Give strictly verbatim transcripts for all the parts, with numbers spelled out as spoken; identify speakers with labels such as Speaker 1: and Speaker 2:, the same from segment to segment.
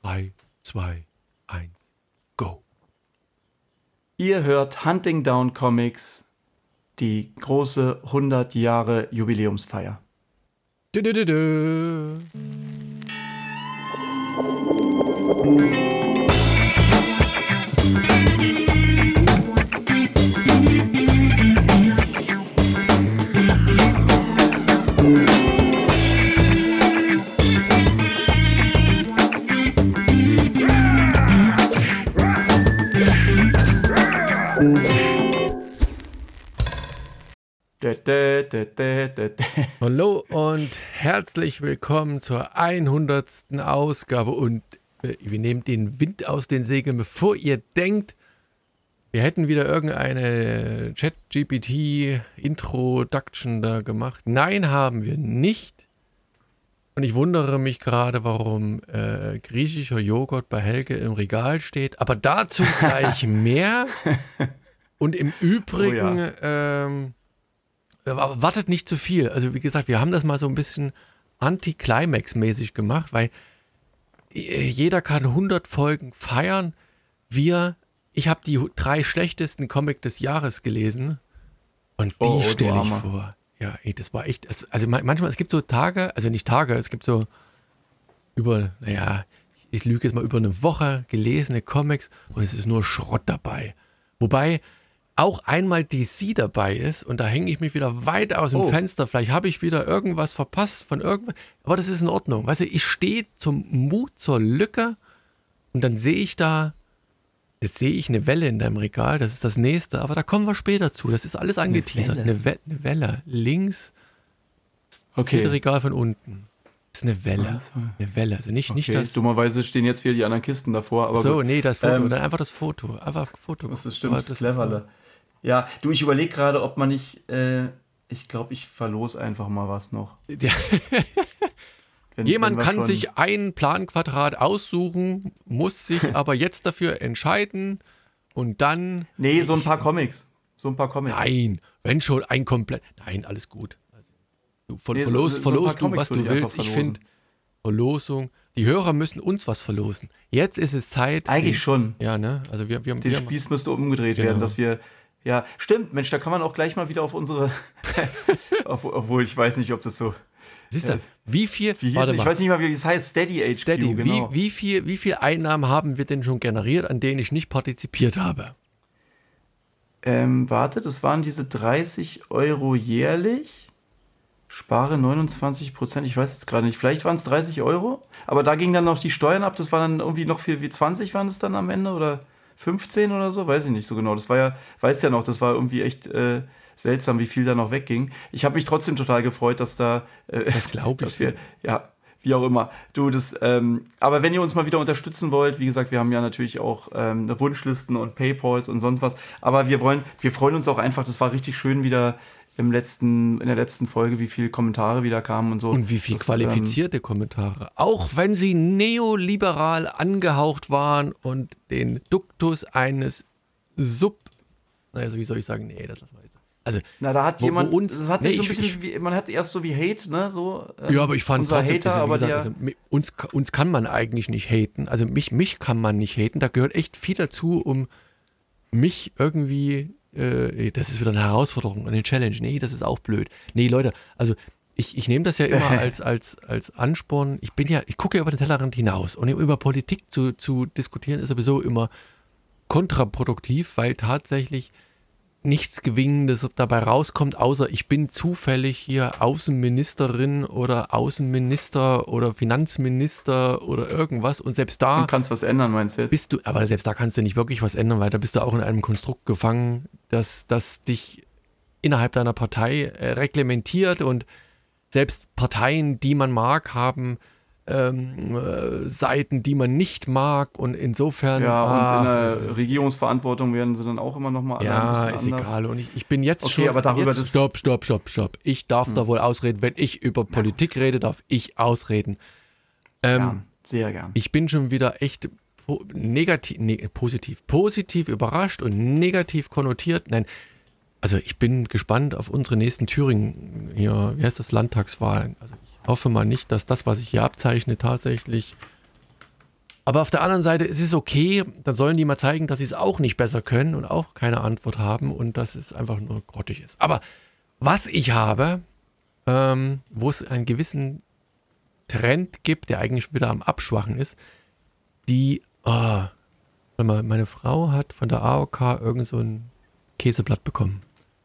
Speaker 1: drei, zwei, eins, go.
Speaker 2: Ihr hört Hunting Down Comics, die große hundert Jahre Jubiläumsfeier.
Speaker 1: Dö, dö, dö, dö. Hallo und herzlich willkommen zur hundertsten Ausgabe und äh, wir nehmen den Wind aus den Segeln, bevor ihr denkt, wir hätten wieder irgendeine Chat-G P T-Introduction da gemacht. Nein, haben wir nicht. Und ich wundere mich gerade, warum äh, griechischer Joghurt bei Helge im Regal steht. Aber dazu gleich mehr. Und im Übrigen... Oh ja. ähm, Aber wartet nicht zu viel. Also wie gesagt, wir haben das mal so ein bisschen Anti-Climax-mäßig gemacht, weil jeder kann hundert Folgen feiern. Wir, ich habe die drei schlechtesten Comics des Jahres gelesen und die oh, oh, stelle ich vor. Ja, ey, das war echt, also manchmal, es gibt so Tage, also nicht Tage, es gibt so über, naja, ich lüge jetzt mal, über eine Woche gelesene Comics und es ist nur Schrott dabei. Wobei auch einmal D C dabei ist und da hänge ich mich wieder weit aus dem oh. Fenster. Vielleicht habe ich wieder irgendwas verpasst von irgendwas. Aber das ist in Ordnung. Weißt du, ich stehe zum Mut zur Lücke und dann sehe ich da, jetzt sehe ich eine Welle in deinem Regal. Das ist das nächste. Aber da kommen wir später zu. Das ist alles angeteasert. Eine Welle. Eine, We- eine Welle. Links, das
Speaker 2: okay.
Speaker 1: vierte Regal von unten. Das ist eine Welle. Also. Eine Welle. Also nicht, okay. nicht das.
Speaker 2: Dummerweise stehen jetzt wieder die anderen Kisten davor. Aber
Speaker 1: so,
Speaker 2: gut.
Speaker 1: nee, das Foto.
Speaker 2: Ähm,
Speaker 1: Oder einfach das Foto. Einfach Foto.
Speaker 2: Das ist stimmt. Das clever. Ist Ja, du, ich überlege gerade, ob man nicht, äh, ich glaube, ich verlose einfach mal was noch.
Speaker 1: Ja. wenn, Jemand wenn kann schon... sich ein Planquadrat aussuchen, muss sich aber jetzt dafür entscheiden und dann...
Speaker 2: Nee, so ein paar Comics. So ein paar Comics.
Speaker 1: Nein, wenn schon ein komplett... Nein, alles gut. Also, du ver- nee, verlos, so, so verlost du, was du willst. Ich finde, Verlosung... Die Hörer müssen uns was verlosen. Jetzt ist es Zeit...
Speaker 2: Eigentlich den, schon.
Speaker 1: Ja, ne? Also wir, wir,
Speaker 2: Der
Speaker 1: wir
Speaker 2: Spieß müsste umgedreht genau. werden, dass wir... Ja, stimmt, Mensch, da kann man auch gleich mal wieder auf unsere, obwohl ich weiß nicht, ob das so...
Speaker 1: Siehst du, wie viel...
Speaker 2: Wie warte ich mal. weiß nicht mal, wie es heißt, Steady H Q,
Speaker 1: Steady,
Speaker 2: genau.
Speaker 1: wie, wie, viel, wie viel Einnahmen haben wir denn schon generiert, an denen ich nicht partizipiert habe?
Speaker 2: Ähm, warte, das waren diese dreißig Euro jährlich, spare neunundzwanzig Prozent, ich weiß jetzt gerade nicht, vielleicht waren es dreißig Euro, aber da gingen dann noch die Steuern ab, das waren dann irgendwie noch viel, wie zwanzig waren es dann am Ende, oder... fünfzehn oder so, weiß ich nicht so genau. Das war ja, weißt ja noch, das war irgendwie echt äh, seltsam, wie viel da noch wegging. Ich habe mich trotzdem total gefreut, dass da, äh,
Speaker 1: das glaube ich,
Speaker 2: wir, ja, wie auch immer. Du, das, ähm, aber wenn ihr uns mal wieder unterstützen wollt, wie gesagt, wir haben ja natürlich auch ähm, Wunschlisten und Paypals und sonst was. Aber wir wollen, wir freuen uns auch einfach. Das war richtig schön wieder. Im letzten, in der letzten Folge, wie viele Kommentare wieder kamen und so.
Speaker 1: Und wie viele
Speaker 2: das,
Speaker 1: qualifizierte ähm, Kommentare. Auch wenn sie neoliberal angehaucht waren und den Duktus eines Sub... Also wie soll ich sagen? Nee, das lassen wir jetzt. Also,
Speaker 2: na, da hat
Speaker 1: wo,
Speaker 2: jemand...
Speaker 1: Wo uns,
Speaker 2: das hat
Speaker 1: nee,
Speaker 2: sich so ein
Speaker 1: ich,
Speaker 2: bisschen...
Speaker 1: ich,
Speaker 2: wie, man hat erst so wie Hate, ne? So,
Speaker 1: ähm, ja, aber ich fand es trotzdem...
Speaker 2: Hater,
Speaker 1: also,
Speaker 2: aber
Speaker 1: gesagt,
Speaker 2: der,
Speaker 1: also, uns, uns kann man eigentlich nicht haten. Also mich, mich kann man nicht haten. Da gehört echt viel dazu, um mich irgendwie... Das ist wieder eine Herausforderung, eine Challenge. Nee, das ist auch blöd. Nee, Leute, also ich, ich nehme das ja immer als, als, als Ansporn. Ich bin ja, ich gucke ja über den Tellerrand hinaus. Und über Politik zu, zu diskutieren ist sowieso immer kontraproduktiv, weil tatsächlich nichts Gewinnendes dabei rauskommt, außer ich bin zufällig hier Außenministerin oder Außenminister oder Finanzminister oder irgendwas und selbst da...
Speaker 2: Du kannst was ändern, meinst du jetzt?
Speaker 1: Bist du, aber selbst da kannst du nicht wirklich was ändern, weil da bist du auch in einem Konstrukt gefangen, das, das dich innerhalb deiner Partei äh, reglementiert und selbst Parteien, die man mag, haben ähm, äh, Seiten, die man nicht mag und insofern...
Speaker 2: Ja, und
Speaker 1: ach,
Speaker 2: in der Regierungsverantwortung werden sie dann auch immer nochmal alle
Speaker 1: ja,
Speaker 2: ein bisschen
Speaker 1: ist
Speaker 2: anders.
Speaker 1: egal und ich, ich bin jetzt
Speaker 2: okay,
Speaker 1: schon...
Speaker 2: aber darüber
Speaker 1: jetzt,
Speaker 2: das
Speaker 1: stopp, stopp, stopp, stopp. Ich darf hm. da wohl ausreden, wenn ich über Politik rede, darf ich ausreden. Ähm,
Speaker 2: gern, sehr gern.
Speaker 1: Ich bin schon wieder echt po- negativ, ne, positiv, positiv überrascht und negativ konnotiert. Nein, also ich bin gespannt auf unsere nächsten Thüringen, hier, wie heißt das, Landtagswahlen. Also ich hoffe mal nicht, dass das, was ich hier abzeichne, tatsächlich Aber auf der anderen Seite, es ist okay, dann sollen die mal zeigen, dass sie es auch nicht besser können und auch keine Antwort haben und dass es einfach nur grottig ist. Aber was ich habe, ähm, wo es einen gewissen Trend gibt, der eigentlich wieder am Abschwachen ist, die, oh, warte mal, meine Frau hat von der A O K irgend so ein Käseblatt bekommen.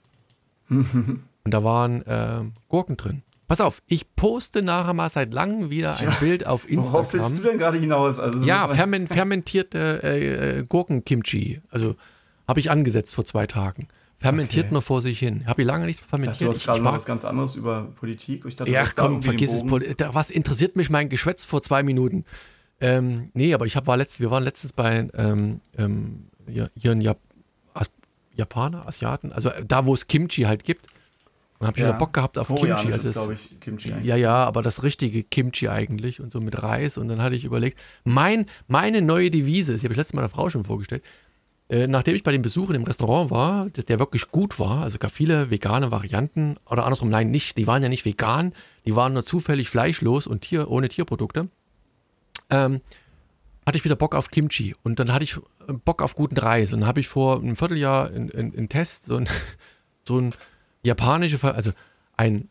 Speaker 1: Und da waren äh, Gurken drin. Pass auf, ich poste nachher mal seit langem wieder ein ja, Bild auf Instagram.
Speaker 2: Worauf willst du denn gerade hinaus? Also,
Speaker 1: ja, ferment, fermentierte äh, Gurken-Kimchi. Also habe ich angesetzt vor zwei Tagen. Fermentiert okay. nur vor sich hin. Habe ich lange nicht fermentiert.
Speaker 2: Ich dachte, du hast gerade noch was ganz anderes über Politik. Ich dachte,
Speaker 1: ja, komm, vergiss es. Was interessiert mich mein Geschwätz vor zwei Minuten? Ähm, nee, aber ich hab, war letzt, wir waren letztens bei ähm, ähm, hier in Jap- As- Japaner, Asiaten, also da, wo es Kimchi halt gibt. Und habe ich ja. wieder Bock gehabt auf oh, Kimchi. Ja, das ist, glaube ich, Kimchi eigentlich. Ja, ja, aber das richtige Kimchi eigentlich und so mit Reis. Und dann hatte ich überlegt, mein, meine neue Devise, das habe ich letztes Mal meiner Frau schon vorgestellt, äh, nachdem ich bei dem Besuch in dem Restaurant war, das, der wirklich gut war, also gab viele vegane Varianten, oder andersrum, nein, nicht, die waren ja nicht vegan, die waren nur zufällig fleischlos und Tier, ohne Tierprodukte, ähm, hatte ich wieder Bock auf Kimchi. Und dann hatte ich Bock auf guten Reis. Und dann habe ich vor einem Vierteljahr einen Test, so ein, so ein japanische, also ein,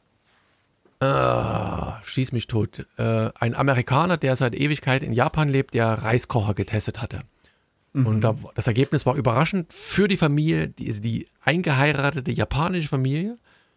Speaker 1: äh, schieß mich tot, äh, ein Amerikaner, der seit Ewigkeit in Japan lebt, der Reiskocher getestet hatte. Mhm. Und da, das Ergebnis war überraschend für die Familie, die, die eingeheiratete japanische Familie.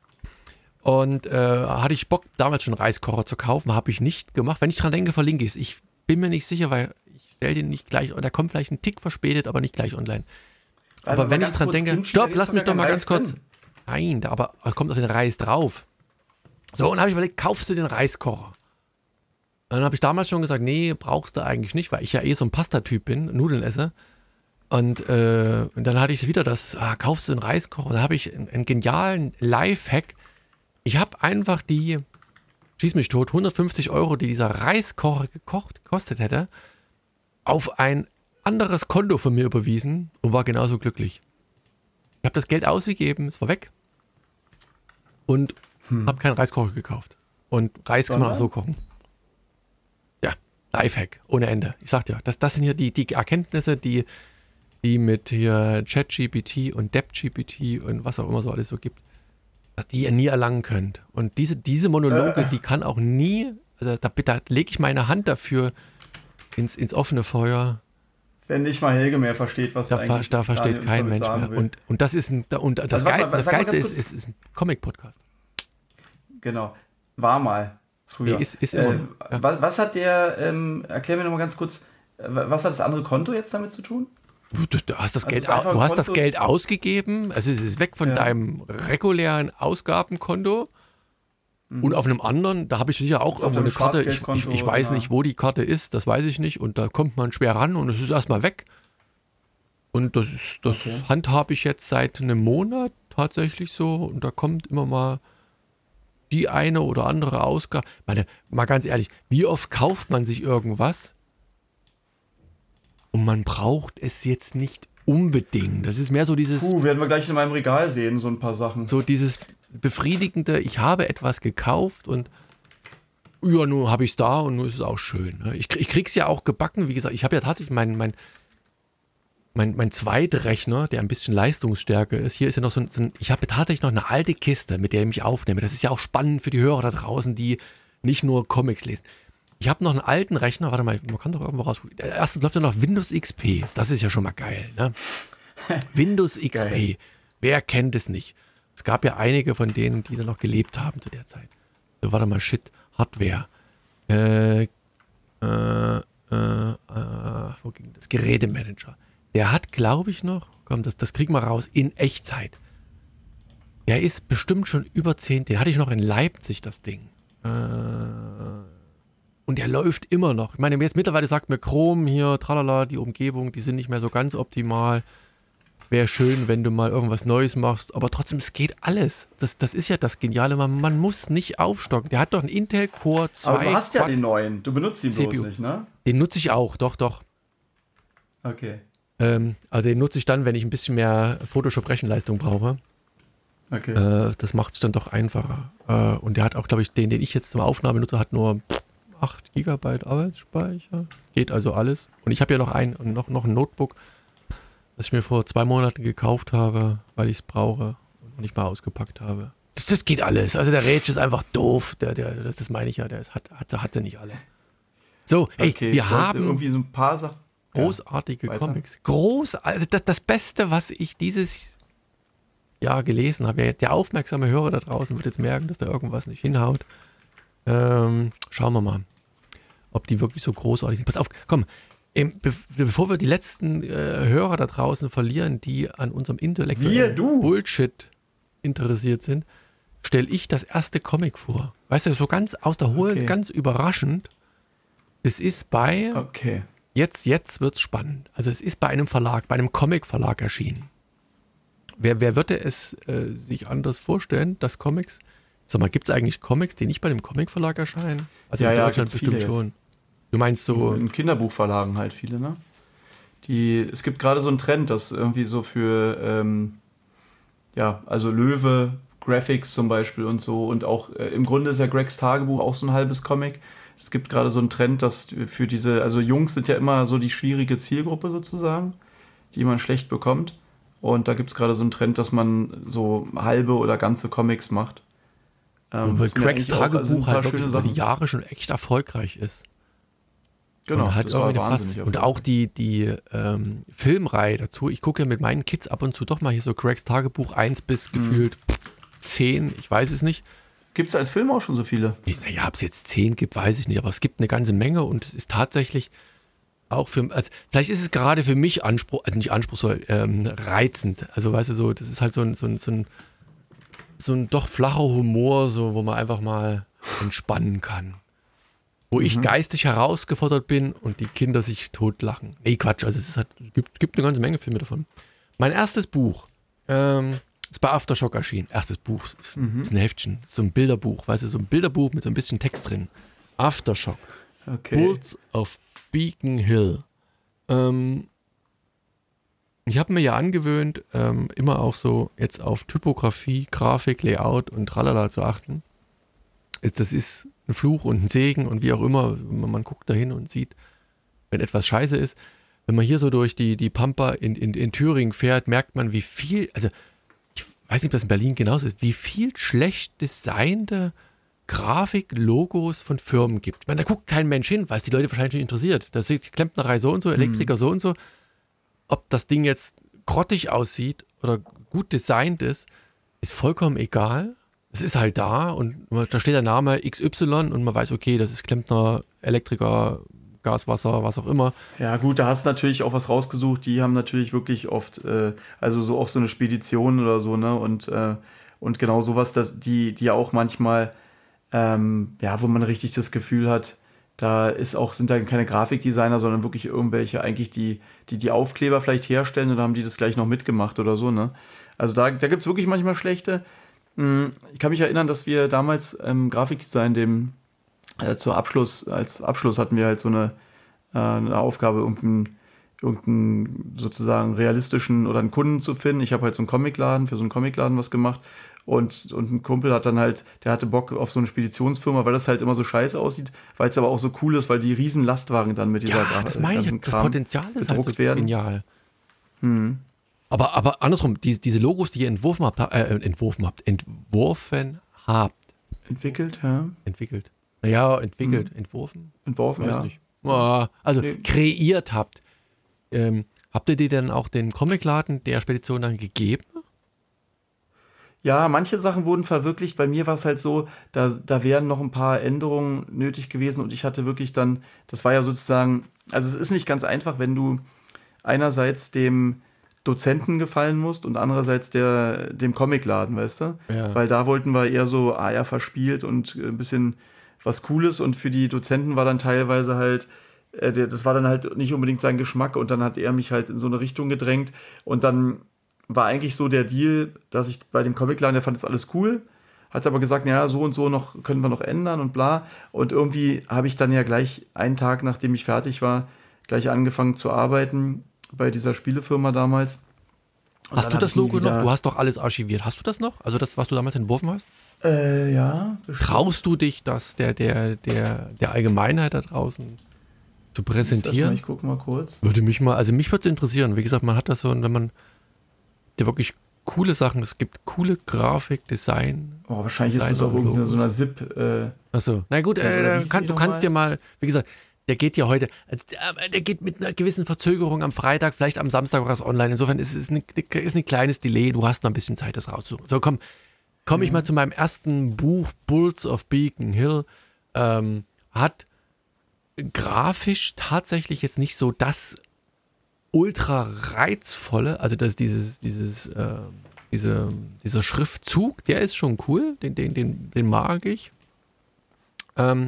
Speaker 1: Und äh, hatte ich Bock, damals schon Reiskocher zu kaufen, habe ich nicht gemacht. Wenn ich dran denke, verlinke ich es. Ich bin mir nicht sicher, weil ich stelle den nicht gleich, der kommt vielleicht einen Tick verspätet, aber nicht gleich online. Aber also, wenn ich dran denke, stopp, lass mich doch mal ganz kurz. Drin. Nein, da aber kommt auf den Reis drauf. So, und habe ich überlegt, kaufst du den Reiskocher? Und dann habe ich damals schon gesagt, nee, brauchst du eigentlich nicht, weil ich ja eh so ein Pasta-Typ bin, Nudeln esse. Und, äh, und dann hatte ich wieder das, ah, kaufst du den Reiskocher? Und dann habe ich einen, einen genialen Lifehack. Ich habe einfach die, schieß mich tot, hundertfünfzig Euro, die dieser Reiskocher gekocht, gekostet hätte, auf ein anderes Konto von mir überwiesen und war genauso glücklich. Ich habe das Geld ausgegeben, es war weg und hm. habe keinen Reiskocher gekauft. Und Reis kann man auch so kochen. Ja, Lifehack, ohne Ende. Ich sag dir, das, das sind hier die, die Erkenntnisse, die, die mit hier ChatGPT und DeepGPT und was auch immer so alles so gibt, dass die ihr nie erlangen könnt. Und diese, diese Monologe, äh. die kann auch nie, also da, da lege ich meine Hand dafür ins, ins offene Feuer.
Speaker 2: Wenn nicht mal Helge mehr versteht, was
Speaker 1: da
Speaker 2: eigentlich
Speaker 1: Da versteht Daniel kein Mensch mehr. Und, und das ist ein, und das, also, Geil, mal, das Geilste ist, ist, ist ein Comic-Podcast.
Speaker 2: Genau. War mal früher.
Speaker 1: Nee, ist, ist immer.
Speaker 2: Äh, ja. was, was hat der, ähm, erklär mir nochmal ganz kurz, was hat das andere Konto jetzt damit zu tun?
Speaker 1: Du, du hast, das, also Geld, du hast das Geld ausgegeben, also es ist weg von ja. deinem regulären Ausgabenkonto. Und auf einem anderen, da habe ich sicher auch irgendwo eine Karte, ich, ich, ich weiß ja. nicht, wo die Karte ist, das weiß ich nicht. Und da kommt man schwer ran und es ist erstmal weg. Und das, ist, das okay. handhabe ich jetzt seit einem Monat tatsächlich so. Und da kommt immer mal die eine oder andere Ausgabe. Meine, mal ganz ehrlich, wie oft kauft man sich irgendwas und man braucht es jetzt nicht unbedingt. Das ist mehr so dieses...
Speaker 2: Puh, werden wir gleich in meinem Regal sehen, so ein paar Sachen.
Speaker 1: So dieses... befriedigende, ich habe etwas gekauft und ja, nun habe ich es da und nun ist es auch schön. Ne? Ich, ich krieg's ja auch gebacken, wie gesagt, ich habe ja tatsächlich meinen mein, mein, mein Zweitrechner, der ein bisschen leistungsstärker ist. Hier ist ja noch so ein, so ein ich habe tatsächlich noch eine alte Kiste, mit der ich mich aufnehme. Das ist ja auch spannend für die Hörer da draußen, die nicht nur Comics lesen. Ich habe noch einen alten Rechner, warte mal, man kann doch irgendwo raus. Erstens läuft ja noch Windows X P, das ist ja schon mal geil. Ne? Windows X P, geil. Wer kennt es nicht? Es gab ja einige von denen, die da noch gelebt haben zu der Zeit. So, warte mal, shit, Hardware. Äh, äh, äh, äh, wo ging das? Gerätemanager. Der hat, glaube ich noch, komm, das, das kriegen wir raus, in Echtzeit. Der ist bestimmt schon über zehn, den hatte ich noch in Leipzig, das Ding. Äh, und der läuft immer noch. Ich meine, jetzt mittlerweile sagt mir Chrome hier, tralala, die Umgebung, die sind nicht mehr so ganz optimal. Wäre schön, wenn du mal irgendwas Neues machst, aber trotzdem, es geht alles. Das, das ist ja das Geniale, man, man muss nicht aufstocken. Der hat doch einen Intel Core zwei.
Speaker 2: Aber du hast ja den neuen, du benutzt ihn bloß C P U. Nicht, ne?
Speaker 1: Den nutze ich auch, doch, doch.
Speaker 2: Okay.
Speaker 1: Ähm, also den nutze ich dann, wenn ich ein bisschen mehr Photoshop-Rechenleistung brauche.
Speaker 2: Okay.
Speaker 1: Äh, das macht es dann doch einfacher. Äh, und der hat auch, glaube ich, den, den ich jetzt zur Aufnahme nutze, hat nur acht Gigabyte Arbeitsspeicher. Geht also alles. Und ich habe ja noch ein, noch, noch ein Notebook, das ich mir vor zwei Monaten gekauft habe, weil ich es brauche und nicht mal ausgepackt habe. Das, das geht alles. Also der Rage ist einfach doof. Der, der, das, das meine ich ja, der ist, hat, hat, hat sie nicht alle. So, hey,
Speaker 2: okay,
Speaker 1: wir haben
Speaker 2: irgendwie so ein paar Sachen.
Speaker 1: großartige
Speaker 2: ja,
Speaker 1: Comics. Groß, also das, das Beste, was ich dieses Jahr gelesen habe. Der aufmerksame Hörer da draußen wird jetzt merken, dass da irgendwas nicht hinhaut. Ähm, schauen wir mal, ob die wirklich so großartig sind. Pass auf, komm, ähm, be- bevor wir die letzten äh, Hörer da draußen verlieren, die an unserem intellektuellen Bullshit interessiert sind, stelle ich das erste Comic vor. Weißt du, so ganz aus der Hohlen,
Speaker 2: Okay.
Speaker 1: ganz überraschend. Es ist bei,
Speaker 2: Okay.
Speaker 1: jetzt, jetzt wird's spannend. Also es ist bei einem Verlag, bei einem Comic-Verlag erschienen. Wer, wer würde es äh, sich anders vorstellen, dass Comics, sag mal, gibt es eigentlich Comics, die nicht bei dem Comic-Verlag erscheinen? Also
Speaker 2: Ja,
Speaker 1: in
Speaker 2: ja,
Speaker 1: Deutschland
Speaker 2: gibt's
Speaker 1: bestimmt
Speaker 2: viele
Speaker 1: schon. Du meinst so,
Speaker 2: In Kinderbuchverlagen halt viele, ne? Die, es gibt gerade so einen Trend, dass irgendwie so für, ähm, ja, also Löwe, Graphics zum Beispiel und so und auch äh, im Grunde ist ja Gregs Tagebuch auch so ein halbes Comic. Es gibt gerade so einen Trend, dass für diese, also Jungs sind ja immer so die schwierige Zielgruppe sozusagen, die man schlecht bekommt. Und da gibt es gerade so einen Trend, dass man so halbe oder ganze Comics macht. Ähm,
Speaker 1: weil
Speaker 2: ist mir
Speaker 1: Gregs
Speaker 2: eigentlich auch- also sind
Speaker 1: Tagebuch
Speaker 2: ein paar
Speaker 1: halt wirklich
Speaker 2: schöne
Speaker 1: über die
Speaker 2: Sachen.
Speaker 1: Jahre schon echt erfolgreich ist.
Speaker 2: Genau,
Speaker 1: und hat
Speaker 2: das war
Speaker 1: irgendwie eine
Speaker 2: wahnsinnig
Speaker 1: Fass. Und auch die, die ähm, Filmreihe dazu. Ich gucke ja mit meinen Kids ab und zu doch mal hier so Gregs Tagebuch eins bis gefühlt zehn, ich weiß es nicht.
Speaker 2: Gibt es als Film auch schon so viele?
Speaker 1: Naja, ob es jetzt zehn gibt, weiß ich nicht, aber es gibt eine ganze Menge und es ist tatsächlich auch für, also vielleicht ist es gerade für mich Anspruch, also nicht anspruchsvoll, ähm, reizend. Also weißt du, so, das ist halt so ein, so ein, so ein, so ein doch flacher Humor, so, wo man einfach mal entspannen kann. Wo ich geistig herausgefordert bin und die Kinder sich totlachen. Nee, Quatsch, also es ist halt, gibt, gibt eine ganze Menge Filme davon. Mein erstes Buch, ähm, ist bei Aftershock erschienen. Erstes Buch, ist, ist ein Heftchen, ist so ein Bilderbuch, weißt du, so ein Bilderbuch mit so ein bisschen Text drin. Aftershock.
Speaker 2: Okay.
Speaker 1: Bulls of Beacon Hill. Ähm, ich habe mir ja angewöhnt, ähm, immer auch so jetzt auf Typografie, Grafik, Layout und tralala zu achten. Ist, das ist ein Fluch und ein Segen und wie auch immer. Man, man guckt dahin und sieht, wenn etwas scheiße ist. Wenn man hier so durch die, die Pampa in, in, in Thüringen fährt, merkt man, wie viel, also ich weiß nicht, ob das in Berlin genauso ist, wie viel schlecht designte Grafik, Logos von Firmen gibt. Ich meine, da guckt kein Mensch hin, weil es die Leute wahrscheinlich nicht interessiert. Da sieht die Klempnerei so und so, Elektriker so und so. Ob das Ding jetzt grottig aussieht oder gut designt ist, ist vollkommen egal. Es ist halt da und da steht der Name X Y und man weiß, okay, das ist Klempner, Elektriker, Gaswasser, was auch immer.
Speaker 2: Ja gut, da hast du natürlich auch was rausgesucht. Die haben natürlich wirklich oft, äh, also so auch so eine Spedition oder so, ne? Und, äh, und genau sowas, das, die, die auch manchmal, ähm, ja, wo man richtig das Gefühl hat, da ist auch, sind da keine Grafikdesigner, sondern wirklich irgendwelche eigentlich, die die, die Aufkleber vielleicht herstellen und dann haben die das gleich noch mitgemacht oder so, ne? Also da, da gibt es wirklich manchmal schlechte. Ich kann mich erinnern, dass wir damals im Grafikdesign dem äh, zur Abschluss, als Abschluss hatten wir halt so eine, äh, eine Aufgabe, irgendeinen, irgendeinen sozusagen realistischen oder einen Kunden zu finden. Ich habe halt so einen Comicladen, für so einen Comicladen was gemacht und, und ein Kumpel hat dann halt, der hatte Bock auf so eine Speditionsfirma, weil das halt immer so scheiße aussieht, weil es aber auch so cool ist, weil die riesen Lastwagen dann mit dieser
Speaker 1: Ja,
Speaker 2: Gra-
Speaker 1: das meine ich,
Speaker 2: ganzen
Speaker 1: das
Speaker 2: Kram
Speaker 1: Potenzial ist halt so
Speaker 2: gedruckt werden.
Speaker 1: genial.
Speaker 2: Hm.
Speaker 1: Aber, aber andersrum, die, diese Logos, die ihr entworfen habt, äh, entworfen habt, entworfen habt,
Speaker 2: Entwickelt, ja.
Speaker 1: entwickelt. Naja, entwickelt, entworfen?
Speaker 2: Entworfen,
Speaker 1: Weiß
Speaker 2: ja.
Speaker 1: nicht. Ah, also
Speaker 2: Nee.
Speaker 1: kreiert habt. Ähm, habt ihr die dann auch dem Comicladen der Spedition dann gegeben?
Speaker 2: Ja, manche Sachen wurden verwirklicht. Bei mir war es halt so, da, da wären noch ein paar Änderungen nötig gewesen und ich hatte wirklich dann, das war ja sozusagen, also es ist nicht ganz einfach, wenn du einerseits dem Dozenten gefallen musst und andererseits der, dem Comicladen, weißt du?
Speaker 1: Ja.
Speaker 2: Weil da wollten wir eher so, ah ja, verspielt und ein bisschen was Cooles und für die Dozenten war dann teilweise halt, äh, der- das war dann halt nicht unbedingt sein Geschmack und dann hat er mich halt in so eine Richtung gedrängt und dann war eigentlich so der Deal, dass ich bei dem Comicladen, der fand das alles cool, hat aber gesagt, ja, so und so noch können wir noch ändern und bla. Und irgendwie habe ich dann ja gleich einen Tag, nachdem ich fertig war, gleich angefangen zu arbeiten bei dieser Spielefirma damals. Und
Speaker 1: hast du das Logo noch? Du hast doch alles archiviert. Hast du das noch? Also das, was du damals entworfen hast?
Speaker 2: Äh, ja. Bestimmt.
Speaker 1: Traust du dich, das der, der, der, der Allgemeinheit da draußen zu präsentieren?
Speaker 2: Ich gucke mal kurz.
Speaker 1: Würde mich mal, also mich würde es interessieren. Wie gesagt, man hat das so, wenn man der wirklich coole Sachen, es gibt coole Grafik, Design.
Speaker 2: Oh, wahrscheinlich Design ist das auch irgendeine so eine Zip. Äh,
Speaker 1: Achso, na gut, äh, kann, du kannst mal? dir mal, wie gesagt, der geht ja heute, der geht mit einer gewissen Verzögerung am Freitag, vielleicht am Samstag auch erst online. Insofern ist es ein, ist ein kleines Delay, du hast noch ein bisschen Zeit, das rauszusuchen. So, komm, komme mhm. ich mal zu meinem ersten Buch, Bulls of Beacon Hill. Ähm, hat grafisch tatsächlich jetzt nicht so das ultra reizvolle, also das, dieses, dieses, äh, diese, dieser Schriftzug, der ist schon cool, den, den, den, den mag ich. Ähm,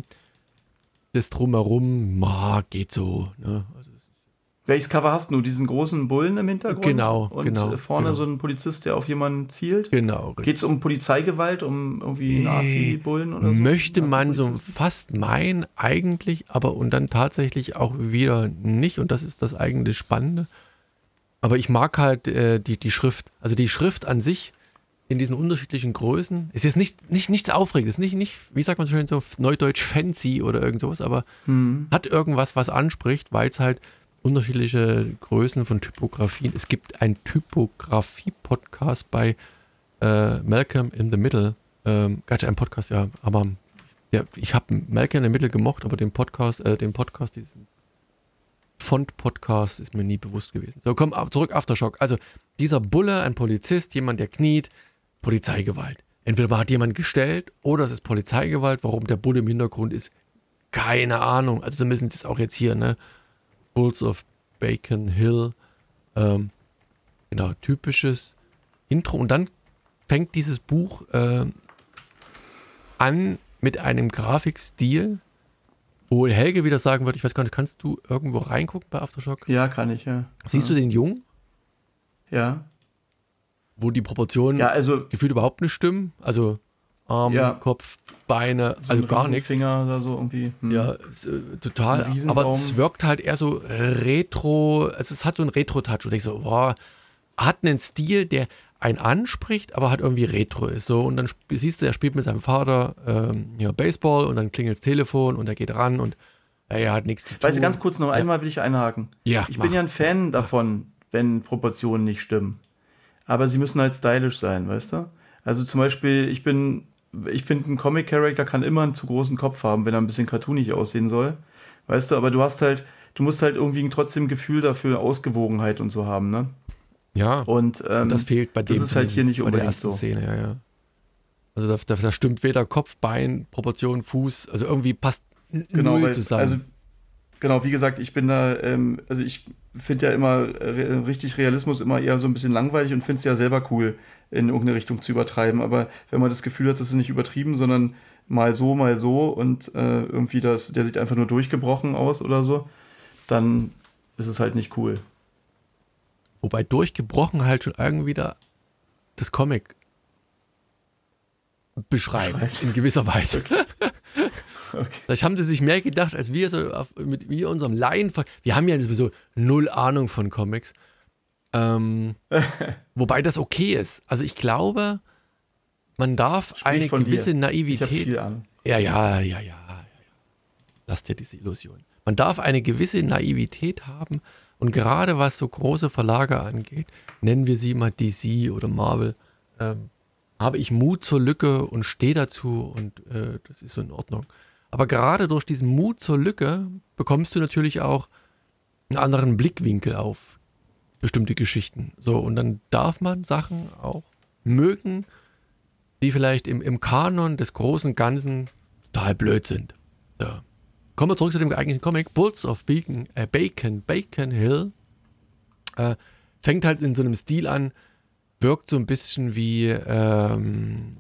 Speaker 1: das Drumherum, ma, geht so. Ne? Also,
Speaker 2: welches Cover hast du? Diesen großen Bullen im Hintergrund?
Speaker 1: Genau,
Speaker 2: und
Speaker 1: genau.
Speaker 2: vorne
Speaker 1: genau.
Speaker 2: so ein Polizist, der auf jemanden zielt?
Speaker 1: Genau.
Speaker 2: Geht es um Polizeigewalt, um irgendwie Nazi-Bullen oder so?
Speaker 1: Möchte man so fast meinen, eigentlich, aber und dann tatsächlich auch wieder nicht. Und das ist das eigentlich Spannende. Aber ich mag halt äh, die, die Schrift. Also die Schrift an sich in diesen unterschiedlichen Größen. Ist jetzt nicht, nicht, nichts Aufregendes. Nicht, nicht, wie sagt man so schön, so neudeutsch fancy oder irgend sowas, aber hm. hat irgendwas, was anspricht, weil es halt unterschiedliche Größen von Typografien. Es gibt einen Typografie-Podcast bei äh, Malcolm in the Middle. Ähm, gar nicht ein Podcast, ja, aber ja, ich habe Malcolm in the Middle gemocht, aber den Podcast, äh, den Podcast, diesen Font-Podcast ist mir nie bewusst gewesen. So, komm, zurück, Aftershock. Also, dieser Bulle, ein Polizist, jemand, der kniet, Polizeigewalt. Entweder hat jemand gestellt oder es ist Polizeigewalt. Warum der Bulle im Hintergrund ist, keine Ahnung. Also, zumindest ist auch jetzt hier, ne? Bulls of Beacon Hill. Ähm, genau, typisches Intro. Und dann fängt dieses Buch äh, an mit einem Grafikstil, wo Helge wieder sagen würde, ich weiß gar nicht, kannst du irgendwo reingucken bei Aftershock?
Speaker 2: Ja, kann ich, ja.
Speaker 1: Siehst
Speaker 2: ja.
Speaker 1: du den Jungen?
Speaker 2: Ja.
Speaker 1: Wo die Proportionen
Speaker 2: ja, also,
Speaker 1: gefühlt überhaupt nicht stimmen? Also Arm, ja. Kopf, Beine,
Speaker 2: so
Speaker 1: also gar nichts.
Speaker 2: Finger oder so irgendwie. Hm.
Speaker 1: Ja, ist, äh, total. Aber es wirkt halt eher so retro, also es hat so einen Retro-Touch. Und ich so, boah, hat einen Stil, der einen anspricht, aber halt irgendwie retro ist. So, und dann sp- siehst du, er spielt mit seinem Vater ähm, ja, Baseball und dann klingelt das Telefon und er geht ran und ja, er hat nichts zu tun.
Speaker 2: Weißt du, ganz kurz noch ja. einmal will ich einhaken.
Speaker 1: Ja,
Speaker 2: ich
Speaker 1: mach.
Speaker 2: bin ja ein Fan davon, wenn Proportionen nicht stimmen. Aber sie müssen halt stylisch sein, weißt du? Also zum Beispiel, ich bin, ich finde, ein Comic-Character kann immer einen zu großen Kopf haben, wenn er ein bisschen cartoonig aussehen soll. Weißt du, aber du hast halt, du musst halt irgendwie trotzdem ein Gefühl dafür, Ausgewogenheit und so haben, ne?
Speaker 1: Ja,
Speaker 2: und ähm,
Speaker 1: das fehlt bei dem.
Speaker 2: Das ist halt hier nicht unbedingt
Speaker 1: bei der ersten
Speaker 2: so.
Speaker 1: Szene, ja, ja. Also da, da, da stimmt weder Kopf, Bein, Proportion, Fuß, also irgendwie passt n-
Speaker 2: genau,
Speaker 1: null
Speaker 2: weil,
Speaker 1: zusammen.
Speaker 2: Also, genau, wie gesagt, ich bin da, ähm, also ich finde ja immer re- richtig Realismus immer eher so ein bisschen langweilig und finde es ja selber cool, in irgendeine Richtung zu übertreiben. Aber wenn man das Gefühl hat, das ist nicht übertrieben, sondern mal so, mal so und äh, irgendwie das, der sieht einfach nur durchgebrochen aus oder so, dann ist es halt nicht cool.
Speaker 1: Wobei durchgebrochen halt schon irgendwie da das Comic beschreibt, beschreibt. in gewisser Weise. Okay. Okay. Vielleicht haben sie sich mehr gedacht, als wir so auf, mit wir unserem Laien. Wir haben ja sowieso null Ahnung von Comics. Ähm, wobei das okay ist. Also ich glaube, man darf Sprich eine gewisse dir. Naivität. Ich hab viel Ahnung. Ja, ja, ja, ja, ja. Lass dir diese Illusion. Man darf eine gewisse Naivität haben. Und gerade was so große Verlage angeht, nennen wir sie mal D C oder Marvel, ähm, habe ich Mut zur Lücke und stehe dazu und äh, das ist so in Ordnung. Aber gerade durch diesen Mut zur Lücke bekommst du natürlich auch einen anderen Blickwinkel auf bestimmte Geschichten. So, und dann darf man Sachen auch mögen, die vielleicht im, im Kanon des großen Ganzen total blöd sind. So. Kommen wir zurück zu dem eigentlichen Comic. Bulls of Beacon, äh, Bacon, Beacon Hill. Äh, fängt halt in so einem Stil an, wirkt so ein bisschen wie, ähm,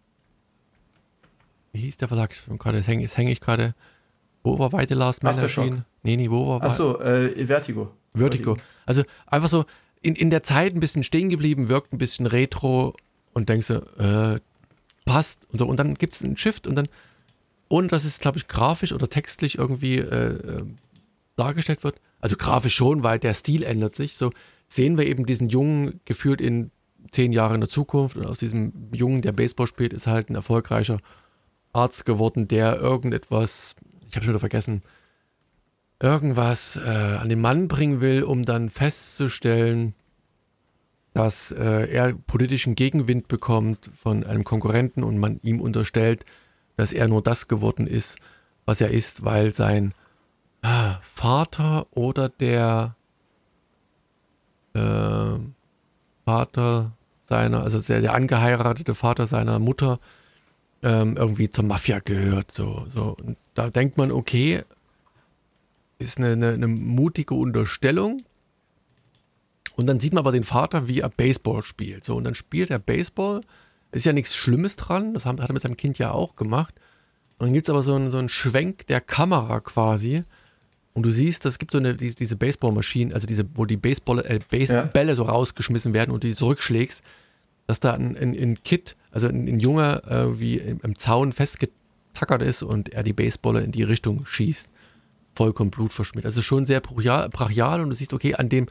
Speaker 1: wie hieß der Verlag? Jetzt hänge häng ich gerade. Wo war Weite Last Man erschienen? Nee, nee, wo war
Speaker 2: Achso, äh, Vertigo.
Speaker 1: Vertigo. Also einfach so in, in der Zeit ein bisschen stehen geblieben, wirkt ein bisschen retro und denkst du, äh, passt und so. Und dann gibt es einen Shift und dann, ohne dass es, glaube ich, grafisch oder textlich irgendwie äh, dargestellt wird. Also grafisch schon, weil der Stil ändert sich. So sehen wir eben diesen Jungen gefühlt in zehn Jahren in der Zukunft. Und aus diesem Jungen, der Baseball spielt, ist halt ein erfolgreicher Arzt geworden, der irgendetwas, ich habe schon wieder vergessen, irgendwas äh, an den Mann bringen will, um dann festzustellen, dass äh, er politischen Gegenwind bekommt von einem Konkurrenten und man ihm unterstellt, dass er nur das geworden ist, was er ist, weil sein äh, Vater oder der äh, Vater seiner, also der, der angeheiratete Vater seiner Mutter ähm, irgendwie zur Mafia gehört. So, so. Und da denkt man, okay, ist eine, eine, eine mutige Unterstellung. Und dann sieht man aber den Vater, wie er Baseball spielt. So, und dann spielt er Baseball. Ist ja nichts Schlimmes dran. Das hat er mit seinem Kind ja auch gemacht. Und dann gibt es aber so einen, so einen Schwenk der Kamera quasi. Und du siehst, es gibt so eine, diese, diese Baseballmaschinen, also diese, wo die Baseball, äh, Basebälle ja. so rausgeschmissen werden und du die zurückschlägst, dass da ein, ein, ein Kid, also ein, ein Junge äh, wie im, im Zaun festgetackert ist und er die Baseballe in die Richtung schießt. Vollkommen blutverschmiert. Also schon sehr brachial, brachial und du siehst, okay, an dem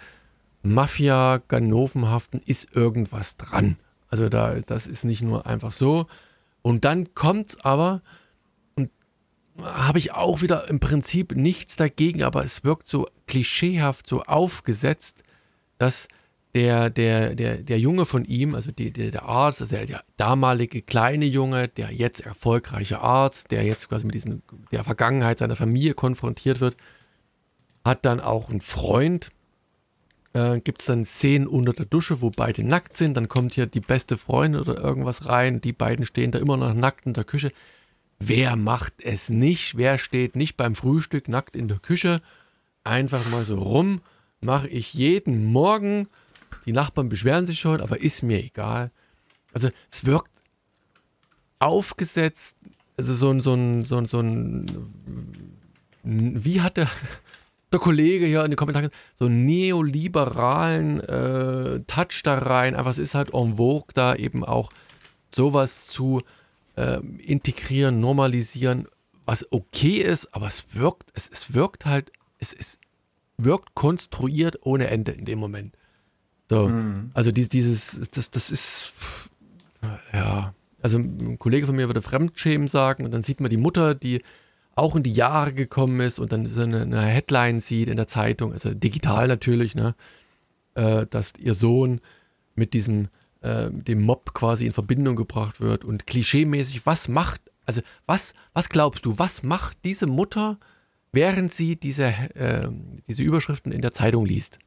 Speaker 1: Mafia-Ganovenhaften ist irgendwas dran. Also da, das ist nicht nur einfach so. Und dann kommt's aber, und habe ich auch wieder im Prinzip nichts dagegen, aber es wirkt so klischeehaft, so aufgesetzt, dass der, der, der, der Junge von ihm, also die, der, der Arzt, also der, der damalige kleine Junge, der jetzt erfolgreiche Arzt, der jetzt quasi mit diesen, der Vergangenheit seiner Familie konfrontiert wird, hat dann auch einen Freund. Äh, gibt es dann Szenen unter der Dusche, wo beide nackt sind, dann kommt hier die beste Freundin oder irgendwas rein, die beiden stehen da immer noch nackt in der Küche. Wer macht es nicht? Wer steht nicht beim Frühstück nackt in der Küche? Einfach mal so rum, mache ich jeden Morgen. Die Nachbarn beschweren sich schon, aber ist mir egal. Also es wirkt aufgesetzt, also so ein, so ein, so ein, so ein wie hat der, der Kollege hier in den Kommentaren so einen neoliberalen äh, Touch da rein. Einfach es ist halt en vogue, da eben auch sowas zu äh, integrieren, normalisieren, was okay ist, aber es wirkt, es, es wirkt halt, es, es wirkt konstruiert ohne Ende in dem Moment. So, mhm. Also dies, dieses, das, das ist, ja, also ein Kollege von mir würde Fremdschämen sagen und dann sieht man die Mutter, die auch in die Jahre gekommen ist und dann so eine, eine Headline sieht in der Zeitung, also digital natürlich, ne, äh, dass ihr Sohn mit diesem, äh, dem Mob quasi in Verbindung gebracht wird und klischeemäßig, was macht, also was, was glaubst du, was macht diese Mutter, während sie diese, äh, diese Überschriften in der Zeitung liest?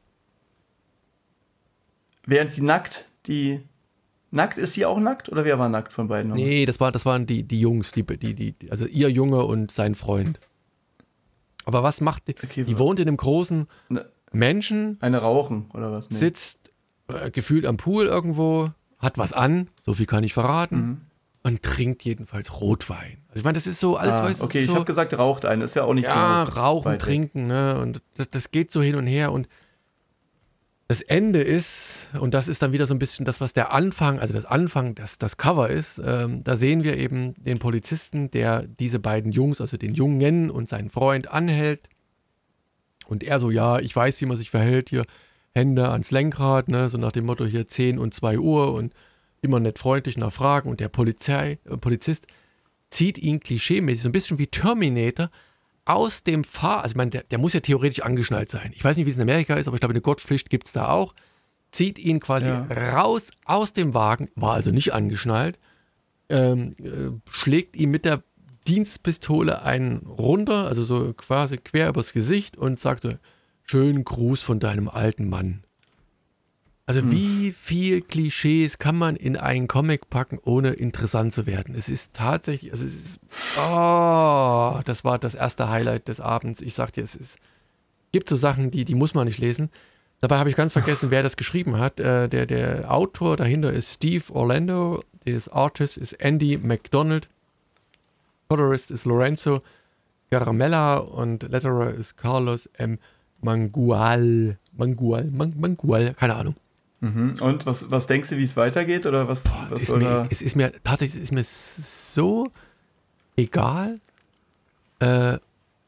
Speaker 2: Während sie nackt, die nackt, ist sie auch nackt oder wer war nackt von beiden?
Speaker 1: Nee, das, war, das waren die, die Jungs, die, die, die, also ihr Junge und sein Freund. Aber was macht die? Okay, die wohnt in einem großen ne, Menschen.
Speaker 2: Eine rauchen oder was? Nee.
Speaker 1: Sitzt äh, gefühlt am Pool irgendwo, hat was an, so viel kann ich verraten, mhm. und trinkt jedenfalls Rotwein. Also ich meine, das ist so alles,
Speaker 2: ah,
Speaker 1: weißt du,
Speaker 2: okay,
Speaker 1: so,
Speaker 2: ich habe gesagt, raucht einen, ist ja auch nicht
Speaker 1: ja,
Speaker 2: so.
Speaker 1: Ja, rauchen, trinken, ne, und das, das geht so hin und her und das Ende ist, und das ist dann wieder so ein bisschen das, was der Anfang, also das Anfang, das, das Cover ist, ähm, da sehen wir eben den Polizisten, der diese beiden Jungs, also den Jungen und seinen Freund anhält. Und er so, ja, ich weiß, wie man sich verhält, hier Hände ans Lenkrad, ne, so nach dem Motto hier zehn und zwei Uhr und immer nett freundlich nach Fragen. Und der Polizei, äh, Polizist zieht ihn klischeemäßig, so ein bisschen wie Terminator, aus dem Fahr... Also ich meine, der, der muss ja theoretisch angeschnallt sein. Ich weiß nicht, wie es in Amerika ist, aber ich glaube, eine Gurtpflicht gibt es da auch. Zieht ihn quasi ja. raus aus dem Wagen, war also nicht angeschnallt, ähm, äh, schlägt ihm mit der Dienstpistole einen runter, also so quasi quer übers Gesicht und sagte, schönen Gruß von deinem alten Mann. Also hm. wie viel Klischees kann man in einen Comic packen, ohne interessant zu werden? Es ist tatsächlich, also es ist, oh, das war das erste Highlight des Abends. Ich sag dir, es ist, gibt so Sachen, die, die muss man nicht lesen. Dabei habe ich ganz vergessen, wer das geschrieben hat. Äh, der, der Autor dahinter ist Steve Orlando, der Artist ist Andy McDonald, Colorist ist Lorenzo Garamella und Letterer ist Carlos M. Mangual. Mangual, Man, Mangual, keine Ahnung.
Speaker 2: Mhm. Und was, was denkst du, wie es weitergeht? Oder was,
Speaker 1: Boah,
Speaker 2: was
Speaker 1: ist
Speaker 2: soll
Speaker 1: mir,
Speaker 2: da?
Speaker 1: Es ist mir tatsächlich ist mir so egal. Äh,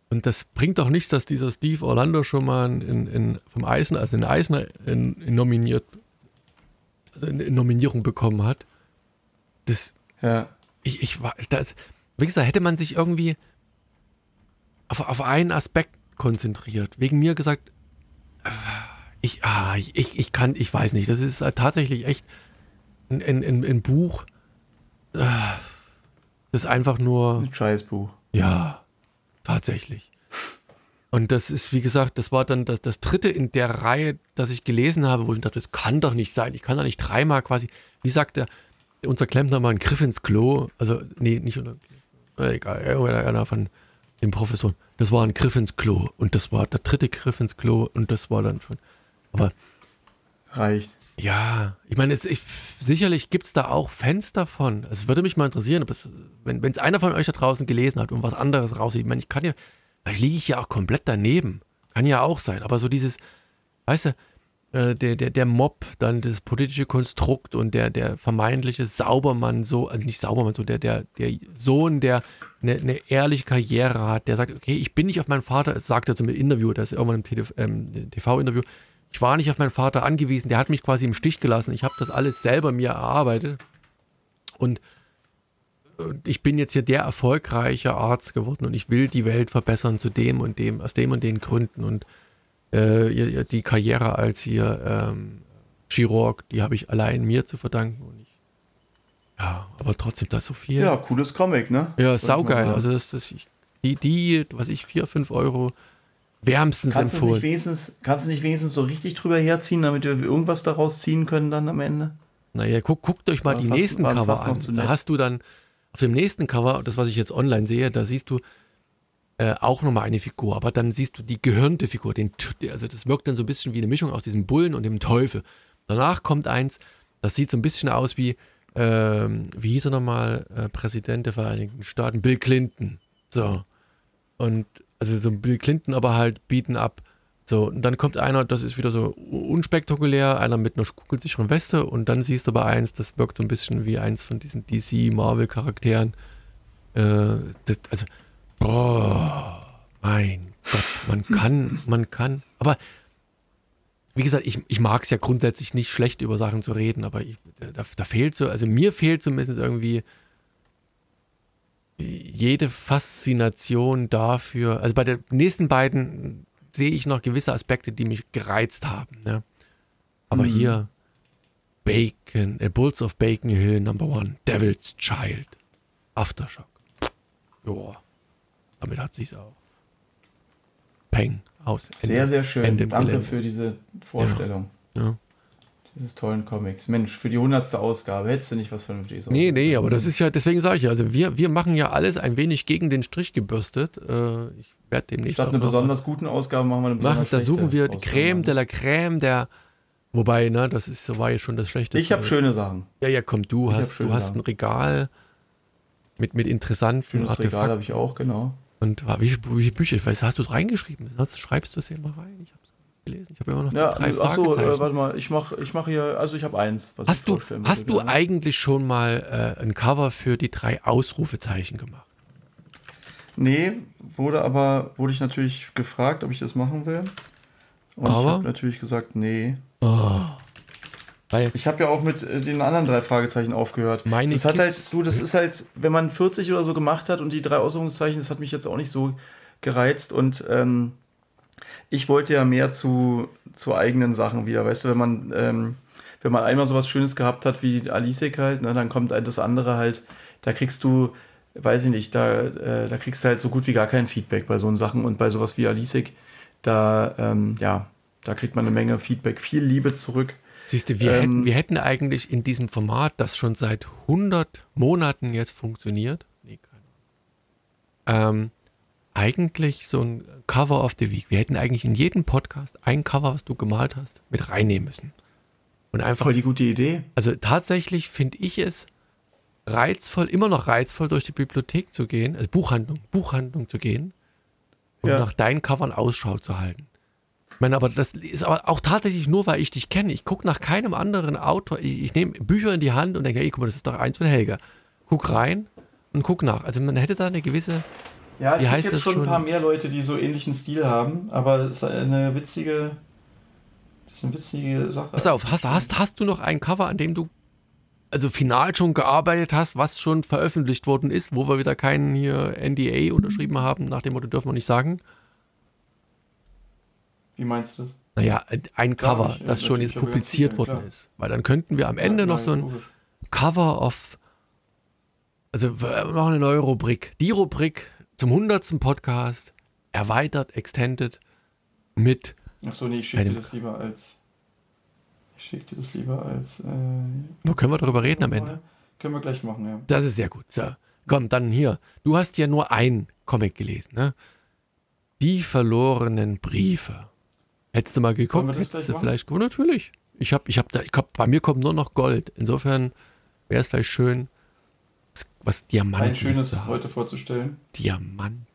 Speaker 1: Und das bringt doch nichts, dass dieser Steve Orlando schon mal in, in, vom Eisner, also in Eisner in, in nominiert, also in, in Nominierung bekommen hat. Das,
Speaker 2: ja.
Speaker 1: ich, ich war, das, wie gesagt, hätte man sich irgendwie auf, auf einen Aspekt konzentriert. Wegen mir gesagt, ich, ah, ich, ich kann, ich weiß nicht, das ist tatsächlich echt ein, ein, ein, ein Buch, das ist einfach nur...
Speaker 2: Ein Scheißbuch.
Speaker 1: Ja, tatsächlich. Und das ist, wie gesagt, das war dann das, das dritte in der Reihe, das ich gelesen habe, wo ich dachte, das kann doch nicht sein. Ich kann doch nicht dreimal quasi, wie sagt der, unser Klempner mal, ein Griff ins Klo, also, nee, nicht unter, egal, einer von den Professoren, das war ein Griff ins Klo und das war der dritte Griff ins Klo und das war dann schon, aber
Speaker 2: reicht.
Speaker 1: Ja, ich meine, es, ich, sicherlich gibt es da auch Fans davon. Es würde mich mal interessieren, ob es, wenn es einer von euch da draußen gelesen hat und was anderes raussieht. Ich meine, ich kann ja, vielleicht liege ich ja auch komplett daneben. Kann ja auch sein. Aber so dieses, weißt du, äh, der, der, der Mob, dann das politische Konstrukt und der, der vermeintliche Saubermann, so, also nicht Saubermann, so der, der, der Sohn, der eine, eine ehrliche Karriere hat, der sagt, okay, ich bin nicht auf meinen Vater, das sagt er zum Interview, das ist irgendwann im ähm, T V-Interview, ich war nicht auf meinen Vater angewiesen, der hat mich quasi im Stich gelassen. Ich habe das alles selber mir erarbeitet. Und, und ich bin jetzt hier der erfolgreiche Arzt geworden und ich will die Welt verbessern zu dem und dem, aus dem und den Gründen. Und äh, die Karriere als hier ähm, Chirurg, die habe ich allein mir zu verdanken. Und ich, ja, aber trotzdem das so viel.
Speaker 2: Ja, cooles Comic, ne?
Speaker 1: Ja, saugeil. Also das, das, die, die, was ich, vier, fünf Euro wärmstens
Speaker 2: kannst
Speaker 1: empfohlen.
Speaker 2: Du nicht wenigstens, kannst du nicht wenigstens so richtig drüber herziehen, damit wir irgendwas daraus ziehen können dann am Ende?
Speaker 1: Naja, guck, guckt euch mal ja, die fast, nächsten Cover an. Da hast du dann auf dem nächsten Cover, das was ich jetzt online sehe, da siehst du äh, auch nochmal eine Figur, aber dann siehst du die gehörnte Figur. Den, also das wirkt dann so ein bisschen wie eine Mischung aus diesem Bullen und dem Teufel. Danach kommt eins, das sieht so ein bisschen aus wie, ähm, wie hieß er nochmal, äh, Präsident der Vereinigten Staaten, Bill Clinton. So. Und also so Bill Clinton, aber halt bieten ab. So, und dann kommt einer, das ist wieder so unspektakulär, einer mit einer kugelsicheren Weste und dann siehst du aber eins, das wirkt so ein bisschen wie eins von diesen D C-Marvel-Charakteren. Äh, das, also, boah, mein Gott, man kann, man kann, aber wie gesagt, ich, ich mag es ja grundsätzlich nicht schlecht über Sachen zu reden, aber ich, da, da fehlt so, also mir fehlt zumindest irgendwie jede Faszination dafür, also bei den nächsten beiden sehe ich noch gewisse Aspekte, die mich gereizt haben. Ne? Aber mhm. hier Bacon, äh, Bulls of Bacon Hill, Number One, Devil's Child, Aftershock. Joa, damit hat sich's auch. Peng, aus.
Speaker 2: Ende, sehr, sehr schön. Ende Danke Gelände. Für diese Vorstellung.
Speaker 1: Ja. Ja.
Speaker 2: Dieses tollen Comics. Mensch, für die hundertste Ausgabe hättest du nicht was Vernünftiges.
Speaker 1: Nee, nee, aber das ist ja, deswegen sage ich ja, also wir, wir machen ja alles ein wenig gegen den Strich gebürstet. Äh, ich werde demnächst
Speaker 2: Statt eine besonders guten Ausgabe machen wir eine besonders
Speaker 1: machen, Da suchen wir die Creme de la Creme der, wobei, ne, das ist, so war ja schon das Schlechteste.
Speaker 2: Ich habe schöne Sachen.
Speaker 1: Ja, ja, komm, du ich hast, du hast ein Regal mit, mit interessanten
Speaker 2: Schönes Artefakten. Regal habe ich auch, genau.
Speaker 1: Und wie, wie viele Bücher, ich weiß, hast du es reingeschrieben? Sonst schreibst du es ja mal rein. Ich habe gelesen. Ich habe immer noch
Speaker 2: ja,
Speaker 1: drei
Speaker 2: ach so,
Speaker 1: Fragezeichen.
Speaker 2: Äh, warte mal, ich mache ich mach hier, also ich habe eins. Was
Speaker 1: hast
Speaker 2: ich
Speaker 1: du, hast
Speaker 2: würde,
Speaker 1: du eigentlich schon mal äh, ein Cover für die drei Ausrufezeichen gemacht?
Speaker 2: Nee, wurde aber, wurde ich natürlich gefragt, ob ich das machen will. Und aber? ich habe natürlich gesagt, nee.
Speaker 1: Oh. Weil
Speaker 2: ich habe ja auch mit äh, den anderen drei Fragezeichen aufgehört.
Speaker 1: Meine
Speaker 2: das hat halt, du, das ist halt, wenn man vierzig oder so gemacht hat und die drei Ausrufezeichen, das hat mich jetzt auch nicht so gereizt und ähm, ich wollte ja mehr zu, zu eigenen Sachen wieder, weißt du, wenn man, ähm, wenn man einmal sowas Schönes gehabt hat wie Alisek halt, ne, dann kommt das andere halt, da kriegst du, weiß ich nicht, da, äh, da kriegst du halt so gut wie gar kein Feedback bei so Sachen und bei sowas wie Alisek, da, ähm, ja, da kriegt man eine Menge Feedback, viel Liebe zurück.
Speaker 1: Siehst du, wir, ähm, hätten, wir hätten eigentlich in diesem Format, das schon seit hundert Monaten jetzt funktioniert, nee, keine Ahnung, ähm, eigentlich so ein Cover of the Week. Wir hätten eigentlich in jedem Podcast ein Cover, was du gemalt hast, mit reinnehmen müssen. Und einfach,
Speaker 2: voll die gute Idee.
Speaker 1: Also tatsächlich finde ich es reizvoll, immer noch reizvoll, durch die Bibliothek zu gehen, also Buchhandlung, Buchhandlung zu gehen und ja. nach deinen Covern Ausschau zu halten. Ich meine, aber das ist aber auch tatsächlich nur, weil ich dich kenne. Ich gucke nach keinem anderen Autor. Ich, ich nehme Bücher in die Hand und denke, ey, guck mal, das ist doch eins von Helga. Guck rein und guck nach. Also man hätte da eine gewisse
Speaker 2: Ja, es
Speaker 1: Wie
Speaker 2: gibt
Speaker 1: heißt
Speaker 2: jetzt
Speaker 1: das
Speaker 2: schon
Speaker 1: schon?
Speaker 2: ein paar mehr Leute, die so ähnlichen Stil haben, aber es ist eine witzige, das ist eine witzige Sache.
Speaker 1: Pass auf, hast, hast, hast du noch ein Cover, an dem du also final schon gearbeitet hast, was schon veröffentlicht worden ist, wo wir wieder keinen hier N D A unterschrieben haben, nach dem Motto dürfen wir nicht sagen?
Speaker 2: Wie meinst du das?
Speaker 1: Naja, ein Cover,
Speaker 2: nicht, ja,
Speaker 1: das schon
Speaker 2: natürlich,
Speaker 1: jetzt
Speaker 2: aber ganz
Speaker 1: publiziert
Speaker 2: viele,
Speaker 1: worden
Speaker 2: klar.
Speaker 1: ist. Weil dann könnten wir am Ende
Speaker 2: Ja,
Speaker 1: noch
Speaker 2: nein,
Speaker 1: so ein
Speaker 2: logisch.
Speaker 1: Cover of, also wir haben noch eine neue Rubrik. Die Rubrik zum hundertsten Podcast, erweitert, extended, mit
Speaker 2: Achso, nee, ich schicke
Speaker 1: einem-
Speaker 2: dir das lieber als. Ich schicke dir das lieber als. Äh,
Speaker 1: Wo können wir darüber reden am Ende?
Speaker 2: Können wir gleich machen, ja.
Speaker 1: Das ist sehr gut. So, komm, dann hier. Du hast ja nur ein Comic gelesen, ne? Die verlorenen Briefe. Hättest du mal
Speaker 2: Wollen wir
Speaker 1: geguckt,
Speaker 2: das
Speaker 1: hättest
Speaker 2: gleich
Speaker 1: du
Speaker 2: machen?
Speaker 1: vielleicht, oh, natürlich. Ich hab, ich hab da, ich hab, bei mir kommt nur noch Gold. Insofern wäre es vielleicht schön, was, was Diamanten
Speaker 2: Ein schönes
Speaker 1: zu haben.
Speaker 2: heute vorzustellen.
Speaker 1: Diamanten.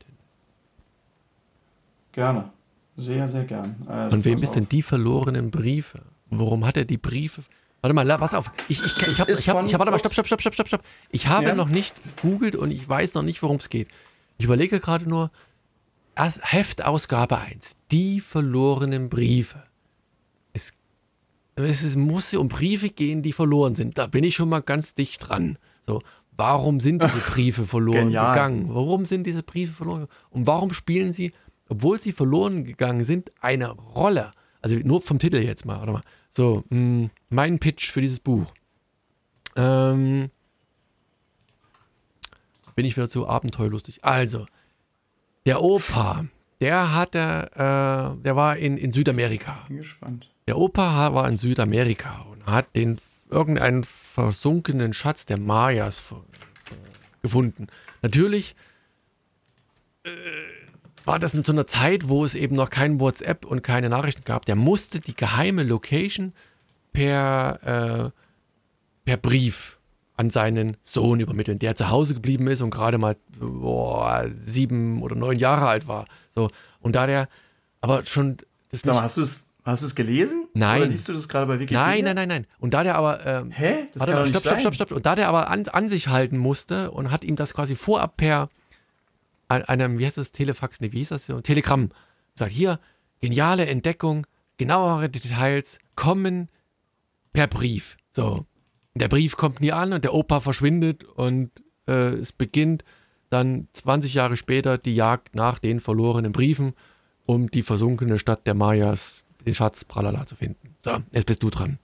Speaker 2: Gerne. Sehr, sehr gern. Also,
Speaker 1: Von wem
Speaker 2: pass
Speaker 1: ist denn
Speaker 2: auf.
Speaker 1: die verlorenen Briefe? Worum hat er die Briefe? Warte mal, la- pass auf. Ich, ich, ich, ich habe,
Speaker 2: ist
Speaker 1: ich hab,
Speaker 2: von
Speaker 1: ich hab, warte mal,
Speaker 2: Fox.
Speaker 1: stopp, stopp, stopp, stopp, stopp, stopp. Ich habe
Speaker 2: Ja?
Speaker 1: noch nicht gegoogelt und ich weiß noch nicht, worum es geht. Ich überlege gerade nur, erst Heftausgabe eins, die verlorenen Briefe. Es, es ist, muss um Briefe gehen, die verloren sind. Da bin ich schon mal ganz dicht dran. So, warum sind diese Briefe verloren
Speaker 2: Genial.
Speaker 1: gegangen? Warum sind diese Briefe verloren gegangen? Und warum spielen sie, obwohl sie verloren gegangen sind, eine Rolle? Also nur vom Titel jetzt mal, warte mal. So, mh, mein Pitch für dieses Buch. Ähm, bin ich wieder zu abenteuerlustig. Also, der Opa, der hatte, äh, der war in, in Südamerika.
Speaker 2: Bin gespannt.
Speaker 1: Der Opa war in Südamerika und hat den irgendeinen versunkenen Schatz der Mayas ver- gefunden. Natürlich äh, war das in so einer Zeit, wo es eben noch kein WhatsApp und keine Nachrichten gab. Der musste die geheime Location per, äh, per Brief an seinen Sohn übermitteln, der zu Hause geblieben ist und gerade mal boah, sieben oder neun Jahre alt war. So, und da der aber schon das
Speaker 2: Sag mal,
Speaker 1: nicht,
Speaker 2: hast du es hast du es gelesen?
Speaker 1: Nein.
Speaker 2: Oder liest du das gerade bei Wikipedia?
Speaker 1: nein, nein, nein, nein. Und da der aber ähm,
Speaker 2: Hä? Das
Speaker 1: Warte
Speaker 2: kann
Speaker 1: mal,
Speaker 2: doch
Speaker 1: stopp,
Speaker 2: nicht
Speaker 1: stopp, stopp,
Speaker 2: sein.
Speaker 1: stopp. Und da der aber an, an sich halten musste und hat ihm das quasi vorab per an einem, wie heißt das, Telefax, nee, wie hieß das so? Telegramm gesagt, hier, geniale Entdeckung, genauere Details kommen per Brief. So. Und der Brief kommt nie an und der Opa verschwindet und äh, es beginnt dann zwanzig Jahre später die Jagd nach den verlorenen Briefen, um die versunkene Stadt der Mayas, den Schatz Pralala zu finden. So, jetzt bist du dran.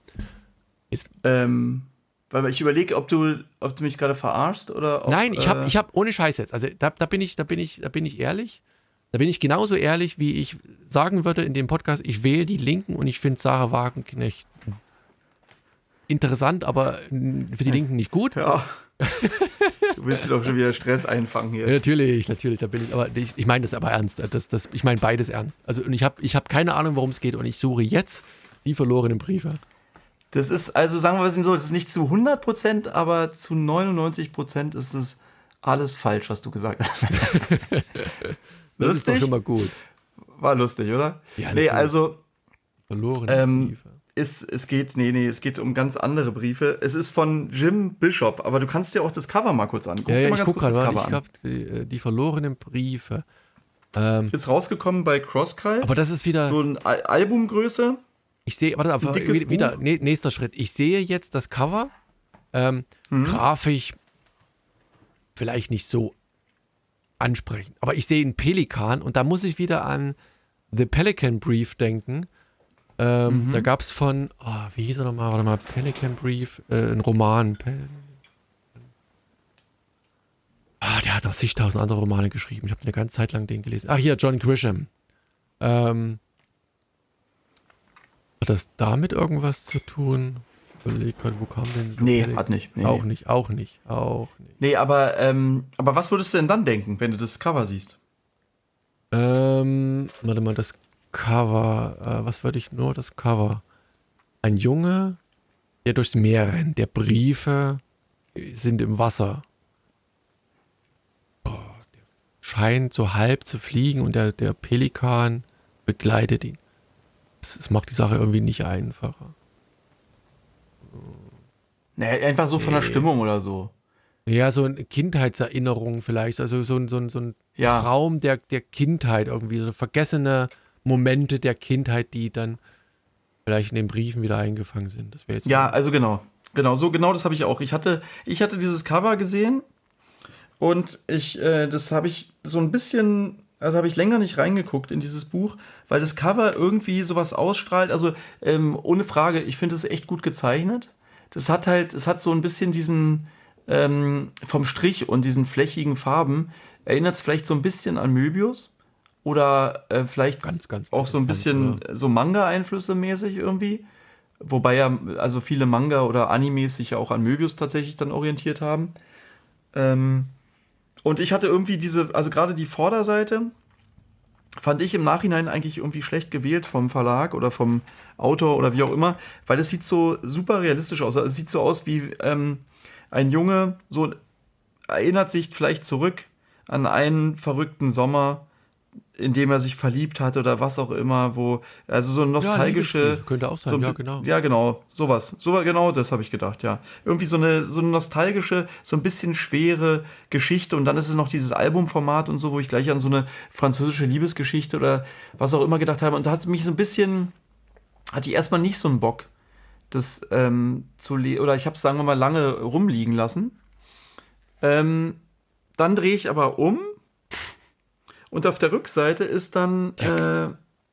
Speaker 2: Ähm, weil ich überlege, ob du, ob du mich gerade verarschst oder ob,
Speaker 1: Nein, ich habe,
Speaker 2: äh,
Speaker 1: ich habe ohne Scheiß jetzt. Also da, da bin ich, da bin ich, da bin ich ehrlich. Da bin ich genauso ehrlich, wie ich sagen würde in dem Podcast. Ich wähle die Linken und ich finde Sarah Wagenknecht interessant, aber mm, für die Linken nicht gut.
Speaker 2: Ja. Du willst dir doch schon wieder Stress einfangen
Speaker 1: Ja,
Speaker 2: hier.
Speaker 1: natürlich, natürlich, da bin ich. Aber ich, ich meine das aber ernst. Das, das, ich meine beides ernst. Also und ich habe, ich habe keine Ahnung, worum es geht und ich suche jetzt die verlorenen Briefe.
Speaker 2: Das ist, also sagen wir es ihm so, das ist nicht zu hundert Prozent, aber zu neunundneunzig Prozent ist es alles falsch, was du gesagt hast.
Speaker 1: Das ist doch
Speaker 2: Lustig?
Speaker 1: schon mal gut.
Speaker 2: War lustig, oder?
Speaker 1: Ja,
Speaker 2: nee,
Speaker 1: natürlich.
Speaker 2: also
Speaker 1: Verlorene
Speaker 2: Ähm,
Speaker 1: Briefe.
Speaker 2: ist, es geht, nee, nee, es geht um ganz andere Briefe. Es ist von Jim Bishop, aber du kannst dir auch das Cover mal kurz angucken.
Speaker 1: Ja,
Speaker 2: dir
Speaker 1: ja,
Speaker 2: mal
Speaker 1: ich
Speaker 2: ganz
Speaker 1: gucke
Speaker 2: kurz
Speaker 1: gerade,
Speaker 2: das
Speaker 1: warte,
Speaker 2: Cover
Speaker 1: ich glaube, die, die verlorenen Briefe. Ähm,
Speaker 2: Ist rausgekommen bei Crosskite.
Speaker 1: aber das ist wieder.
Speaker 2: So ein Al Albumgröße.
Speaker 1: Ich sehe, warte, einfach,
Speaker 2: dickes
Speaker 1: wieder,
Speaker 2: Buch.
Speaker 1: ne, nächster Schritt. Ich sehe jetzt das Cover, ähm,
Speaker 2: Mhm.
Speaker 1: grafisch vielleicht nicht so ansprechend, aber ich sehe einen Pelikan und da muss ich wieder an The Pelican Brief denken. Ähm,
Speaker 2: Mhm.
Speaker 1: Da gab es von, oh, wie hieß er nochmal, warte mal, Pelican Brief, äh, ein Roman. Pel ah, der hat noch zigtausend andere Romane geschrieben. Ich habe eine ganze Zeit lang den gelesen. Ach, hier, John Grisham. Ähm, Hat das damit irgendwas zu tun? Ich überlege gerade, wo kam denn?
Speaker 2: Nee,
Speaker 1: Pelican?
Speaker 2: hat nicht. Nee,
Speaker 1: auch
Speaker 2: nee.
Speaker 1: nicht, auch nicht, auch nicht.
Speaker 2: Nee, aber, ähm, aber was würdest du denn dann denken, wenn du das Cover siehst?
Speaker 1: Ähm, warte mal, das Cover, äh, was würde ich nur, das Cover? Ein Junge, der durchs Meer rennt, der Briefe sind im Wasser. Oh, der scheint so halb zu fliegen und der, der Pelikan begleitet ihn. Es, es macht die Sache irgendwie nicht einfacher.
Speaker 2: Nee, einfach so von der
Speaker 1: Nee.
Speaker 2: Stimmung oder so.
Speaker 1: Ja, so eine Kindheitserinnerung vielleicht, also so ein, so ein, so ein
Speaker 2: Ja.
Speaker 1: Traum der, der Kindheit irgendwie, so vergessene Momente der Kindheit, die dann vielleicht in den Briefen wieder eingefangen sind. Das wäre jetzt
Speaker 2: Ja,
Speaker 1: so.
Speaker 2: also genau. Genau, so genau das habe ich auch. Ich hatte, ich hatte dieses Cover gesehen und ich, äh, das habe ich so ein bisschen, also habe ich länger nicht reingeguckt in dieses Buch, weil das Cover irgendwie sowas ausstrahlt. Also ähm, ohne Frage, ich finde es echt gut gezeichnet. Das hat halt, es hat so ein bisschen diesen ähm, vom Strich und diesen flächigen Farben, erinnert es vielleicht so ein bisschen an Möbius oder äh, vielleicht
Speaker 1: Ganz, ganz
Speaker 2: auch so ein
Speaker 1: interessant,
Speaker 2: bisschen
Speaker 1: oder?
Speaker 2: so Manga-Einflüsse mäßig irgendwie. Wobei ja, also viele Manga oder Animes sich ja auch an Möbius tatsächlich dann orientiert haben. Ähm, und ich hatte irgendwie diese, also gerade die Vorderseite fand ich im Nachhinein eigentlich irgendwie schlecht gewählt vom Verlag oder vom Autor oder wie auch immer, weil es sieht so super realistisch aus. Also es sieht so aus wie ähm, ein Junge, so erinnert sich vielleicht zurück an einen verrückten Sommer, in dem er sich verliebt hat oder was auch immer, wo, also so
Speaker 1: Ja,
Speaker 2: nostalgische,
Speaker 1: Liebesbrief könnte auch
Speaker 2: so,
Speaker 1: sein, ja, genau.
Speaker 2: ja genau, sowas, so genau das habe ich gedacht, ja. Irgendwie so eine, so eine nostalgische, so ein bisschen schwere Geschichte und dann ist es noch dieses Albumformat und so, wo ich gleich an so eine französische Liebesgeschichte oder was auch immer gedacht habe und da hat es mich so ein bisschen, hatte ich erstmal nicht so einen Bock, das ähm, zu lesen, oder ich habe es, sagen wir mal, lange rumliegen lassen. Ähm, dann drehe ich aber um und auf der Rückseite ist dann.
Speaker 1: Text.
Speaker 2: Äh,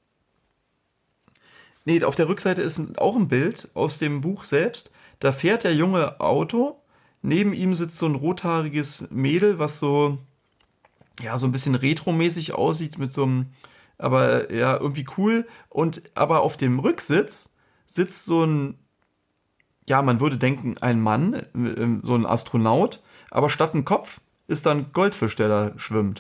Speaker 2: nee, auf der Rückseite ist ein, auch ein Bild aus dem Buch selbst. Da fährt der Junge Auto. Neben ihm sitzt so ein rothaariges Mädel, was so. Ja, so ein bisschen retromäßig aussieht, mit so einem. Aber ja, irgendwie cool. Und aber auf dem Rücksitz sitzt so ein. Ja, man würde denken, ein Mann, äh, so ein Astronaut. Aber statt ein Kopf ist dann ein Goldfisch, der da schwimmt.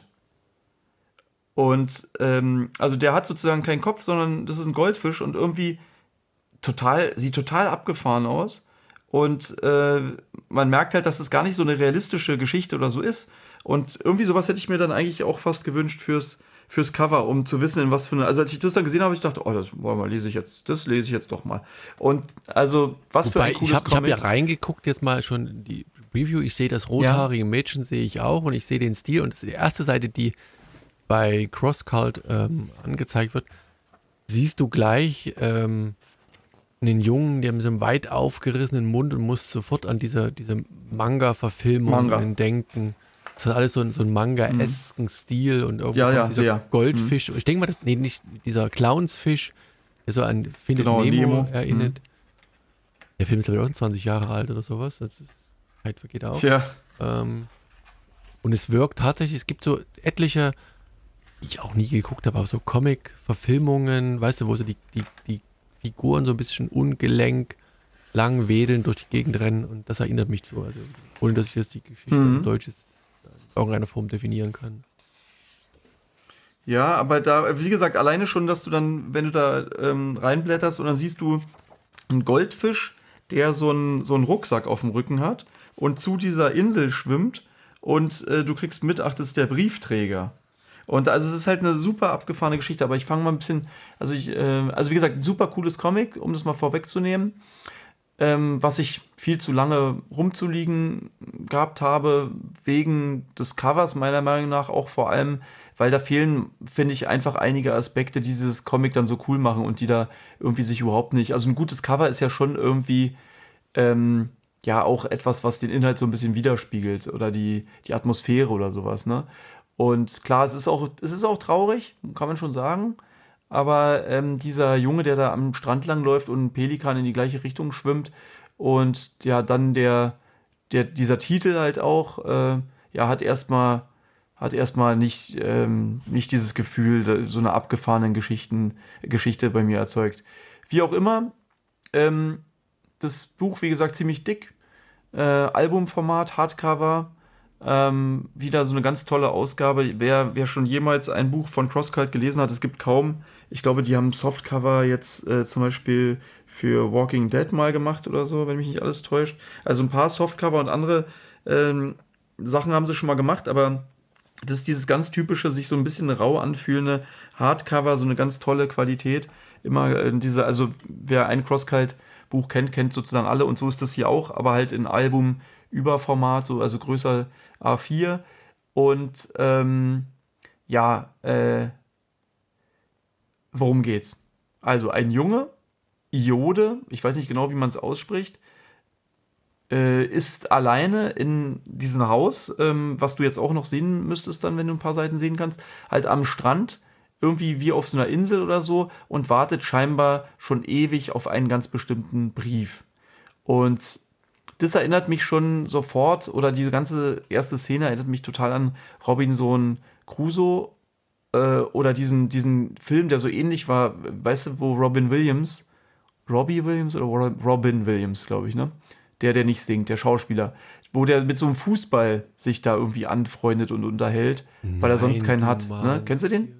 Speaker 2: Und ähm, also der hat sozusagen keinen Kopf, sondern das ist ein Goldfisch und irgendwie total, sieht total abgefahren aus. Und äh, man merkt halt, dass es gar nicht so eine realistische Geschichte oder so ist. Und irgendwie sowas hätte ich mir dann eigentlich auch fast gewünscht fürs, fürs Cover, um zu wissen, in was für eine. Also als ich das dann gesehen habe, ich dachte, oh, das wollen wir, lese ich jetzt, das lese ich jetzt doch mal. Und also, was für
Speaker 1: Wobei,
Speaker 2: ein cooles
Speaker 1: ich habe hab
Speaker 2: Comic.
Speaker 1: ja reingeguckt jetzt mal schon in die Review. Ich sehe das rothaarige Mädchen, sehe ich auch und ich sehe den Stil und das ist die erste Seite, die bei CrossCult ähm, angezeigt wird, siehst du gleich ähm, einen Jungen, der mit so einem weit aufgerissenen Mund und muss sofort an diese, diese Manga-Verfilmungen
Speaker 2: Manga.
Speaker 1: denken. Das hat alles so, ein- so einen Manga-esken Stil und irgendwo
Speaker 2: Ja,
Speaker 1: kommt
Speaker 2: ja,
Speaker 1: dieser
Speaker 2: sehr.
Speaker 1: Goldfisch. Ich denke mal, das, nee, nicht dieser Clownsfisch, der so an Findet
Speaker 2: Genau,
Speaker 1: Nemo,
Speaker 2: Nemo.
Speaker 1: erinnert. Der Film ist glaube ich auch zwanzig Jahre alt oder sowas. Das ist, Zeit vergeht auch.
Speaker 2: Ja.
Speaker 1: Ähm, und es wirkt tatsächlich, es gibt so etliche, die ich auch nie geguckt habe, aber so Comic-Verfilmungen, weißt du, wo so die, die, die Figuren so ein bisschen ungelenk lang wedeln, durch die Gegend rennen und das erinnert mich so, also ohne dass ich jetzt die Geschichte
Speaker 2: Mhm.
Speaker 1: als solches in irgendeiner Form definieren kann.
Speaker 2: Ja, aber da, wie gesagt, alleine schon, dass du dann, wenn du da ähm, reinblätterst und dann siehst du einen Goldfisch, der so einen, so einen Rucksack auf dem Rücken hat und zu dieser Insel schwimmt und äh, du kriegst mit, ach, das ist der Briefträger. Und also es ist halt eine super abgefahrene Geschichte, aber ich fange mal ein bisschen, also ich, äh, also wie gesagt, ein super cooles Comic, um das mal vorwegzunehmen, ähm, was ich viel zu lange rumzuliegen gehabt habe, wegen des Covers meiner Meinung nach auch vor allem, weil da fehlen, finde ich, einfach einige Aspekte, die dieses Comic dann so cool machen und die da irgendwie sich überhaupt nicht, also ein gutes Cover ist ja schon irgendwie, ähm, ja, auch etwas, was den Inhalt so ein bisschen widerspiegelt oder die, die Atmosphäre oder sowas, ne? Und klar, es ist auch, es ist auch traurig, kann man schon sagen. Aber ähm, dieser Junge, der da am Strand langläuft und ein Pelikan in die gleiche Richtung schwimmt und ja, dann der, der, dieser Titel halt auch, äh, ja, hat erstmal hat erstmal nicht, ähm, nicht dieses Gefühl, da- so eine abgefahrenen Geschichten, Geschichte bei mir erzeugt. Wie auch immer, ähm, das Buch, wie gesagt, ziemlich dick. Äh, Albumformat, Hardcover. Ähm, wieder so eine ganz tolle Ausgabe. Wer, wer schon jemals ein Buch von CrossCult gelesen hat, es gibt kaum. Ich glaube, die haben Softcover jetzt äh, zum Beispiel für Walking Dead mal gemacht oder so, wenn mich nicht alles täuscht. Also ein paar Softcover und andere ähm, Sachen haben sie schon mal gemacht, aber das ist dieses ganz typische, sich so ein bisschen rau anfühlende Hardcover, so eine ganz tolle Qualität. Immer äh, diese, also wer ein CrossCult-Buch kennt, kennt sozusagen alle und so ist das hier auch, aber halt in Album Überformat, so, also größer A vier. Und ähm, ja, äh, worum geht's? Also ein Junge, Iode, ich weiß nicht genau, wie man es ausspricht, äh, ist alleine in diesem Haus, ähm, was du jetzt auch noch sehen müsstest dann, wenn du ein paar Seiten sehen kannst, halt am Strand, irgendwie wie auf so einer Insel oder so und wartet scheinbar schon ewig auf einen ganz bestimmten Brief. Und das erinnert mich schon sofort, oder diese ganze erste Szene erinnert mich total an Robinson Crusoe äh, oder diesen, diesen Film, der so ähnlich war, weißt du, wo Robin Williams, Robbie Williams oder Robin Williams, glaube ich, ne? Der, der nicht singt, der Schauspieler, wo der mit so einem Fußball sich da irgendwie anfreundet und unterhält,
Speaker 1: Nein,
Speaker 2: weil er sonst keinen hat. Ne? Kennst du den?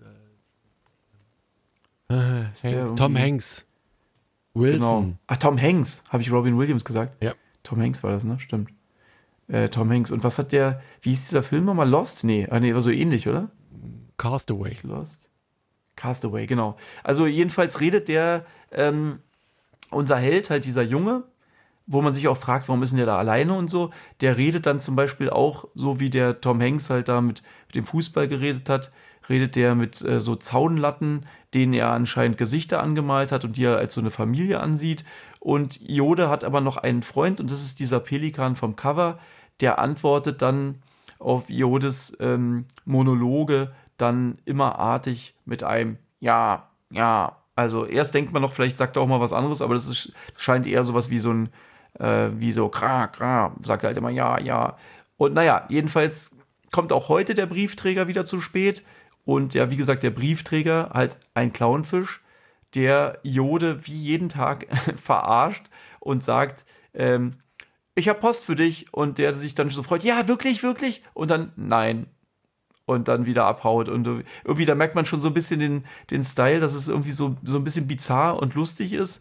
Speaker 1: Äh, Hank, Tom Hanks. Wilson.
Speaker 2: Genau. Ach, Tom Hanks. Habe ich Robin Williams gesagt?
Speaker 1: Ja.
Speaker 2: Tom Hanks war das, ne? Stimmt. Äh, Tom Hanks. Und was hat der, wie hieß dieser Film nochmal? Lost? Nee, ah, nee, war so ähnlich, oder?
Speaker 1: Castaway.
Speaker 2: Lost. Castaway, genau. Also jedenfalls redet der, ähm, unser Held, halt dieser Junge, wo man sich auch fragt, warum ist denn der da alleine und so, der redet dann zum Beispiel auch, so wie der Tom Hanks halt da mit, mit dem Fußball geredet hat, redet der mit äh, so Zaunlatten, denen er anscheinend Gesichter angemalt hat und die er als so eine Familie ansieht. Und Iode hat aber noch einen Freund und das ist dieser Pelikan vom Cover, der antwortet dann auf Iodes ähm, Monologe dann immer artig mit einem Ja, ja. Also erst denkt man noch, vielleicht sagt er auch mal was anderes, aber das, ist, das scheint eher sowas wie so ein Äh, wie so, kra, kra, sagt halt immer ja, ja. Und naja, jedenfalls kommt auch heute der Briefträger wieder zu spät. Und ja, wie gesagt, der Briefträger, halt ein Clownfisch, der Iode wie jeden Tag verarscht und sagt, ähm, ich habe Post für dich. Und der sich dann so freut, ja, wirklich, wirklich? Und dann, nein. Und dann wieder abhaut. Und irgendwie, da merkt man schon so ein bisschen den, den Style, dass es irgendwie so, so ein bisschen bizarr und lustig ist.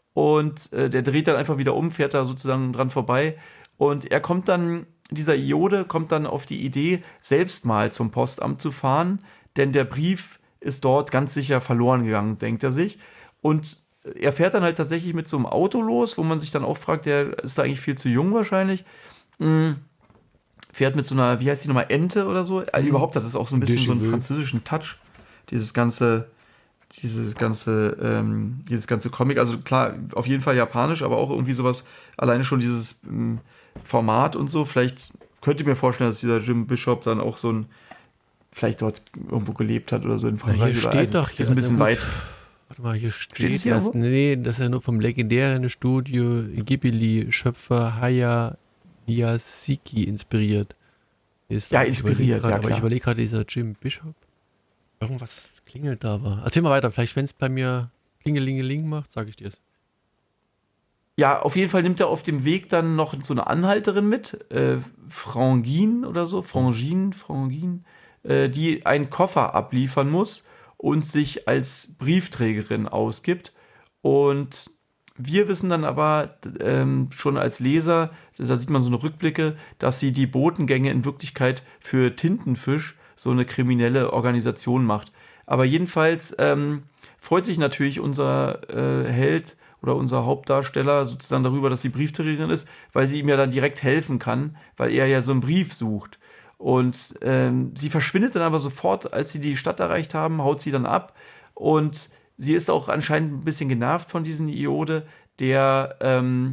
Speaker 2: Und äh, der dreht dann einfach wieder um, fährt da sozusagen dran vorbei. Und er kommt dann, dieser Iode kommt dann auf die Idee, selbst mal zum Postamt zu fahren, denn der Brief ist dort ganz sicher verloren gegangen, denkt er sich. Und er fährt dann halt tatsächlich mit so einem Auto los, wo man sich dann auch fragt, der ist da eigentlich viel zu jung wahrscheinlich. Mhm. Fährt mit so einer, wie heißt die nochmal, Ente oder so. Also überhaupt hat es auch so ein bisschen so einen französischen Touch, dieses ganze... Dieses ganze, ähm, dieses ganze Comic, also klar, auf jeden Fall japanisch, aber auch irgendwie sowas, alleine schon dieses ähm, Format und so. Vielleicht könnt ihr mir vorstellen, dass dieser Jim Bishop dann auch so ein, vielleicht dort irgendwo gelebt hat oder so in Frankreich.
Speaker 1: Hier
Speaker 2: oder
Speaker 1: steht
Speaker 2: also,
Speaker 1: doch, hier
Speaker 2: ist ein bisschen weit.
Speaker 1: Warte mal, hier steht,
Speaker 2: steht es hier
Speaker 1: dass,
Speaker 2: irgendwo?
Speaker 1: nee, dass er nur vom legendären Studio Ghibli-Schöpfer Hayao Miyazaki inspiriert ist.
Speaker 2: Ja,
Speaker 1: Aber ich
Speaker 2: inspiriert,
Speaker 1: überleg grad,
Speaker 2: ja,
Speaker 1: Aber
Speaker 2: klar.
Speaker 1: ich überlege gerade, dieser Jim Bishop, irgendwas klingelt da aber. Erzähl mal weiter, vielleicht wenn es bei mir Klingelingeling macht, sage ich dir es.
Speaker 2: Ja, auf jeden Fall nimmt er auf dem Weg dann noch so eine Anhalterin mit, äh, Frangine oder so, Frangine, Frangine, äh, die einen Koffer abliefern muss und sich als Briefträgerin ausgibt. Und wir wissen dann aber ähm, schon als Leser, da sieht man so eine Rückblicke, dass sie die Botengänge in Wirklichkeit für Tintenfisch, so eine kriminelle Organisation macht. Aber jedenfalls ähm, freut sich natürlich unser äh, Held oder unser Hauptdarsteller sozusagen darüber, dass sie Briefträgerin ist, weil sie ihm ja dann direkt helfen kann, weil er ja so einen Brief sucht. Und ähm, sie verschwindet dann aber sofort, als sie die Stadt erreicht haben, haut sie dann ab. Und sie ist auch anscheinend ein bisschen genervt von diesem Iode, der, ähm,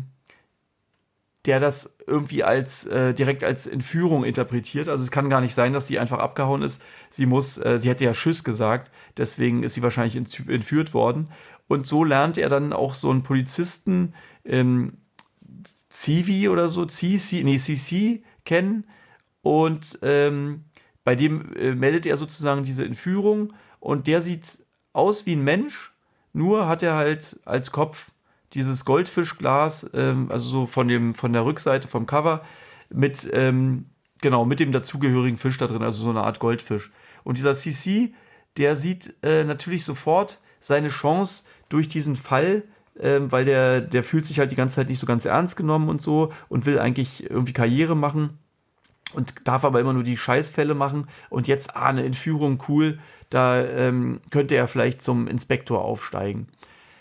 Speaker 2: der das irgendwie als äh, direkt als Entführung interpretiert. Also es kann gar nicht sein, dass sie einfach abgehauen ist. Sie muss, äh, sie hätte ja Tschüss gesagt, deswegen ist sie wahrscheinlich entführt worden. Und so lernt er dann auch so einen Polizisten, ähm, Civi oder so, C C, nee, C C kennen. Und ähm, bei dem äh, meldet er sozusagen diese Entführung. Und der sieht aus wie ein Mensch, nur hat er halt als Kopf dieses Goldfischglas, ähm, also so von, dem, von der Rückseite vom Cover, mit, ähm, genau, mit dem dazugehörigen Fisch da drin, also so eine Art Goldfisch. Und dieser C C, der sieht äh, natürlich sofort seine Chance durch diesen Fall, ähm, weil der, der fühlt sich halt die ganze Zeit nicht so ganz ernst genommen und so und will eigentlich irgendwie Karriere machen und darf aber immer nur die Scheißfälle machen. Und jetzt, ah, eine Entführung, cool, da ähm, könnte er vielleicht zum Inspektor aufsteigen.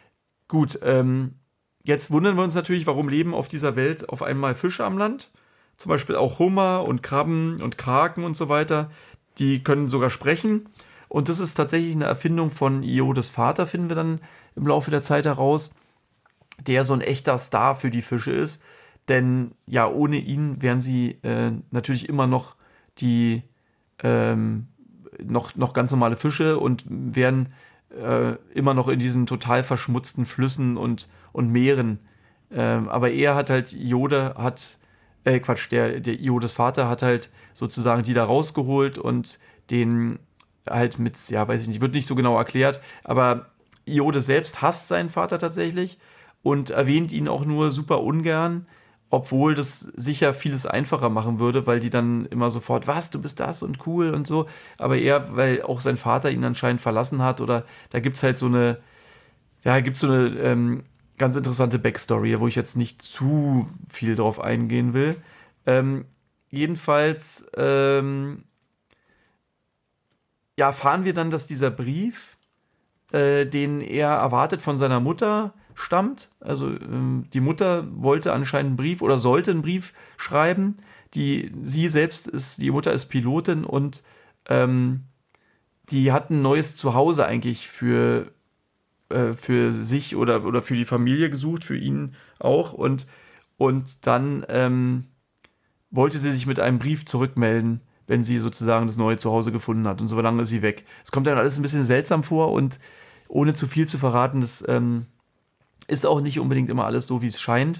Speaker 2: Gut, ähm, jetzt wundern wir uns natürlich, warum leben auf dieser Welt auf einmal Fische am Land. zum Beispiel auch Hummer und Krabben und Kraken und so weiter, die können sogar sprechen. Und das ist tatsächlich eine Erfindung von Iodes Vater, finden wir dann im Laufe der Zeit heraus, der so ein echter Star für die Fische ist. Denn ja, ohne ihn wären sie äh, natürlich immer noch die ähm, noch, noch ganz normale Fische und wären äh, immer noch in diesen total verschmutzten Flüssen und, und Meeren. Ähm, aber er hat halt, Iode hat, äh Quatsch, der, der Iodes Vater hat halt sozusagen die da rausgeholt und den halt mit, ja, weiß ich nicht, wird nicht so genau erklärt, aber Iode selbst hasst seinen Vater tatsächlich und erwähnt ihn auch nur super ungern, obwohl das sicher vieles einfacher machen würde, weil die dann immer sofort, was, du bist das und cool und so, aber er, weil auch sein Vater ihn anscheinend verlassen hat oder da gibt es halt so eine, ja, gibt es so eine ähm, ganz interessante Backstory, wo ich jetzt nicht zu viel drauf eingehen will. Ähm, jedenfalls, ähm, ja, erfahren wir dann, dass dieser Brief, äh, den er erwartet von seiner Mutter, stammt. Also ähm, die Mutter wollte anscheinend einen Brief oder sollte einen Brief schreiben. Die, sie selbst ist, die Mutter ist Pilotin und ähm, die hat ein neues Zuhause eigentlich für, äh, für sich oder, oder für die Familie gesucht, für ihn auch. Und, und dann ähm, wollte sie sich mit einem Brief zurückmelden, wenn sie sozusagen das neue Zuhause gefunden hat. Und so lange ist sie weg. Es kommt dann alles ein bisschen seltsam vor und ohne zu viel zu verraten, das ähm, ist auch nicht unbedingt immer alles so, wie es scheint.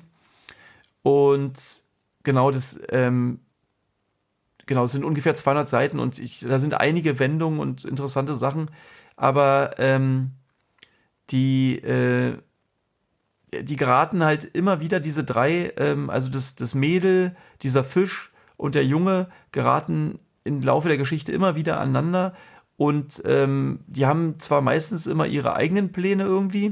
Speaker 2: Und genau das, ähm, genau, es sind ungefähr zweihundert Seiten und ich, da sind einige Wendungen und interessante Sachen, aber ähm, die, äh, die geraten halt immer wieder, diese drei, ähm, also das, das Mädel, dieser Fisch und der Junge geraten im Laufe der Geschichte immer wieder aneinander und ähm, die haben zwar meistens immer ihre eigenen Pläne irgendwie,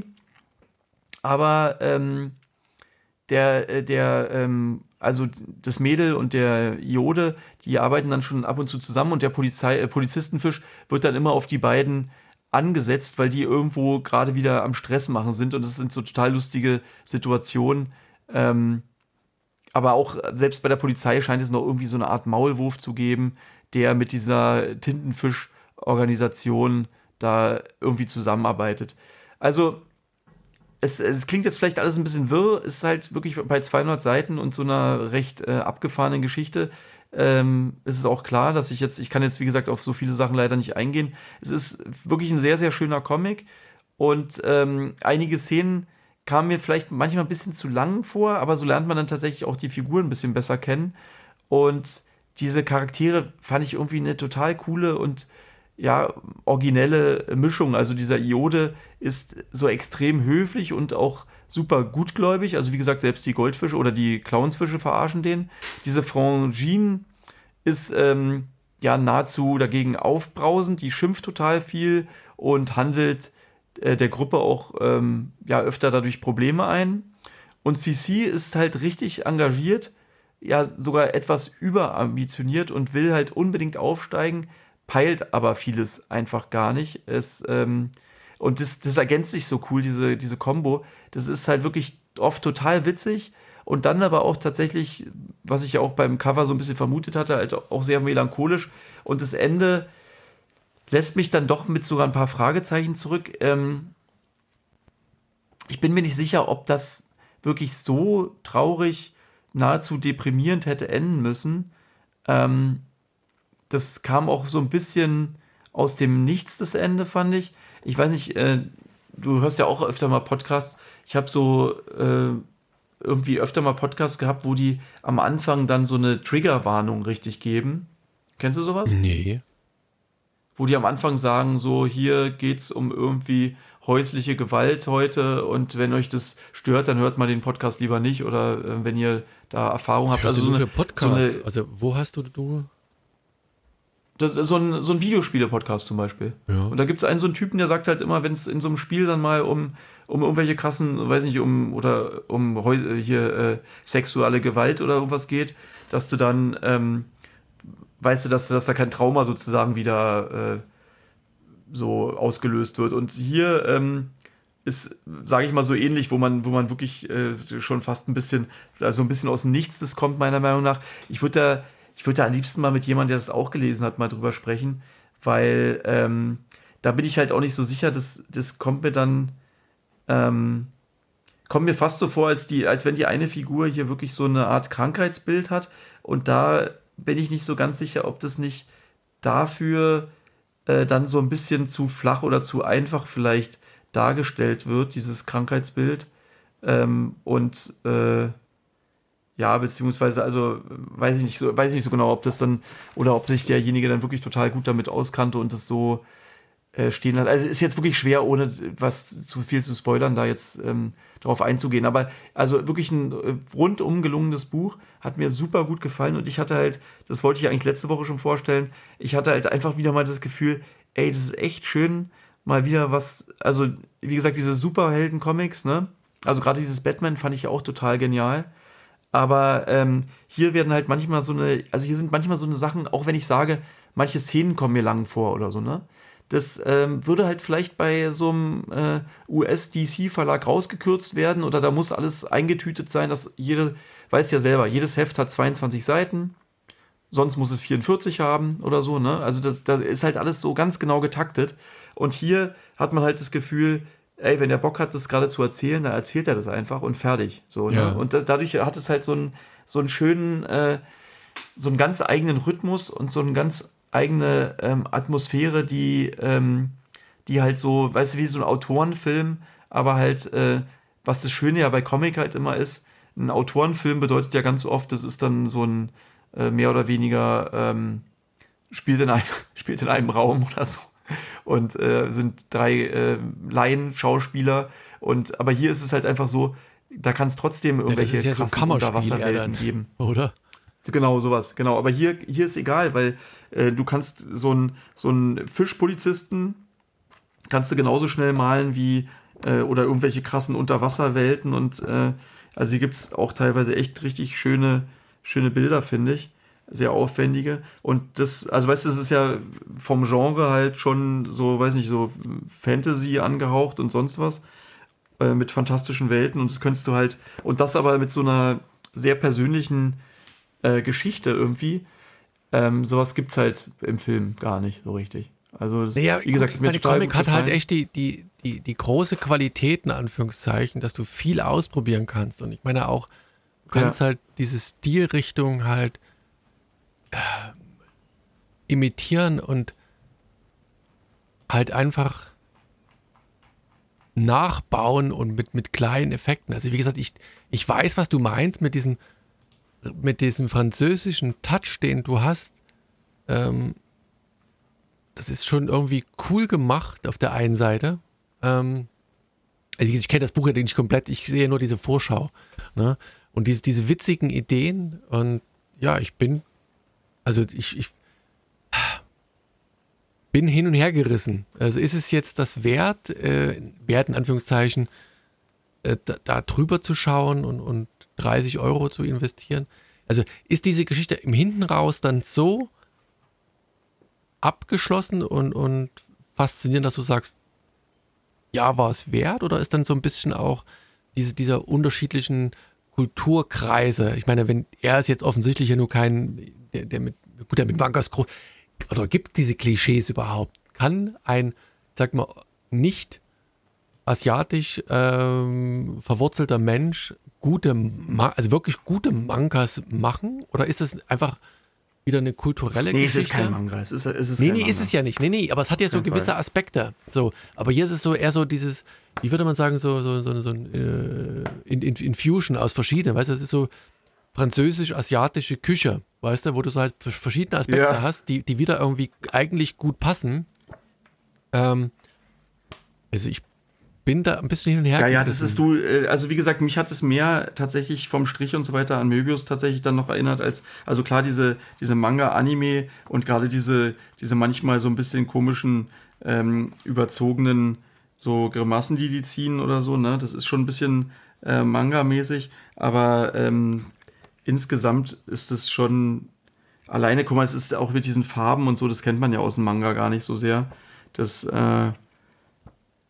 Speaker 2: aber ähm, der, äh, der, ähm, also das Mädel und der Iode, die arbeiten dann schon ab und zu zusammen und der Polizei, äh, Polizistenfisch wird dann immer auf die beiden angesetzt, weil die irgendwo gerade wieder am Stress machen sind und es sind so total lustige Situationen. Ähm, aber auch selbst bei der Polizei scheint es noch irgendwie so eine Art Maulwurf zu geben, der mit dieser Tintenfisch-Organisation da irgendwie zusammenarbeitet. Also es, es klingt jetzt vielleicht alles ein bisschen wirr, ist halt wirklich bei zweihundert Seiten und so einer recht äh, abgefahrenen Geschichte. Ähm, ist es auch klar, dass ich jetzt, ich kann jetzt wie gesagt auf so viele Sachen leider nicht eingehen. Es ist wirklich ein sehr, sehr schöner Comic und ähm, einige Szenen kamen mir vielleicht manchmal ein bisschen zu lang vor, aber so lernt man dann tatsächlich auch die Figuren ein bisschen besser kennen. Und diese Charaktere fand ich irgendwie eine total coole und ja, originelle Mischung. Also dieser Iode ist so extrem höflich und auch super gutgläubig. Also wie gesagt, selbst die Goldfische oder die Clownsfische verarschen den. Diese Frangine ist ähm, ja nahezu dagegen aufbrausend. Die schimpft total viel und handelt äh, der Gruppe auch ähm, ja öfter dadurch Probleme ein. Und C C ist halt richtig engagiert, ja sogar etwas überambitioniert und will halt unbedingt aufsteigen, peilt aber vieles einfach gar nicht. Es, ähm, und das, das ergänzt sich so cool, diese, diese Kombo. Das ist halt wirklich oft total witzig und dann aber auch tatsächlich, was ich ja auch beim Cover so ein bisschen vermutet hatte, halt auch sehr melancholisch. Und das Ende lässt mich dann doch mit sogar ein paar Fragezeichen zurück. Ähm, ich bin mir nicht sicher, ob das wirklich so traurig, nahezu deprimierend hätte enden müssen. Ähm, Das kam auch so ein bisschen aus dem Nichts, das Ende, fand ich. Ich weiß nicht, äh, du hörst ja auch öfter mal Podcasts. Ich habe so äh, irgendwie öfter mal Podcasts gehabt, wo die am Anfang dann so eine Triggerwarnung richtig geben. Kennst du sowas?
Speaker 1: Nee.
Speaker 2: Wo die am Anfang sagen, so hier geht's um irgendwie häusliche Gewalt heute und wenn euch das stört, dann hört mal den Podcast lieber nicht oder äh, wenn ihr da Erfahrung
Speaker 1: Was
Speaker 2: habt.
Speaker 1: hörst
Speaker 2: Also
Speaker 1: du
Speaker 2: so
Speaker 1: für
Speaker 2: eine,
Speaker 1: Podcasts?
Speaker 2: so eine
Speaker 1: Also wo hast du du?
Speaker 2: Das ist so ein, so ein Videospiele-Podcast zum Beispiel.
Speaker 1: Ja.
Speaker 2: Und da gibt es einen so einen Typen, der sagt halt immer, wenn es in so einem Spiel dann mal um, um irgendwelche krassen, weiß nicht, um oder um heu- hier äh, sexuelle Gewalt oder irgendwas geht, dass du dann, ähm, weißt du, dass, dass da kein Trauma sozusagen wieder äh, so ausgelöst wird. Und hier ähm, ist, sage ich mal, so ähnlich, wo man, wo man wirklich äh, schon fast ein bisschen, also ein bisschen aus dem Nichts das kommt, meiner Meinung nach. Ich würde da, ich würde da am liebsten mal mit jemandem, der das auch gelesen hat, mal drüber sprechen, weil ähm, da bin ich halt auch nicht so sicher, das, das kommt mir dann, ähm, kommt mir fast so vor, als, die, als wenn die eine Figur hier wirklich so eine Art Krankheitsbild hat und da bin ich nicht so ganz sicher, ob das nicht dafür äh, dann so ein bisschen zu flach oder zu einfach vielleicht dargestellt wird, dieses Krankheitsbild. Ähm, und äh, ja, beziehungsweise, also weiß ich nicht so, weiß ich nicht so genau, ob das dann, oder ob sich derjenige dann wirklich total gut damit auskannte und das so äh, stehen hat. Also ist jetzt wirklich schwer, ohne was zu viel zu spoilern, da jetzt ähm, drauf einzugehen. Aber also wirklich ein äh, rundum gelungenes Buch, hat mir super gut gefallen und ich hatte halt, das wollte ich eigentlich letzte Woche schon vorstellen, ich hatte halt einfach wieder mal das Gefühl, ey, das ist echt schön, mal wieder was, also wie gesagt, diese Superhelden-Comics, ne? Also gerade dieses Batman fand ich ja auch total genial. Aber ähm, hier werden halt manchmal so eine, also hier sind manchmal so eine Sachen, auch wenn ich sage, manche Szenen kommen mir lang vor oder so, ne? Das ähm, würde halt vielleicht bei so einem äh, U S-D C-Verlag rausgekürzt werden oder da muss alles eingetütet sein, dass jede, weißt ja selber, jedes Heft hat zweiundzwanzig Seiten, sonst muss es vierundvierzig haben oder so, ne? Also das, das ist halt alles so ganz genau getaktet. Und hier hat man halt das Gefühl, ey, wenn der Bock hat, das gerade zu erzählen, dann erzählt er das einfach und fertig. So,
Speaker 1: Ja.
Speaker 2: ne? Und da, dadurch hat es halt so einen, so einen schönen, äh, so einen ganz eigenen Rhythmus und so eine ganz eigene ähm, Atmosphäre, die, ähm, die halt so, weißt du, wie so ein Autorenfilm, aber halt, äh, was das Schöne ja bei Comic halt immer ist, ein Autorenfilm bedeutet ja ganz oft, das ist dann so ein äh, mehr oder weniger ähm, spielt in einem, spielt in einem Raum oder so und äh, sind drei äh, Laien-Schauspieler und aber hier ist es halt einfach so, da kann es trotzdem irgendwelche
Speaker 1: ja, das ist ja so
Speaker 2: Unterwasserwelten
Speaker 1: dann,
Speaker 2: geben.
Speaker 1: Oder?
Speaker 2: Genau, sowas, genau. Aber hier, hier ist egal, weil äh, du kannst so einen so einen Fischpolizisten kannst du genauso schnell malen wie äh, oder irgendwelche krassen Unterwasserwelten und äh, also hier gibt es auch teilweise echt richtig schöne, schöne Bilder, finde ich. Sehr aufwendige. Und das, also weißt du, das ist ja vom Genre halt schon so, weiß nicht, so Fantasy angehaucht und sonst was. Äh, mit fantastischen Welten. Und das könntest du halt, und das aber mit so einer sehr persönlichen äh, Geschichte irgendwie. Ähm, sowas gibt's halt im Film gar nicht so richtig. Also, das,
Speaker 1: Naja,
Speaker 2: wie gesagt,
Speaker 1: gut,
Speaker 2: mir
Speaker 1: meine
Speaker 2: total
Speaker 1: Comic
Speaker 2: gut
Speaker 1: hat halt
Speaker 2: gefallen.
Speaker 1: echt die, die, die, die große Qualität, in Anführungszeichen, dass du viel ausprobieren kannst. Und ich meine auch, du kannst
Speaker 2: Ja.
Speaker 1: halt diese Stilrichtung halt äh, imitieren und halt einfach nachbauen und mit, mit kleinen Effekten. Also wie gesagt, ich, ich weiß, was du meinst mit diesem, mit diesem französischen Touch, den du hast. Ähm, das ist schon irgendwie cool gemacht auf der einen Seite. Ähm, also ich kenne das Buch ja nicht komplett, ich sehe nur diese Vorschau. Ne? Und diese, diese witzigen Ideen und ja, ich bin, also ich, ich bin hin und her gerissen. Also ist es jetzt das wert, äh, wert in Anführungszeichen, äh, da, da drüber zu schauen und, und dreißig Euro zu investieren? Also ist diese Geschichte im Hinten raus dann so abgeschlossen und, und faszinierend, dass du sagst, ja, war es wert? Oder ist dann so ein bisschen auch diese, dieser unterschiedlichen Kulturkreise? Ich meine, wenn er ist jetzt offensichtlich ja nur kein, der, der mit, gut, der mit Mangas groß, oder gibt es diese Klischees überhaupt? Kann ein, sag mal, nicht asiatisch ähm, verwurzelter Mensch gute, Ma- also wirklich gute Mangas machen? Oder ist es einfach wieder eine kulturelle
Speaker 2: Nee, es
Speaker 1: Geschichte?
Speaker 2: ist kein Manga. Es ist, es ist
Speaker 1: Nee,
Speaker 2: kein
Speaker 1: nee,
Speaker 2: Manga.
Speaker 1: ist es ja nicht. Nee, nee, aber es hat ja so
Speaker 2: Kein
Speaker 1: gewisse
Speaker 2: Fall.
Speaker 1: Aspekte. So, aber hier ist es so eher so dieses, wie würde man sagen, so, so, so, so ein äh, in, in, Infusion aus verschiedenen, weißt du, das ist so französisch-asiatische Küche, weißt du, wo du so halt verschiedene Aspekte
Speaker 2: Ja.
Speaker 1: hast, die, die wieder irgendwie eigentlich gut passen. Ähm, also ich bin da ein bisschen hin und her
Speaker 2: Ja, ja, das
Speaker 1: gerissen.
Speaker 2: ist du, äh, also wie gesagt, mich hat es mehr tatsächlich vom Strich und so weiter an Möbius tatsächlich dann noch erinnert, als, also klar, diese, diese Manga-Anime und gerade diese, diese manchmal so ein bisschen komischen, ähm, überzogenen so Grimassen, die die ziehen oder so, ne, das ist schon ein bisschen äh, Manga-mäßig, aber ähm, insgesamt ist es schon, alleine, guck mal, es ist auch mit diesen Farben und so, das kennt man ja aus dem Manga gar nicht so sehr, das, äh,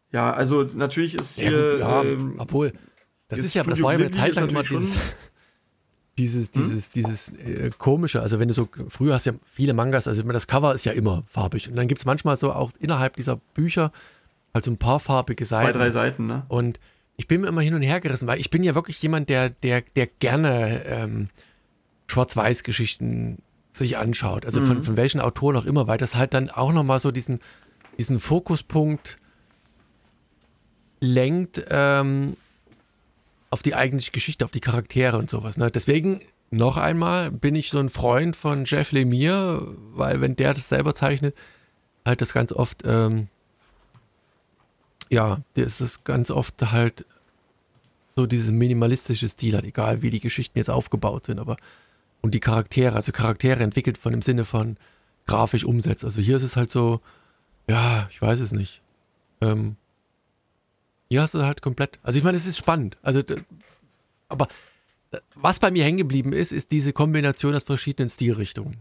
Speaker 2: Ja, also natürlich ist
Speaker 1: ja,
Speaker 2: hier...
Speaker 1: gut, ja,
Speaker 2: ähm,
Speaker 1: obwohl, das ist ja, das war ja eine Zeit lang immer dieses... Dieses, dieses, hm? dieses äh, komische, also wenn du so, früher hast du ja viele Mangas, also das Cover ist ja immer farbig und dann gibt es manchmal so auch innerhalb dieser Bücher halt so ein paar farbige Seiten.
Speaker 2: Zwei, drei Seiten, ne?
Speaker 1: Und ich bin mir immer hin und her gerissen, weil ich bin ja wirklich jemand, der, der, der gerne ähm, Schwarz-Weiß-Geschichten sich anschaut, also mhm. von, von welchen Autoren auch immer, weil das halt dann auch nochmal so diesen, diesen Fokuspunkt lenkt, ähm, auf die eigentliche Geschichte, auf die Charaktere und sowas. Ne? Deswegen, noch einmal, bin ich so ein Freund von Jeff Lemire, weil wenn der das selber zeichnet, halt das ganz oft, ähm, ja, der ist es ganz oft halt so dieses minimalistische Stil hat, egal wie die Geschichten jetzt aufgebaut sind, aber und die Charaktere, also Charaktere entwickelt von im Sinne von grafisch umsetzt. Also hier ist es halt so, ja, ich weiß es nicht. Ähm, Hier hast du halt komplett. Also ich meine, es ist spannend. Also, aber was bei mir hängen geblieben ist, ist diese Kombination aus verschiedenen Stilrichtungen.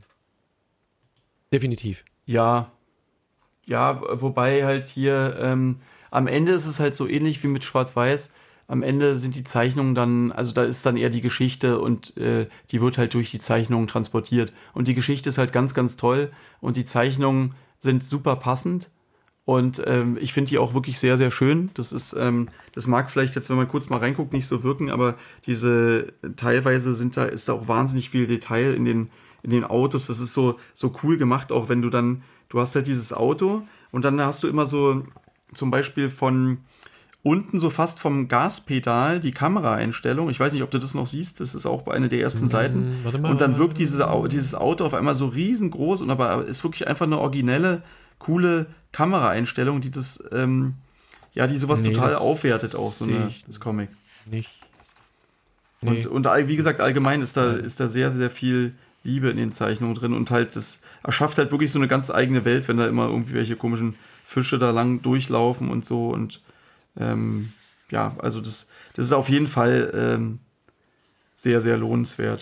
Speaker 1: Definitiv.
Speaker 2: Ja. Ja, wobei halt hier ähm, am Ende ist es halt so ähnlich wie mit Schwarz-Weiß. Am Ende sind die Zeichnungen dann, also da ist dann eher die Geschichte und äh, die wird halt durch die Zeichnungen transportiert. Und die Geschichte ist halt ganz, ganz toll und die Zeichnungen sind super passend. Und ähm, ich finde die auch wirklich sehr, sehr schön. Das ist, ähm, das mag vielleicht jetzt, wenn man kurz mal reinguckt, nicht so wirken, aber diese, teilweise sind da, ist da auch wahnsinnig viel Detail in den, in den Autos. Das ist so, so cool gemacht, auch wenn du dann, du hast halt dieses Auto und dann hast du immer so, zum Beispiel von unten so fast vom Gaspedal die Kameraeinstellung. Ich weiß nicht, ob du das noch siehst. Das ist auch eine der ersten
Speaker 1: Hm,
Speaker 2: Seiten.
Speaker 1: warte mal,
Speaker 2: Und dann wirkt
Speaker 1: warte
Speaker 2: diese,
Speaker 1: mal.
Speaker 2: dieses Auto auf einmal so riesengroß und aber ist wirklich einfach eine originelle, coole Kameraeinstellung, die das, ähm, ja, die sowas
Speaker 1: Nee,
Speaker 2: total
Speaker 1: das
Speaker 2: aufwertet, auch so
Speaker 1: seh
Speaker 2: eine,
Speaker 1: ich
Speaker 2: das Comic.
Speaker 1: Nicht.
Speaker 2: Und,
Speaker 1: Nee.
Speaker 2: und all- wie gesagt, allgemein ist da,
Speaker 1: Nein.
Speaker 2: ist da sehr, sehr viel Liebe in den Zeichnungen drin und halt, das erschafft halt wirklich so eine ganz eigene Welt, wenn da immer irgendwie welche komischen Fische da lang durchlaufen und so und ähm, ja, also das, das ist auf jeden Fall ähm, sehr, sehr lohnenswert.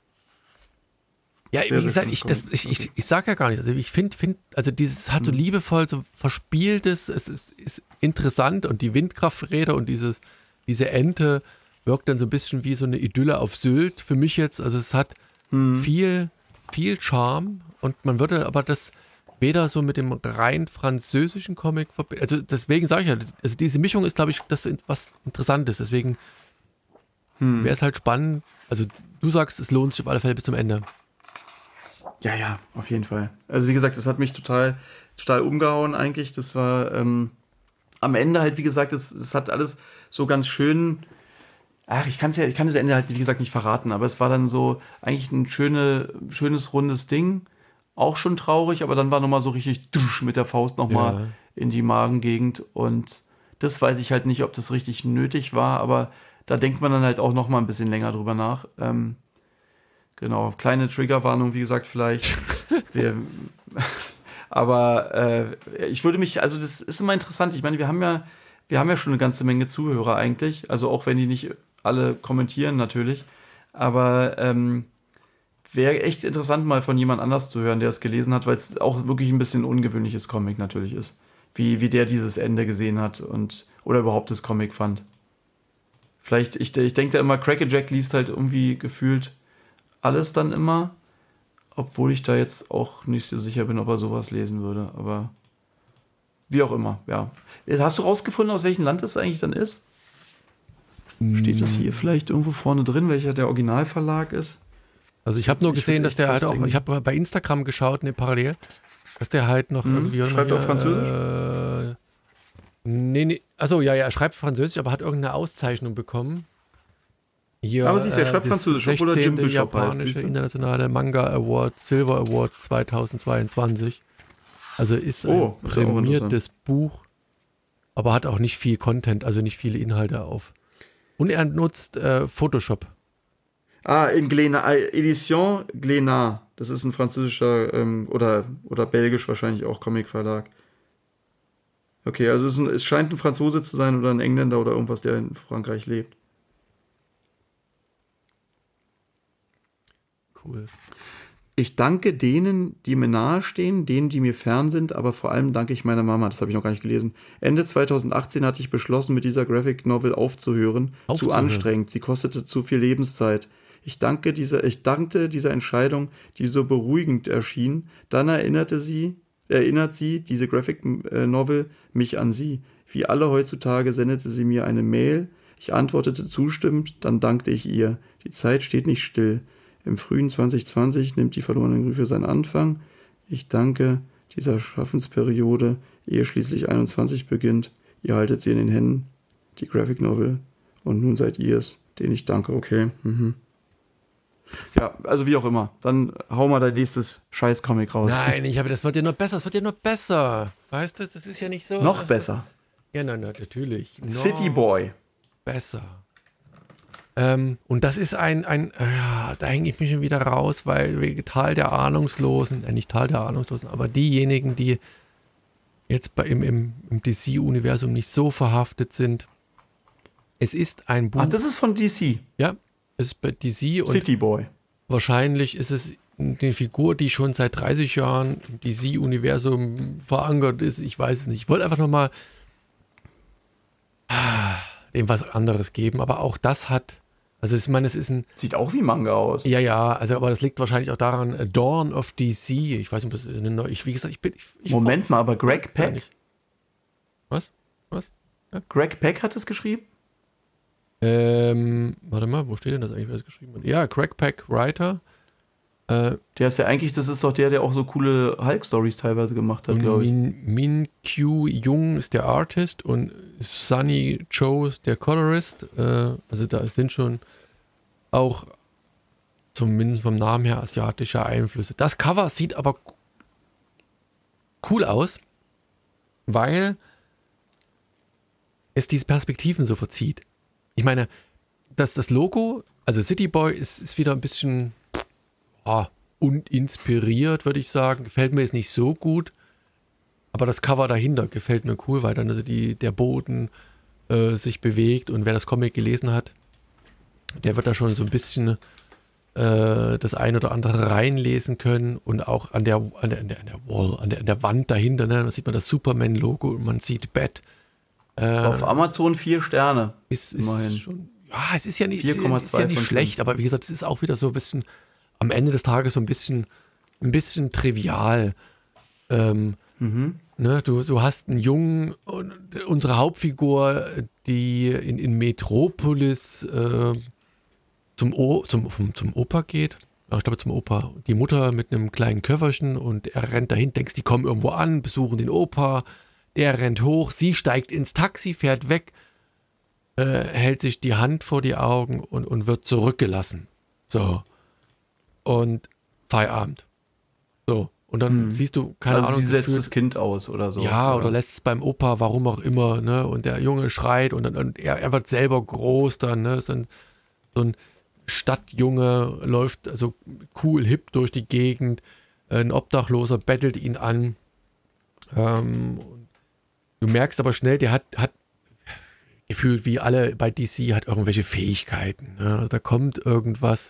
Speaker 1: Ja,
Speaker 2: Sehr,
Speaker 1: wie
Speaker 2: sehr
Speaker 1: gesagt,
Speaker 2: schönes
Speaker 1: ich, das,
Speaker 2: Comic.
Speaker 1: ich, ich, ich sag ja gar nicht. Also ich finde, find, also dieses hat so
Speaker 2: Hm.
Speaker 1: liebevoll, so verspieltes, es ist, ist interessant und die Windkrafträder und dieses, diese Ente wirkt dann so ein bisschen wie so eine Idylle auf Sylt für mich jetzt. Also es hat
Speaker 2: Hm.
Speaker 1: viel, viel Charme und man würde aber das weder so mit dem rein französischen Comic verbinden. Also deswegen sage ich ja, also diese Mischung ist, glaube ich, das was Interessantes. Deswegen
Speaker 2: Hm.
Speaker 1: wäre es halt spannend. Also du sagst, es lohnt sich auf alle Fälle bis zum Ende.
Speaker 2: Ja, ja, auf jeden Fall. Also wie gesagt, das hat mich total, total umgehauen eigentlich. Das war ähm, am Ende halt, wie gesagt, es, es hat alles so ganz schön. Ach, ich kann es ja, ich kann das Ende halt, wie gesagt, nicht verraten, aber es war dann so eigentlich ein schöne, schönes, rundes Ding. Auch schon traurig, aber dann war nochmal so richtig dusch mit der Faust nochmal
Speaker 1: Ja.
Speaker 2: in die Magengegend. Und das weiß ich halt nicht, ob das richtig nötig war, aber da denkt man dann halt auch nochmal ein bisschen länger drüber nach. Ähm, Genau, kleine Triggerwarnung, wie gesagt, vielleicht. wir, aber äh, ich würde mich, also das ist immer interessant. Ich meine, wir haben ja, wir haben ja schon eine ganze Menge Zuhörer eigentlich. Also auch wenn die nicht alle kommentieren natürlich. Aber ähm, wäre echt interessant, mal von jemand anders zu hören, der es gelesen hat, weil es auch wirklich ein bisschen ein ungewöhnliches Comic natürlich ist. Wie, wie der dieses Ende gesehen hat und oder überhaupt das Comic fand. Vielleicht, ich, ich denke da immer, Crackerjack liest halt irgendwie gefühlt alles dann immer, obwohl ich da jetzt auch nicht so sicher bin, ob er sowas lesen würde, aber wie auch immer, ja. Hast du rausgefunden, aus welchem Land es eigentlich dann ist? Steht das hier vielleicht irgendwo vorne drin, welcher der Originalverlag ist?
Speaker 1: Also ich habe nur
Speaker 2: Ich
Speaker 1: gesehen,
Speaker 2: würd
Speaker 1: dass
Speaker 2: echt
Speaker 1: der halt
Speaker 2: fast
Speaker 1: auch,
Speaker 2: denken-
Speaker 1: ich habe bei Instagram geschaut, ne, parallel, dass der halt noch
Speaker 2: Mhm.
Speaker 1: irgendwie...
Speaker 2: Schreibt er auf Französisch?
Speaker 1: Äh, nee, nee, achso, ja, ja, er schreibt Französisch, aber hat irgendeine Auszeichnung bekommen. Hier,
Speaker 2: Aber siehst du, er schreibt
Speaker 1: das
Speaker 2: Französisch, obwohl er Jim
Speaker 1: sechzehnte
Speaker 2: Bishop heißt,
Speaker 1: japanische
Speaker 2: siehst du?
Speaker 1: internationale Manga Award, Silver Award zweitausendzweiundzwanzig. Also ist ein
Speaker 2: Oh, ist ja auch
Speaker 1: prämiertes Buch, aber hat auch nicht viel Content, also nicht viele Inhalte auf. Und er nutzt äh, Photoshop.
Speaker 2: Ah, in Glénat, äh, Edition Glénat. Das ist ein französischer ähm, oder, oder belgisch wahrscheinlich auch Comicverlag. Okay, also es, ist ein, es scheint ein Franzose zu sein oder ein Engländer oder irgendwas, der in Frankreich lebt.
Speaker 1: Cool.
Speaker 2: Ich danke denen, die mir nahestehen, denen, die mir fern sind, aber vor allem danke ich meiner Mama. Das habe ich noch gar nicht gelesen. Ende zweitausendachtzehn hatte ich beschlossen, mit dieser Graphic Novel aufzuhören.
Speaker 1: Aufzuhören.
Speaker 2: Zu anstrengend. Sie kostete zu viel Lebenszeit. Ich, danke dieser, ich dankte dieser Entscheidung, die so beruhigend erschien. Dann erinnerte sie, erinnert sie, diese Graphic Novel, mich an sie. Wie alle heutzutage sendete sie mir eine Mail. Ich antwortete zustimmend, dann dankte ich ihr. Die Zeit steht nicht still. Im frühen zwanzig zwanzig nimmt die verlorenen Briefe seinen Anfang. Ich danke dieser Schaffensperiode, ehe schließlich einundzwanzig beginnt. Ihr haltet sie in den Händen, die Graphic Novel. Und nun seid ihr es, denen ich danke. Okay. Mhm. Ja, also wie auch immer. Dann hau mal dein nächstes Scheiß-Comic raus.
Speaker 1: Nein, ich habe, das wird ja noch besser, das wird ja noch besser. Weißt du, das ist ja nicht so.
Speaker 2: Noch besser.
Speaker 1: Das, ja, nein, nein, natürlich. No
Speaker 2: City Boy.
Speaker 1: Besser. Ähm, und das ist ein, ein äh, da hänge ich mich schon wieder raus, weil wir Tal der Ahnungslosen, äh, nicht Tal der Ahnungslosen, aber diejenigen, die jetzt bei, im, im, im D C-Universum nicht so verhaftet sind. Es ist ein Buch.
Speaker 2: Ach, das ist von D C?
Speaker 1: Ja, es ist bei D C. Und
Speaker 2: City Boy.
Speaker 1: Wahrscheinlich ist es eine Figur, die schon seit dreißig Jahren im D C-Universum verankert ist. Ich weiß es nicht. Ich wollte einfach nochmal dem was anderes geben, aber auch das hat, also ich meine, es ist ein...
Speaker 2: Sieht auch wie Manga aus.
Speaker 1: Ja, ja, also aber das liegt wahrscheinlich auch daran, Dawn of D C, ich weiß nicht, ob das eine neue, ich, wie gesagt, ich bin... Ich, ich
Speaker 2: Moment mal, aber Greg Pak?
Speaker 1: Was? Was?
Speaker 2: Ja? Greg Pak hat es geschrieben?
Speaker 1: Ähm, warte mal, wo steht denn das eigentlich, wer das geschrieben hat? Ja, Greg Pak, Writer. Äh,
Speaker 2: der ist ja eigentlich, das ist doch der, der auch so coole Hulk-Stories teilweise gemacht hat, glaube ich.
Speaker 1: Min, Min Kyu Jung ist der Artist und Sunny Cho ist der Colorist. Äh, also da sind schon auch zumindest vom Namen her asiatische Einflüsse. Das Cover sieht aber cool aus, weil es diese Perspektiven so verzieht. Ich meine, dass das Logo, also City Boy ist, ist wieder ein bisschen... Oh, uninspiriert, würde ich sagen. Gefällt mir jetzt nicht so gut. Aber das Cover dahinter gefällt mir cool, weil dann also die, der Boden äh, sich bewegt. Und wer das Comic gelesen hat, der wird da schon so ein bisschen äh, das ein oder andere reinlesen können. Und auch an der, an der, an der, an der Wall, an der, an der Wand dahinter, ne, da sieht man das Superman-Logo und man sieht Bat.
Speaker 2: Äh, Auf Amazon vier Sterne.
Speaker 1: Ist, ist schon, ja, es ist ja nicht, ist, ist ja nicht schlecht,
Speaker 2: fünf.
Speaker 1: Aber wie gesagt, es ist auch wieder so ein bisschen am Ende des Tages so ein bisschen, ein bisschen trivial. Ähm, mhm. ne, du, du hast einen Jungen, unsere Hauptfigur, die in, in Metropolis äh, zum, o, zum, zum, zum Opa geht. Ja, ich glaube zum Opa. Die Mutter mit einem kleinen Köfferchen und er rennt dahin, denkst, die kommen irgendwo an, besuchen den Opa. Der rennt hoch, sie steigt ins Taxi, fährt weg, äh, hält sich die Hand vor die Augen und, und wird zurückgelassen. So. Und Feierabend. So. Und dann hm. siehst du, keine
Speaker 2: also
Speaker 1: Ahnung.
Speaker 2: Sie setzt das Kind aus oder so.
Speaker 1: Ja, oder, oder lässt es beim Opa, warum auch immer, ne? Und der Junge schreit und, dann, und er, er wird selber groß dann, ne? So ein, so ein Stadtjunge läuft also cool, hip durch die Gegend. Ein Obdachloser bettelt ihn an. Ähm, du merkst aber schnell, der hat, hat gefühlt wie alle bei D C, hat irgendwelche Fähigkeiten. Ne? Also da kommt irgendwas.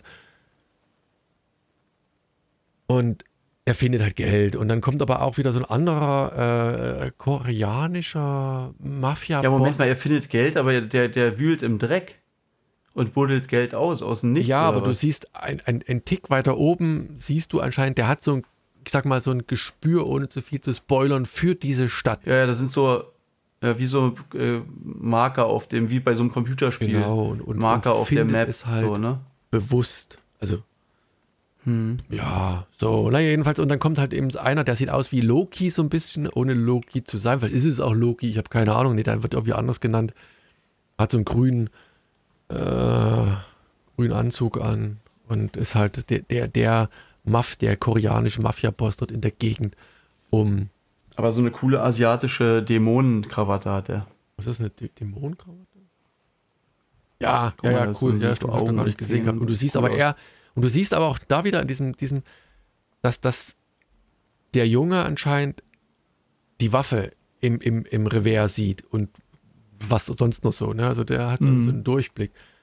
Speaker 1: Und er findet halt Geld. Und dann kommt aber auch wieder so ein anderer äh, koreanischer Mafia-Boss.
Speaker 2: Ja, Moment mal, er findet Geld, aber der, der wühlt im Dreck und buddelt Geld aus, aus dem Nichts.
Speaker 1: Ja, aber
Speaker 2: was?
Speaker 1: du siehst, ein, ein, ein Tick weiter oben siehst du anscheinend, der hat so ein, ich sag mal, so ein Gespür, ohne zu viel zu spoilern, für diese Stadt.
Speaker 2: Ja, ja, das sind so ja, wie so äh, Marker auf dem, wie bei so einem Computerspiel.
Speaker 1: Genau, und, und
Speaker 2: Marker
Speaker 1: und
Speaker 2: auf der Map.
Speaker 1: Ist halt
Speaker 2: so, ne?
Speaker 1: bewusst. Also
Speaker 2: Hm.
Speaker 1: ja, so, na jedenfalls, und dann kommt halt eben einer, der sieht aus wie Loki so ein bisschen, ohne Loki zu sein, vielleicht ist es auch Loki, ich habe keine Ahnung, nee, der wird irgendwie anders genannt, hat so einen grünen, äh, grünen Anzug an und ist halt der, der, der Maf, der koreanische Mafia-Boss dort in der Gegend, um...
Speaker 2: Aber so eine coole asiatische Dämonenkrawatte hat er.
Speaker 1: Was ist das, eine Dämonenkrawatte? Ja, ja, ja, cool, ja, stimmt, hab ich noch gar nicht gesehen gehabt. Und du siehst aber eher, und du siehst aber auch da wieder in diesem, diesem, dass, dass der Junge anscheinend die Waffe im, im, im Revers sieht und was sonst noch so, ne? Also der hat so, mm. so einen Durchblick.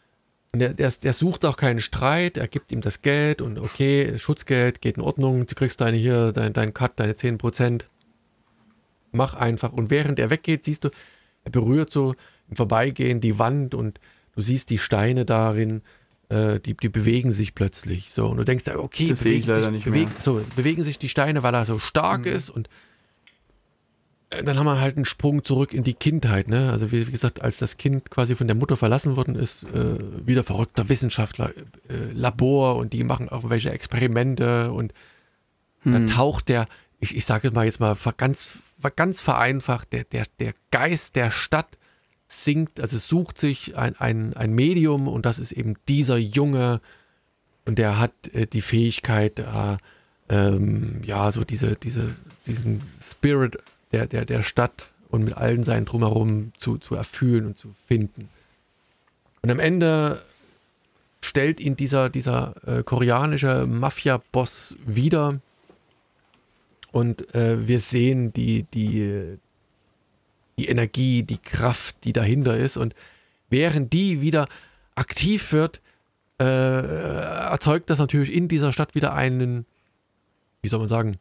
Speaker 1: Und der, der, der sucht auch keinen Streit, er gibt ihm das Geld und okay, Schutzgeld geht in Ordnung, du kriegst deine hier, dein, dein Cut, deine zehn Prozent. Mach einfach. Und während er weggeht, siehst du, er berührt so im Vorbeigehen die Wand und du siehst die Steine darin, äh, die, die bewegen sich plötzlich. So. Und du denkst, okay,
Speaker 2: das bewegen, sich, nicht
Speaker 1: bewegen, so, bewegen sich die Steine, weil er so stark mhm. ist und dann haben wir halt einen Sprung zurück in die Kindheit, ne? Also wie, wie gesagt, als das Kind quasi von der Mutter verlassen worden ist, äh, wieder verrückter Wissenschaftler, äh, Labor und die machen irgendwelche Experimente und hm. da taucht der, ich, ich sage mal jetzt mal ganz, ganz vereinfacht, der, der, der Geist der Stadt singt, also sucht sich ein, ein, ein Medium und das ist eben dieser Junge und der hat äh, die Fähigkeit, äh, ähm, ja, so diese, diese, diesen Spirit Der, der, der Stadt und mit allen seinen Drumherum zu, zu erfühlen und zu finden. Und am Ende stellt ihn dieser, dieser äh, koreanische Mafia-Boss wieder und äh, wir sehen die, die, die Energie, die Kraft, die dahinter ist und während die wieder aktiv wird, äh, erzeugt das natürlich in dieser Stadt wieder einen, wie soll man sagen,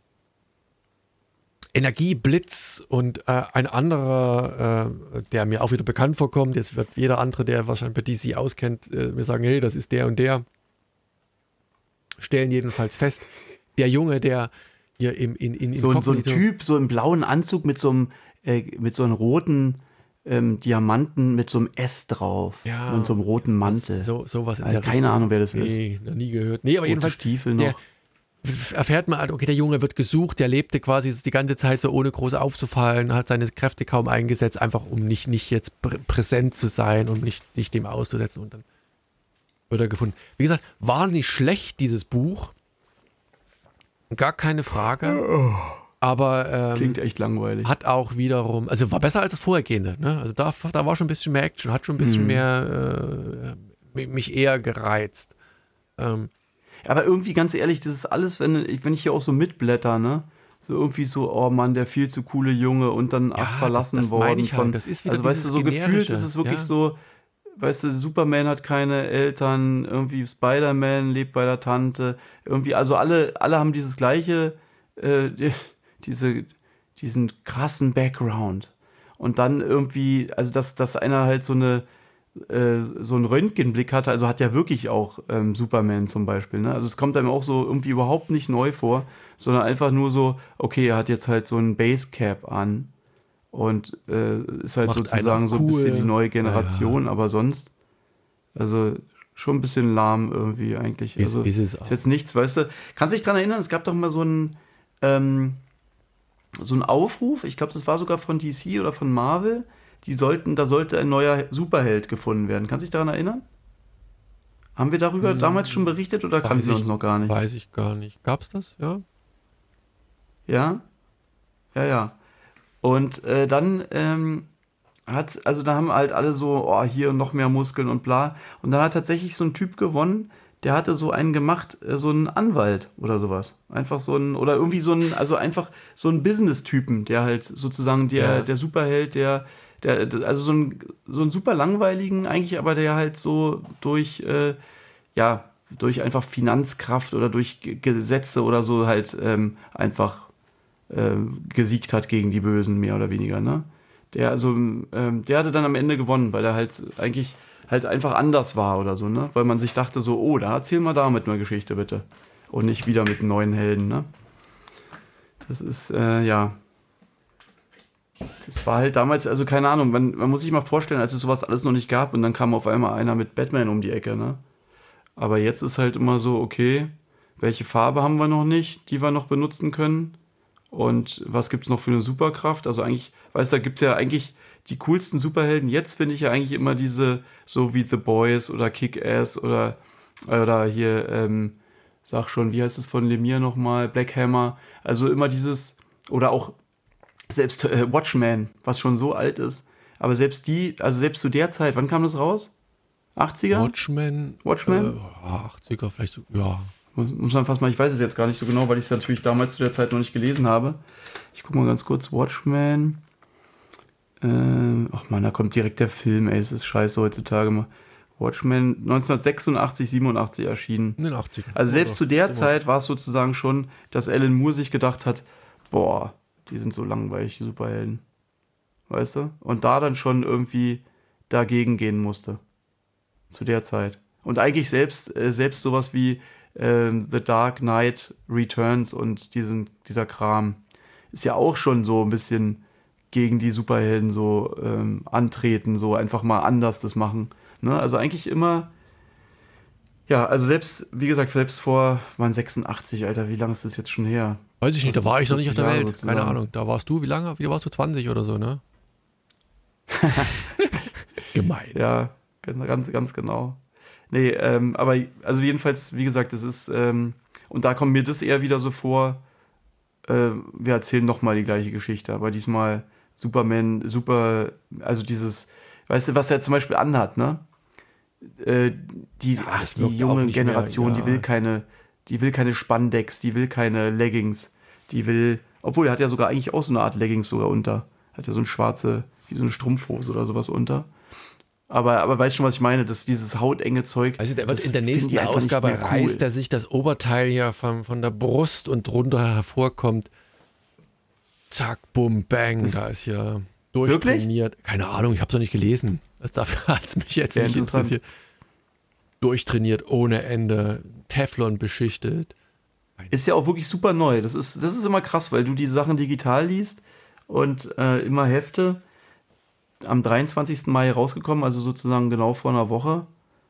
Speaker 1: Energieblitz und äh, ein anderer, äh, der mir auch wieder bekannt vorkommt, jetzt wird jeder andere, der wahrscheinlich bei D C auskennt, äh, mir sagen, hey, das ist der und der, stellen jedenfalls fest, der Junge, der hier im in, in, in
Speaker 2: so, so ein Typ, so im blauen Anzug mit so einem, äh, mit so einem roten ähm, Diamanten mit so einem S drauf
Speaker 1: ja,
Speaker 2: und so einem roten Mantel.
Speaker 1: Was, so, sowas in
Speaker 2: also
Speaker 1: der
Speaker 2: keine
Speaker 1: Richtung.
Speaker 2: Ahnung, wer das ist.
Speaker 1: Nee, noch nie gehört. Nee, aber
Speaker 2: Rote
Speaker 1: jedenfalls
Speaker 2: Stiefel noch.
Speaker 1: Der, erfährt man halt, okay, der Junge wird gesucht, der lebte quasi die ganze Zeit so ohne groß aufzufallen, hat seine Kräfte kaum eingesetzt, einfach um nicht, nicht jetzt prä- präsent zu sein und nicht, nicht dem auszusetzen und dann wird er gefunden. Wie gesagt, war nicht schlecht, dieses Buch, gar keine Frage, aber ähm,
Speaker 2: klingt echt langweilig.
Speaker 1: Hat auch wiederum, also war besser als das vorhergehende, ne? Also da, da war schon ein bisschen mehr Action, hat schon ein bisschen mm. mehr äh, mich eher gereizt. Ähm,
Speaker 2: Aber irgendwie, ganz ehrlich, das ist alles, wenn, wenn ich hier auch so mitblätter, ne? So irgendwie so, oh Mann, der viel zu coole Junge und dann ach,
Speaker 1: ja,
Speaker 2: verlassen
Speaker 1: das, das
Speaker 2: worden.
Speaker 1: Meine ich
Speaker 2: von,
Speaker 1: halt. Das ist wieder
Speaker 2: also weißt du, so
Speaker 1: Generische.
Speaker 2: Gefühlt ist es wirklich
Speaker 1: ja.
Speaker 2: so, weißt du, Superman hat keine Eltern, irgendwie Spider-Man lebt bei der Tante, irgendwie, also alle, alle haben dieses gleiche, äh, die, diese, diesen krassen Background. Und dann irgendwie, also dass, dass einer halt so eine so einen Röntgenblick hatte, also hat ja wirklich auch ähm, Superman zum Beispiel, ne? Also es kommt einem auch so irgendwie überhaupt nicht neu vor, sondern einfach nur so, okay, er hat jetzt halt so ein Basecap an und äh, ist halt
Speaker 1: Macht
Speaker 2: sozusagen so ein
Speaker 1: cool.
Speaker 2: bisschen die neue Generation,
Speaker 1: ja.
Speaker 2: aber sonst, also schon ein bisschen lahm irgendwie eigentlich.
Speaker 1: Ist,
Speaker 2: also
Speaker 1: ist es auch.
Speaker 2: Ist jetzt nichts, weißt du, kannst du dich dran erinnern, es gab doch mal so einen ähm, so einen Aufruf, ich glaube, das war sogar von D C oder von Marvel. Die sollten, da sollte ein neuer Superheld gefunden werden. Kannst du dich daran erinnern? Haben wir darüber hm. damals schon berichtet oder kannten wir uns noch gar nicht?
Speaker 1: Weiß ich gar nicht. Gab's das? Ja.
Speaker 2: Ja? Ja, ja. Und äh, dann ähm, hat, also da haben halt alle so, oh, hier noch mehr Muskeln und bla. Und dann hat tatsächlich so ein Typ gewonnen, der hatte so einen gemacht, äh, so einen Anwalt oder sowas. Einfach so ein, oder irgendwie so ein, also einfach so ein Business-Typen, der halt sozusagen der,
Speaker 1: ja.
Speaker 2: der Superheld, der Der, also so ein, so ein super langweiligen eigentlich, aber der halt so durch, äh, ja, durch einfach Finanzkraft oder durch G- Gesetze oder so halt ähm, einfach äh, gesiegt hat gegen die Bösen, mehr oder weniger, ne? Der, also, ähm, der hatte dann am Ende gewonnen, weil er halt eigentlich halt einfach anders war oder so, ne? Weil man sich dachte so, oh, da erzähl mal damit eine Geschichte, bitte. Und nicht wieder mit einem neuen Helden, ne? Das ist, äh, ja... Es war halt damals, also keine Ahnung, man, man muss sich mal vorstellen, als es sowas alles noch nicht gab und dann kam auf einmal einer mit Batman um die Ecke, ne? Aber jetzt ist halt immer so, okay, welche Farbe haben wir noch nicht, die wir noch benutzen können? Und was gibt's noch für eine Superkraft? Also eigentlich, weißt du, da gibt's ja eigentlich die coolsten Superhelden. Jetzt finde ich ja eigentlich immer diese, so wie The Boys oder Kick-Ass oder, oder hier, ähm, sag schon, wie heißt es von Lemire nochmal? Black Hammer. Also immer dieses, oder auch selbst äh, Watchmen, was schon so alt ist, aber selbst die, also selbst zu der Zeit, wann kam das raus? achtziger?
Speaker 1: Watchmen?
Speaker 2: Watchmen?
Speaker 1: Äh, achtziger vielleicht so, ja.
Speaker 2: Muss, muss man fast mal, ich weiß es jetzt gar nicht so genau, weil ich es natürlich damals zu der Zeit noch nicht gelesen habe. Ich gucke mal ganz kurz, Watchmen. Ähm, ach man, da kommt direkt der Film, ey, es ist scheiße heutzutage mal. Watchmen neunzehnhundertsechsundachtzig, siebenundachtzig erschienen.
Speaker 1: In den achtzigern.
Speaker 2: Also selbst
Speaker 1: Oder
Speaker 2: zu der
Speaker 1: so.
Speaker 2: Zeit war es sozusagen schon, dass Alan Moore sich gedacht hat, boah, die sind so langweilig, die Superhelden. Weißt du? Und da dann schon irgendwie dagegen gehen musste. Zu der Zeit. Und eigentlich selbst, äh, selbst sowas wie äh, The Dark Knight Returns und diesen, dieser Kram ist ja auch schon so ein bisschen gegen die Superhelden so ähm, antreten, so einfach mal anders das machen. Ne? Also eigentlich immer, ja, also selbst, wie gesagt, selbst vor, waren sechsundachtzig, Alter, wie lange ist das jetzt schon her?
Speaker 1: Weiß ich nicht, da war ich noch nicht auf der Welt.
Speaker 2: Sozusagen.
Speaker 1: Keine Ahnung. Da warst du, wie lange? Wie warst du? zwanzig oder so, ne? Gemein.
Speaker 2: Ja, ganz, ganz genau. Nee, ähm, aber, also jedenfalls, wie gesagt, das ist, ähm, und da kommt mir das eher wieder so vor, äh, wir erzählen nochmal die gleiche Geschichte, aber diesmal Superman, super, also dieses, weißt du, was er zum Beispiel anhat, ne? Äh, die
Speaker 1: Ja,
Speaker 2: ach,
Speaker 1: das
Speaker 2: die
Speaker 1: wirkt auch
Speaker 2: junge
Speaker 1: nicht
Speaker 2: Generation,
Speaker 1: mehr, ja.
Speaker 2: die will keine, die will keine Spandex, die will keine Leggings, die will, obwohl er hat ja sogar eigentlich auch so eine Art Leggings sogar unter. Hat ja so eine schwarze, wie so eine Strumpfhose oder sowas unter. Aber, aber weißt schon, was ich meine, dass dieses hautenge Zeug.
Speaker 1: Also der wird
Speaker 2: das
Speaker 1: in der
Speaker 2: finden
Speaker 1: nächsten
Speaker 2: die einfach nicht
Speaker 1: Ausgabe
Speaker 2: mehr cool.
Speaker 1: reißt er sich das Oberteil hier von, von der Brust und drunter hervorkommt. Zack, bum, bang,
Speaker 2: Das-
Speaker 1: da ist ja durchtrainiert. Keine Ahnung, ich habe es noch nicht gelesen. Das dafür hat es mich jetzt
Speaker 2: Sehr
Speaker 1: nicht
Speaker 2: interessant.
Speaker 1: interessiert. Durchtrainiert ohne Ende, Teflon beschichtet.
Speaker 2: Ist ja auch wirklich super neu. Das ist, das ist immer krass, weil du die Sachen digital liest und äh, immer Hefte. Am dreiundzwanzigsten Mai rausgekommen, also sozusagen genau vor einer Woche.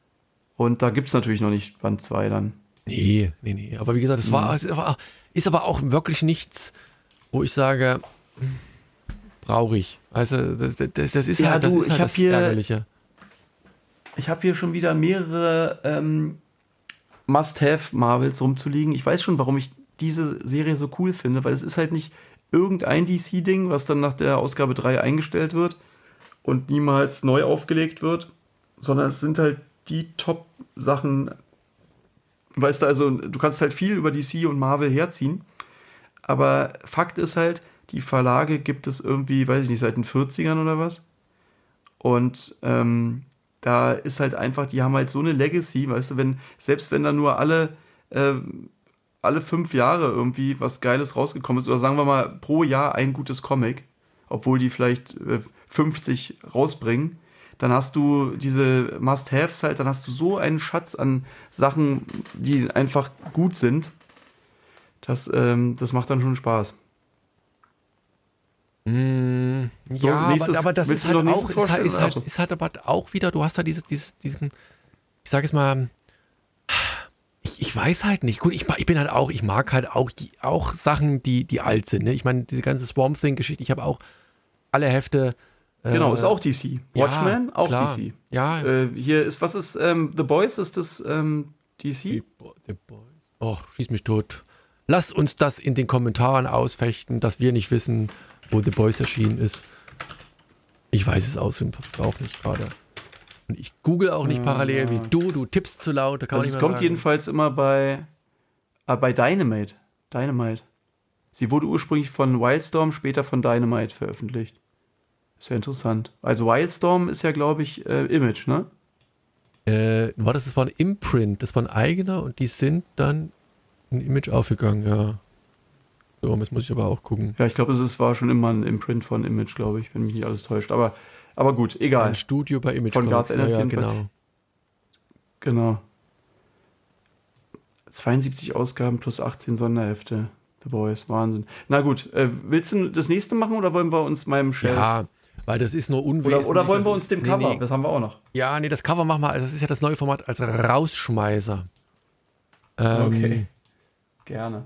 Speaker 2: Und da gibt es natürlich noch nicht Band zwei dann.
Speaker 1: Nee, nee, nee. Aber wie gesagt, es war, es war, ist aber auch wirklich nichts, wo ich sage, brauche ich. Also das, das, das ist
Speaker 2: Ja,
Speaker 1: halt das,
Speaker 2: du,
Speaker 1: ist
Speaker 2: ich
Speaker 1: halt
Speaker 2: hab
Speaker 1: das
Speaker 2: hier-
Speaker 1: Ärgerliche.
Speaker 2: Ich habe hier schon wieder mehrere ähm, Must-Have-Marvels rumzuliegen. Ich weiß schon, warum ich diese Serie so cool finde, weil es ist halt nicht irgendein D C-Ding, was dann nach der Ausgabe drei eingestellt wird und niemals neu aufgelegt wird, sondern es sind halt die Top-Sachen. Weißt du, also du kannst halt viel über D C und Marvel herziehen, aber Fakt ist halt, die Verlage gibt es irgendwie, weiß ich nicht, seit den vierzigern oder was. Und ähm, da ist halt einfach, die haben halt so eine Legacy, weißt du, wenn, selbst wenn da nur alle, äh, alle fünf Jahre irgendwie was Geiles rausgekommen ist, oder sagen wir mal pro Jahr ein gutes Comic, obwohl die vielleicht äh, fünfzig rausbringen, dann hast du diese Must-Haves halt, dann hast du so einen Schatz an Sachen, die einfach gut sind. Das, ähm, das macht dann schon Spaß.
Speaker 1: Mm,
Speaker 2: So,
Speaker 1: ja, aber,
Speaker 2: nächstes-
Speaker 1: aber das
Speaker 2: willst
Speaker 1: ist
Speaker 2: du
Speaker 1: halt
Speaker 2: noch
Speaker 1: auch,
Speaker 2: nächstes
Speaker 1: ist halt,
Speaker 2: vorstellen,
Speaker 1: ist,
Speaker 2: oder?
Speaker 1: halt,
Speaker 2: Achso.
Speaker 1: ist halt aber auch wieder, du hast da dieses, dieses, diesen, ich sage es mal, ich, ich weiß halt nicht. Gut, ich, ich bin halt auch, ich mag halt auch, auch Sachen, die, die alt sind. Ne? Ich meine, diese ganze Swamp Thing-Geschichte, ich habe auch alle Hefte.
Speaker 2: Genau,
Speaker 1: äh,
Speaker 2: ist auch D C.
Speaker 1: ja,
Speaker 2: Watchmen, auch
Speaker 1: klar.
Speaker 2: D C.
Speaker 1: Ja,
Speaker 2: Äh, hier ist, was ist, ähm, The Boys, ist das ähm, D C?
Speaker 1: Die Bo- die Boys. Oh, schieß mich tot. Lasst uns das in den Kommentaren ausfechten, dass wir nicht wissen, wo The Boys erschienen ist. Ich weiß es aus dem Kopf auch nicht gerade. Und ich google auch nicht
Speaker 2: Ja,
Speaker 1: parallel
Speaker 2: ja.
Speaker 1: wie du. Du tippst zu laut, da kann
Speaker 2: Also
Speaker 1: man
Speaker 2: es
Speaker 1: nicht
Speaker 2: kommt
Speaker 1: mehr sagen.
Speaker 2: jedenfalls immer bei, ah, bei Dynamite. Dynamite. Sie wurde ursprünglich von Wildstorm, später von Dynamite veröffentlicht. Ist ja interessant. Also Wildstorm ist ja, glaube ich, äh, Image, ne?
Speaker 1: Äh, war das, das war ein Imprint, das war ein eigener und die sind dann in Image aufgegangen, ja. So, jetzt muss ich aber auch gucken.
Speaker 2: Ja, ich glaube, es ist, war schon immer ein Imprint von Image, glaube ich, wenn mich nicht alles täuscht. Aber, aber gut, egal.
Speaker 1: Ein Studio bei Image
Speaker 2: Von
Speaker 1: Comics,
Speaker 2: Garth
Speaker 1: ja,
Speaker 2: Ennis
Speaker 1: ja,
Speaker 2: jedenfalls.
Speaker 1: genau.
Speaker 2: Genau. zweiundsiebzig Ausgaben plus achtzehn Sonderhefte. The Boys, Wahnsinn. Na gut, äh, willst du das nächste machen oder wollen wir uns meinem Shelf...
Speaker 1: Ja, weil das ist nur unwesentlich.
Speaker 2: Oder, oder wollen
Speaker 1: das
Speaker 2: wir uns
Speaker 1: ist,
Speaker 2: dem
Speaker 1: nee,
Speaker 2: Cover,
Speaker 1: nee.
Speaker 2: das haben wir auch noch.
Speaker 1: Ja, nee, das Cover machen wir, also das ist ja das neue Format als Rausschmeißer. Ähm,
Speaker 2: Okay. Gerne.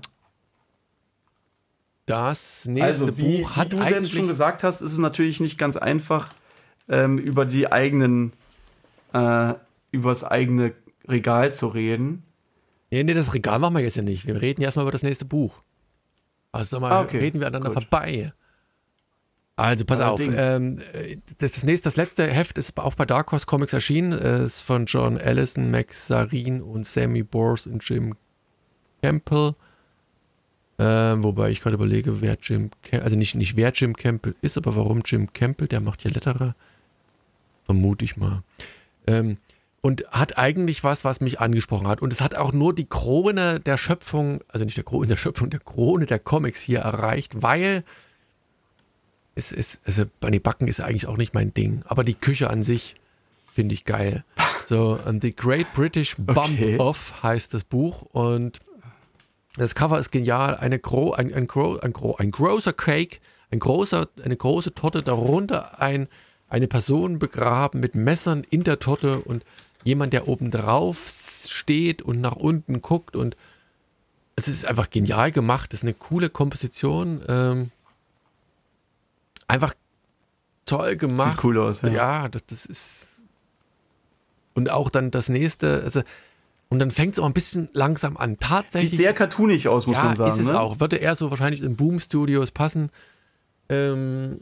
Speaker 1: Das nächste
Speaker 2: Also, wie,
Speaker 1: Buch
Speaker 2: wie
Speaker 1: hat
Speaker 2: du selbst
Speaker 1: eigentlich...
Speaker 2: schon gesagt hast, ist es natürlich nicht ganz einfach, ähm, über die eigenen, äh, über das eigene Regal zu reden.
Speaker 1: Nee, nee, das Regal machen wir jetzt ja nicht. Wir reden ja erstmal über das nächste Buch. Also sag mal,
Speaker 2: Ah, okay.
Speaker 1: reden wir aneinander
Speaker 2: Gut.
Speaker 1: vorbei. Also pass
Speaker 2: Allerdings.
Speaker 1: auf, ähm, das, das nächste, das letzte Heft ist auch bei Dark Horse Comics erschienen, ist von John Allison, Max Sarin und Sammy Bors und Jim Campbell. Ähm, wobei ich gerade überlege, wer Jim Campbell, also nicht, nicht wer Jim Campbell ist, aber warum Jim Campbell, der macht ja Letterer. Vermute ich mal. Ähm, und hat eigentlich was, was mich angesprochen hat. Und es hat auch nur die Krone der Schöpfung, also nicht der Krone der Schöpfung, der Krone der Comics hier erreicht, weil es ist, also Bunny Backen ist eigentlich auch nicht mein Ding, aber die Küche an sich finde ich geil. So, um, The Great British Bump okay. Off heißt das Buch und das Cover ist genial. Eine Gro, ein, ein, Gro, ein, Gro, ein großer Cake, ein großer, eine große Torte, darunter ein, eine Person begraben mit Messern in der Torte und jemand, der oben drauf steht und nach unten guckt und es ist einfach genial gemacht. Es ist eine coole Komposition. Ähm, einfach toll gemacht.
Speaker 2: Sieht cool aus, ja.
Speaker 1: Ja, das, das ist und auch dann das nächste, also und dann fängt es auch ein bisschen langsam an. Tatsächlich.
Speaker 2: Sieht sehr cartoonig aus, muss
Speaker 1: ja,
Speaker 2: man sagen.
Speaker 1: Ja, ist es
Speaker 2: ne?
Speaker 1: auch. Würde eher so wahrscheinlich in Boom Studios passen. Ähm,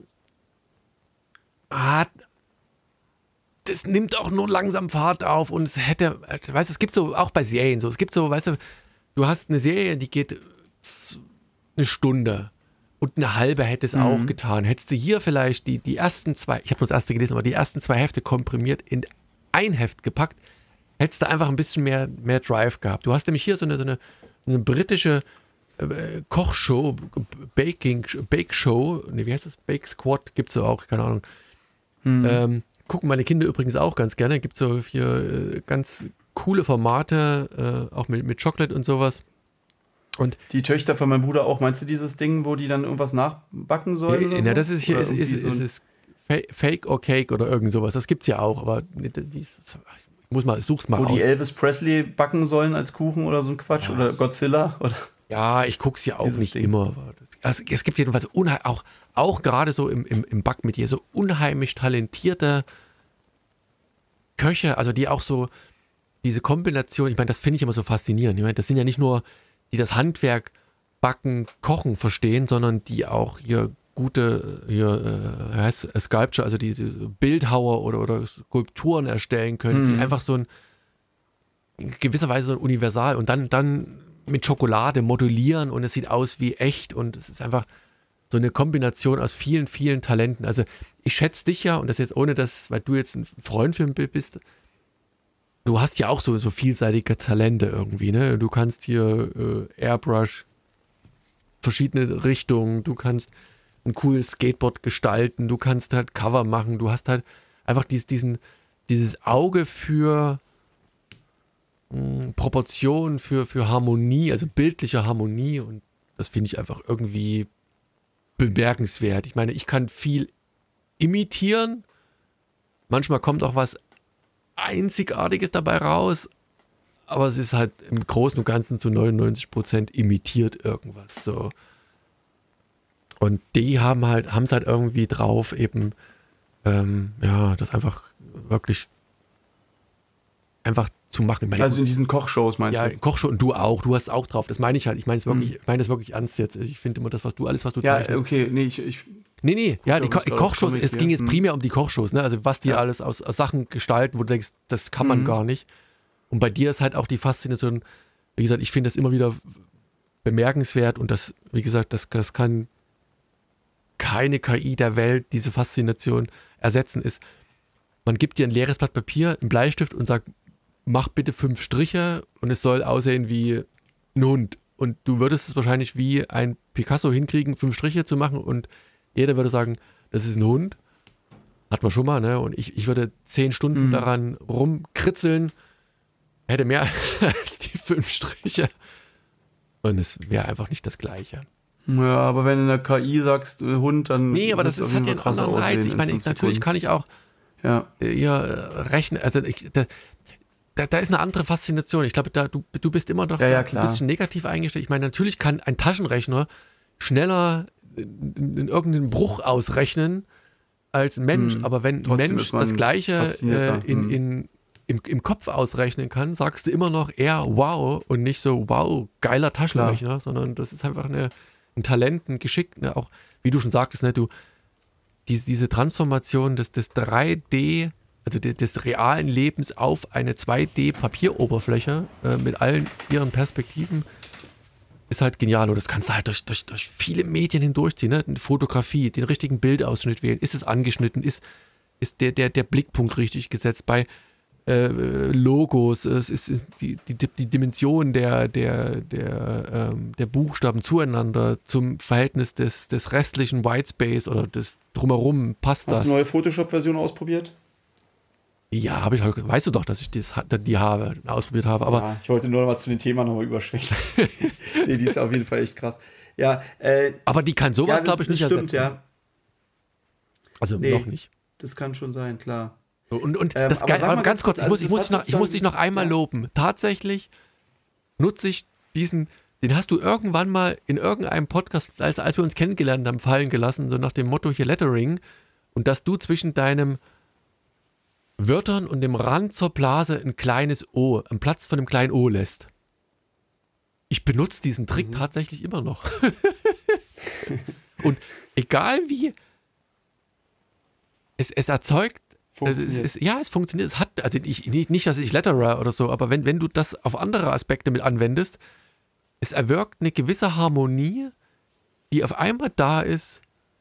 Speaker 1: hat, das nimmt auch nur langsam Fahrt auf und es hätte, weißt du, es gibt so, auch bei Serien so, es gibt so, weißt du, du hast eine Serie, die geht eine Stunde und eine halbe hätte es mhm. auch getan. Hättest du hier vielleicht die, die ersten zwei, ich habe nur das erste gelesen, aber die ersten zwei Hefte komprimiert in ein Heft gepackt, hättest du einfach ein bisschen mehr, mehr Drive gehabt. Du hast nämlich hier so eine, so eine, eine britische äh, Kochshow, Baking, Bake Show, nee, wie heißt das? Bake Squad gibt es so auch, keine Ahnung. Hm. Ähm, gucken meine Kinder übrigens auch ganz gerne. Gibt so hier äh, ganz coole Formate, äh, auch mit, mit Chocolate und sowas. Und
Speaker 2: die Töchter von meinem Bruder auch. Meinst du dieses Ding, wo die dann irgendwas nachbacken sollen?
Speaker 1: Ja,
Speaker 2: oder
Speaker 1: ja
Speaker 2: so?
Speaker 1: das ist hier, ist, ist,
Speaker 2: so
Speaker 1: ist, ist Fake or Cake oder irgend sowas. Das gibt's ja auch, aber wie, muss mal, such's mal
Speaker 2: Wo
Speaker 1: aus.
Speaker 2: die Elvis Presley backen sollen als Kuchen oder so ein Quatsch ja. oder Godzilla oder.
Speaker 1: Ja, ich guck's ja auch nicht Ding. immer. Also, es gibt jedenfalls unheim- auch, auch gerade so im, im, im Backmetier so unheimlich talentierte Köche, also die auch so diese Kombination, ich meine, das finde ich immer so faszinierend. Ich meine, das sind ja nicht nur, die das Handwerk Backen, Kochen verstehen, sondern die auch hier gute hier, äh, heißt Sculpture, also diese Bildhauer oder, oder Skulpturen erstellen können, mhm. die einfach so ein in gewisser Weise so ein Universal und dann, dann mit Schokolade modellieren und es sieht aus wie echt und es ist einfach so eine Kombination aus vielen, vielen Talenten. Also ich schätze dich ja und das jetzt ohne das, weil du jetzt ein Freund für mich bist, du hast ja auch so, so vielseitige Talente irgendwie, ne? Du kannst hier äh, Airbrush, verschiedene Richtungen, du kannst ein cooles Skateboard gestalten, du kannst halt Cover machen, du hast halt einfach dies, diesen, dieses Auge für mh, Proportion, für, für Harmonie, also bildliche Harmonie und das finde ich einfach irgendwie bemerkenswert. Ich meine, ich kann viel imitieren, manchmal kommt auch was Einzigartiges dabei raus, aber es ist halt im Großen und Ganzen zu neunundneunzig Prozent imitiert irgendwas so. Und die haben halt, haben es halt irgendwie drauf, eben, ähm, ja, das einfach wirklich einfach zu machen. Meine,
Speaker 2: also in diesen Kochshows meinst
Speaker 1: ja,
Speaker 2: du? Ja,
Speaker 1: Kochshow und du auch, du hast auch drauf. Das meine ich halt. Ich meine es wirklich, hm. ich meine das wirklich ernst jetzt. Ich finde immer das, was du, alles, was du
Speaker 2: ja,
Speaker 1: zeichnest.
Speaker 2: Ja, okay, nee, ich, ich
Speaker 1: Nee, nee, ja, die Ko- Kochshows, es ging jetzt hm. primär um die Kochshows, ne? Also was die ja. alles aus, aus Sachen gestalten, wo du denkst, das kann man hm. gar nicht. Und bei dir ist halt auch die Faszination, wie gesagt, ich finde das immer wieder bemerkenswert und das, wie gesagt, das, das kann keine K I der Welt diese Faszination ersetzen ist. Man gibt dir ein leeres Blatt Papier, einen Bleistift und sagt, mach bitte fünf Striche und es soll aussehen wie ein Hund. Und du würdest es wahrscheinlich wie ein Picasso hinkriegen, fünf Striche zu machen und jeder würde sagen, das ist ein Hund. Hat man schon mal, ne? Und ich, ich würde zehn Stunden mhm. daran rumkritzeln, hätte mehr als die fünf Striche. Und es wäre einfach nicht das Gleiche.
Speaker 2: Ja, aber wenn du in der K I sagst, äh, Hund, dann...
Speaker 1: Nee, aber das ist, hat ja einen anderen Reiz. Ich meine, ich, natürlich kann ich auch
Speaker 2: ja.
Speaker 1: hier rechnen. Also ich, da, da, da ist eine andere Faszination. Ich glaube, da, du, du bist immer doch
Speaker 2: ja, ja,
Speaker 1: ein bisschen negativ eingestellt. Ich meine, natürlich kann ein Taschenrechner schneller in, in irgendeinen Bruch ausrechnen als ein Mensch. Hm. Aber wenn ein Mensch das Gleiche äh, in, in, im, im Kopf ausrechnen kann, sagst du immer noch eher wow und nicht so wow, geiler Taschenrechner, Klar. sondern das ist einfach eine ein Talent, ein Geschick, ne? Auch wie du schon sagtest, ne, du, diese, diese Transformation des, des drei D, also des, des realen Lebens auf eine zwei D Papieroberfläche äh, mit allen ihren Perspektiven ist halt genial und das kannst du halt durch, durch, durch viele Medien hindurchziehen, ne? Die Fotografie, den richtigen Bildausschnitt wählen, ist es angeschnitten, ist, ist der, der, der Blickpunkt richtig gesetzt bei äh, Logos, es ist, ist die, die, die Dimension der, der, der, ähm, der Buchstaben zueinander zum Verhältnis des, des restlichen Whitespace oder des Drumherum passt das.
Speaker 2: Hast du eine neue Photoshop-Version ausprobiert?
Speaker 1: Ja, habe ich, weißt du doch, dass ich das, die habe, ausprobiert habe. Aber
Speaker 2: ja, ich wollte nur noch mal zu dem Thema nochmal überschwenken. Nee, die ist auf jeden Fall echt krass. Ja, äh,
Speaker 1: aber die kann sowas,
Speaker 2: ja,
Speaker 1: glaube ich, nicht
Speaker 2: stimmt,
Speaker 1: ersetzen.
Speaker 2: Ja.
Speaker 1: Also
Speaker 2: nee,
Speaker 1: noch nicht.
Speaker 2: Das kann schon sein, klar.
Speaker 1: So, und und
Speaker 2: ähm,
Speaker 1: das geil, aber ganz kurz, ich,
Speaker 2: also
Speaker 1: muss, ich, muss dich noch, ich muss dich noch einmal ja. loben. Tatsächlich nutze ich diesen, den hast du irgendwann mal in irgendeinem Podcast, als, als wir uns kennengelernt haben, fallen gelassen, so nach dem Motto hier Lettering, und dass du zwischen deinem Wörtern und dem Rand zur Blase ein kleines O, einen Platz von einem kleinen O lässt. Ich benutze diesen Trick mhm. tatsächlich immer noch. Und egal wie, es, es erzeugt, es, es, ja, es funktioniert, es hat, also ich, nicht, nicht, dass ich Letterer oder so, aber wenn, wenn du das auf andere Aspekte mit anwendest, es erwirkt eine gewisse Harmonie, die auf einmal da ist,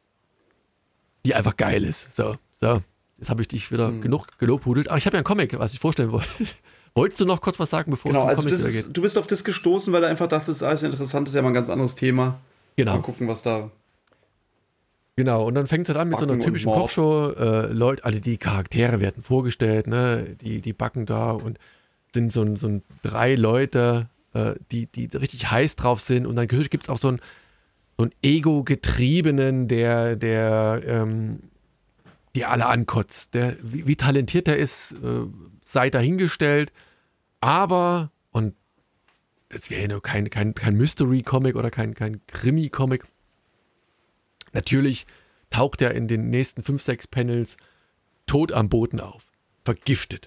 Speaker 1: die einfach geil ist. So, so. Jetzt habe ich dich wieder hm. genug gelobhudelt. Aber ich habe ja einen Comic, was ich vorstellen wollte. Wolltest du noch kurz was sagen, bevor
Speaker 2: genau,
Speaker 1: es zum
Speaker 2: also
Speaker 1: Comic
Speaker 2: das,
Speaker 1: geht?
Speaker 2: Du bist auf das gestoßen, weil du einfach dachtest, alles interessant ist ja mal ein ganz anderes Thema.
Speaker 1: Genau.
Speaker 2: Mal gucken, was da...
Speaker 1: Genau, und dann fängt es halt an mit
Speaker 2: Backen
Speaker 1: so einer typischen Kochshow. Äh, Leute, also die Charaktere werden vorgestellt, ne? Die, die backen da und sind so ein, so ein drei Leute, äh, die, die richtig heiß drauf sind. Und dann gibt es auch so einen, so einen Ego-Getriebenen, der, der ähm, die alle ankotzt. Der, wie, wie talentiert er ist, äh, sei dahingestellt. Aber, und das wäre ja nur kein, kein, kein Mystery-Comic oder kein, kein Krimi-Comic. Natürlich taucht er in den nächsten fünf, sechs Panels tot am Boden auf. Vergiftet.